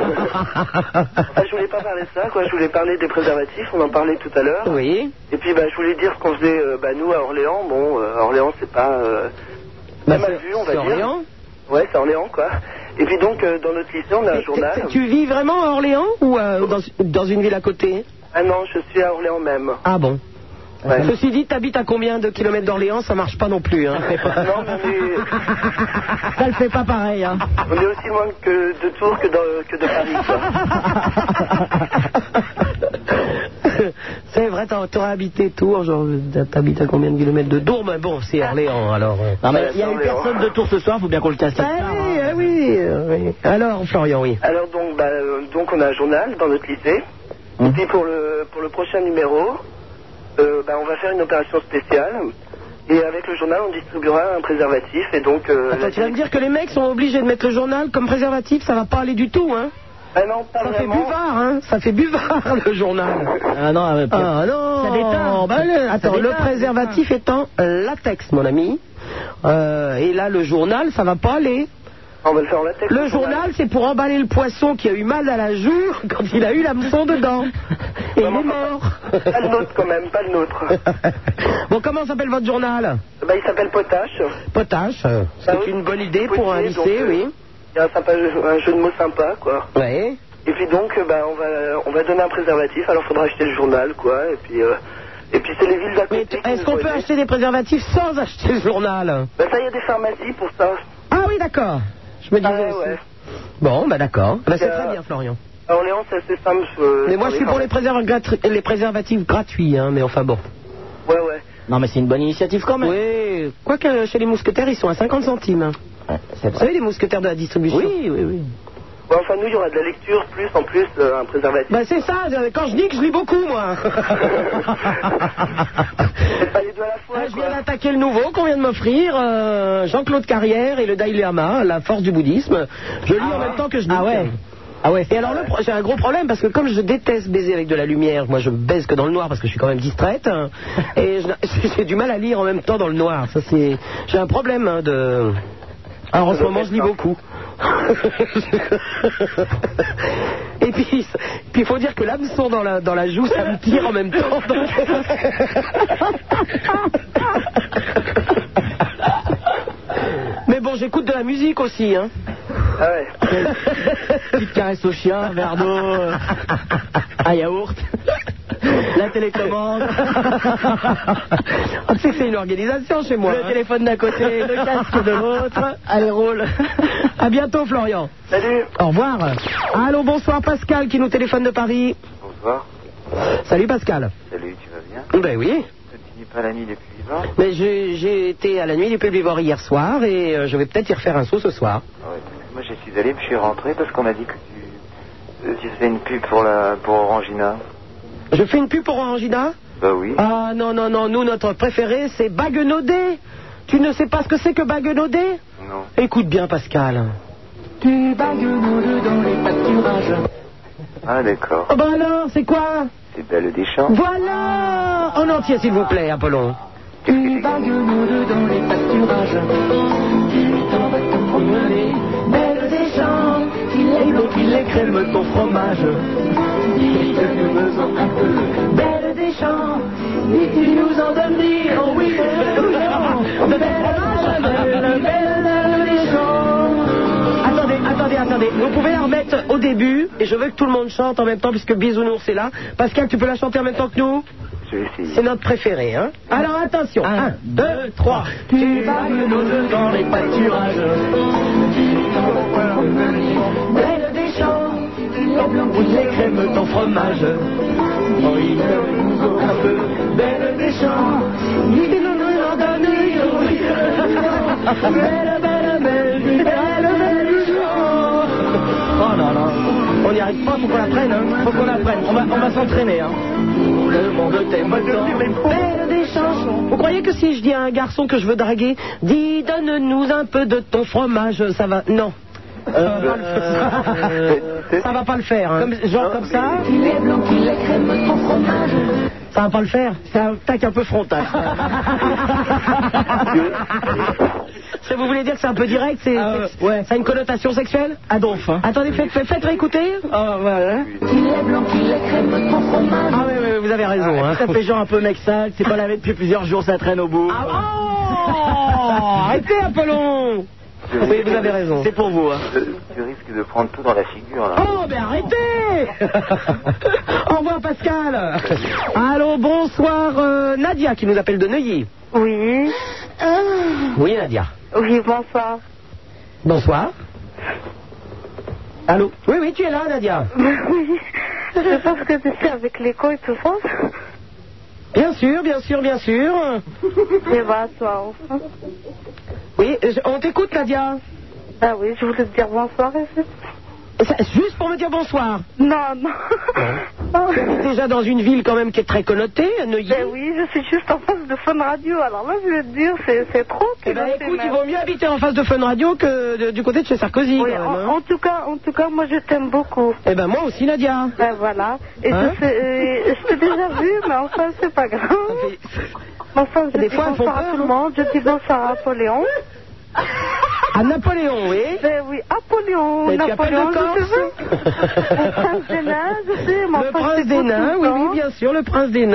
Je voulais pas parler de ça, quoi. Je voulais parler des préservatifs, on en parlait tout à l'heure. Oui. Et puis, je voulais dire ce qu'on faisait, nous, à Orléans. Bon, Orléans, c'est pas mal vu, on va dire. Orléans? Ouais, c'est Orléans, quoi. Et puis donc, dans notre lycée, on a un journal. Tu vis vraiment à Orléans ou dans une ville à côté? Ah non, je suis à Orléans même. Ah bon? Ouais. Ceci dit, t'habites à combien de kilomètres d'Orléans? Ça marche pas non plus. Hein. Non, mais ça le fait pas pareil. Hein. On est aussi loin que de Tours que de Paris, quoi. C'est vrai, t'aurais habité Tours, genre, t'habites à combien de kilomètres de Tours? Mais bon, c'est Orléans, alors. Non, mais il y a une personne de Tours ce soir, faut bien qu'on le casse. Oui. Alors, Florian, oui. Alors, donc, on a un journal dans notre lycée. Et puis, pour le prochain numéro, on va faire une opération spéciale. Et avec le journal, on distribuera un préservatif. Et donc. Attends, tu vas me dire que les mecs sont obligés de mettre le journal comme préservatif? Ça va pas aller du tout, hein? Ah non, pas ça vraiment. Fait buvard, hein? Ça fait buvard, le journal. Ah non, ça déteint. Attends, le préservatif est en latex, mon ami. Et là, le journal, ça va pas aller. On va le faire en latex. Le journal, c'est pour emballer le poisson qui a eu mal à la joue quand il a eu l'hameçon dedans. Et il est mort. Pas le nôtre, quand même, pas le nôtre. Bon, comment s'appelle votre journal? Il s'appelle Potache. Potache, c'est une bonne idée pour un lycée, oui. Il y a un jeu de mots sympa, quoi. Ouais. Et puis donc, on va donner un préservatif, alors il faudra acheter le journal, quoi. Et puis c'est les villes d'à côté. Est-ce qu'on peut acheter des préservatifs sans acheter le journal? Ça, il y a des pharmacies pour ça. Ah oui, d'accord. Je me disais aussi. Ouais. Bon, d'accord. C'est très bien, Florian. À Orléans, c'est assez simple. Mais moi, je suis pour les préservatifs gratuits, hein, mais enfin bon. Ouais. Non, mais c'est une bonne initiative quand même. Oui, quoique chez les mousquetaires, ils sont à 50 centimes. Ouais, vous savez, les mousquetaires de la distribution? Oui. Ouais, enfin, nous, il y aura de la lecture, en plus, un préservatif. C'est ça, quand je dis que je lis beaucoup, moi. Pas les deux à la fois, je viens d'attaquer le nouveau qu'on vient de m'offrir, Jean-Claude Carrière et le Dalai Lama, La force du bouddhisme. Je lis en même temps que je lis. Ah ouais. Et alors là, j'ai un gros problème parce que comme je déteste baiser avec de la lumière, moi je baise que dans le noir parce que je suis quand même distraite, et j'ai du mal à lire en même temps dans le noir. Ça c'est, j'ai un problème de. Alors en ce moment je lis beaucoup. Et puis il faut dire que l'hameçon dans la joue, ça me tire en même temps. Donc... Mais bon, j'écoute de la musique aussi, hein. Ah ouais. Petite caresse au chien, un verre d'eau, un yaourt, la télécommande. Tu sais que c'est une organisation chez moi. Le téléphone d'un côté, le casque de l'autre. Allez, roule. À bientôt, Florian. Salut. Au revoir. Allô, bonsoir, Pascal qui nous téléphone de Paris. Bonsoir. Salut, Pascal. Salut, tu vas bien? Ben oui. Tu n'es pas à la nuit des Puy-Vivants? Mais j'ai été à la nuit des Puy-Vivants hier soir et je vais peut-être y refaire un saut ce soir. Ouais, moi j'y suis allé puis je suis rentré parce qu'on m'a dit que tu faisais une pub pour Orangina. Je fais une pub pour Orangina? Bah oui. Ah non, nous notre préféré c'est Baguenaudet. Tu ne sais pas ce que c'est que Baguenaudet? Non. Écoute bien Pascal. Tu baguenaudes dans les pâturages. Ah d'accord. Oh bah alors, c'est quoi? C'est Belle des Champs. Voilà. En entier s'il vous plaît, Apollon. Tu baguenaudes dans les pâturages. Tu t'en vas te promener. Belle des Champs. Il est crème ton fromage. Dis-le-nous-en un peu. Belle des Champs. Tu nous en donnes dire. Oh oui, belle des Champs. Attendez, vous pouvez la remettre au début et je veux que tout le monde chante en même temps puisque Bisounours est là. Pascal, tu peux la chanter en même temps que nous? Je vais essayer. C'est notre préféré, hein? Alors attention, 1, 2, 3. Tu baguenaudes dans les pâturages. Belle des Champs. Il est crème ton fromage. Oh, il nous un peu. Belle des Champs. Il nous en donne. Belle, belle, belle, belle. n'y arrive pas, faut qu'on l'apprenne, hein. Faut qu'on l'apprenne. On va s'entraîner, hein. Le monde t'aime tant. Des chansons. Vous croyez que si je dis à un garçon que je veux draguer, dis donne-nous un peu de ton fromage, ça va? Non. Ça va pas le faire, hein. Comme ça. Il est blanc, il est crème, ton fromage. Ça va pas le faire. C'est un tac un peu frontal. Ça, vous voulez dire que c'est un peu direct, ouais. Ça a une connotation sexuelle? Adolphe. Hein. Attendez, faites réécouter. Voilà. Il est blanc, il est crème, ton fromage. Ah oui, vous avez raison. Hein. Ça fait genre un peu mec sale, c'est pas lavé depuis plusieurs jours, ça traîne au bout. Arrêtez, Apollon. Oui, vous avez raison. C'est pour vous. Hein. Tu risques de prendre tout dans la figure, là. Oh, mais arrêtez. Au revoir, Pascal. Allô, bonsoir, Nadia, qui nous appelle de Neuilly. Oui. Oui, Nadia. Oui, bonsoir. Bonsoir. Allô. Oui, tu es là, Nadia. Oui. Je pense que tu sais avec l'écho et tout ça. Bien sûr. Et bah, toi, enfin. Oui, on t'écoute, Nadia. Ah oui, je voulais te dire bonsoir. Juste pour me dire bonsoir. Non. Tu es déjà dans une ville quand même qui est très connotée, Neuilly. Ben oui, je suis juste en face de Fun Radio. Alors là, je vais te dire, c'est trop. Eh ben écoute, il vaut mieux habiter en face de Fun Radio que du côté de chez Sarkozy. Oui, quand même, hein. en tout cas, moi je t'aime beaucoup. Eh ben moi aussi, Nadia. Ben voilà. Et je t'ai déjà vu, mais enfin, c'est pas grave. Enfin, je dis bonsoir à tout le monde. Je dis bonsoir à Napoléon. À Napoléon, oui. Ben oui, Apollon. Mais Napoléon, je sais. Le prince des nains, je sais. Le prince des nains, oui, bien sûr, le prince des nains.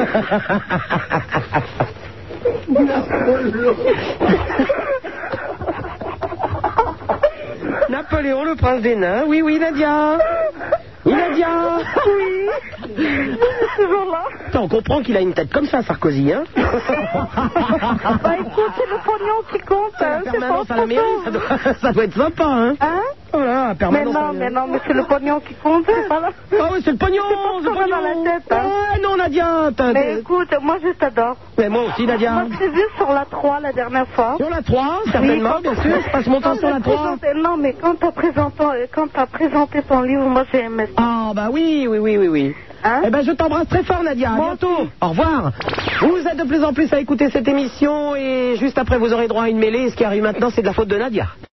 Napoléon, le prince des nains, oui, Nadia. Oui, Nadia. Oui. Je suis toujours là. On comprend qu'il a une tête comme ça, Sarkozy, hein. Bah écoute, c'est le pognon qui compte, hein. C'est permanence à la mairie, ça doit être sympa, hein. Voilà, permanence. Mais non, mais c'est le pognon qui compte, c'est pas là. Ah oui, c'est le pognon, c'est le pognon. Dans la tête, hein. Non, Nadia. Mais écoute, moi je t'adore. Mais moi aussi, Nadia. Moi je t'ai vu sur la 3 la dernière fois. Sur la 3, certainement, bien sûr. Je passe mon temps sur la 3. Non, mais quand t'as présenté ton livre, moi j'ai aimé ça. Ah, bah oui. Hein? Eh ben, je t'embrasse très fort, Nadia. À bientôt. Au revoir. Vous êtes de plus en plus à écouter cette émission et juste après, vous aurez droit à une mêlée. Ce qui arrive maintenant, c'est de la faute de Nadia.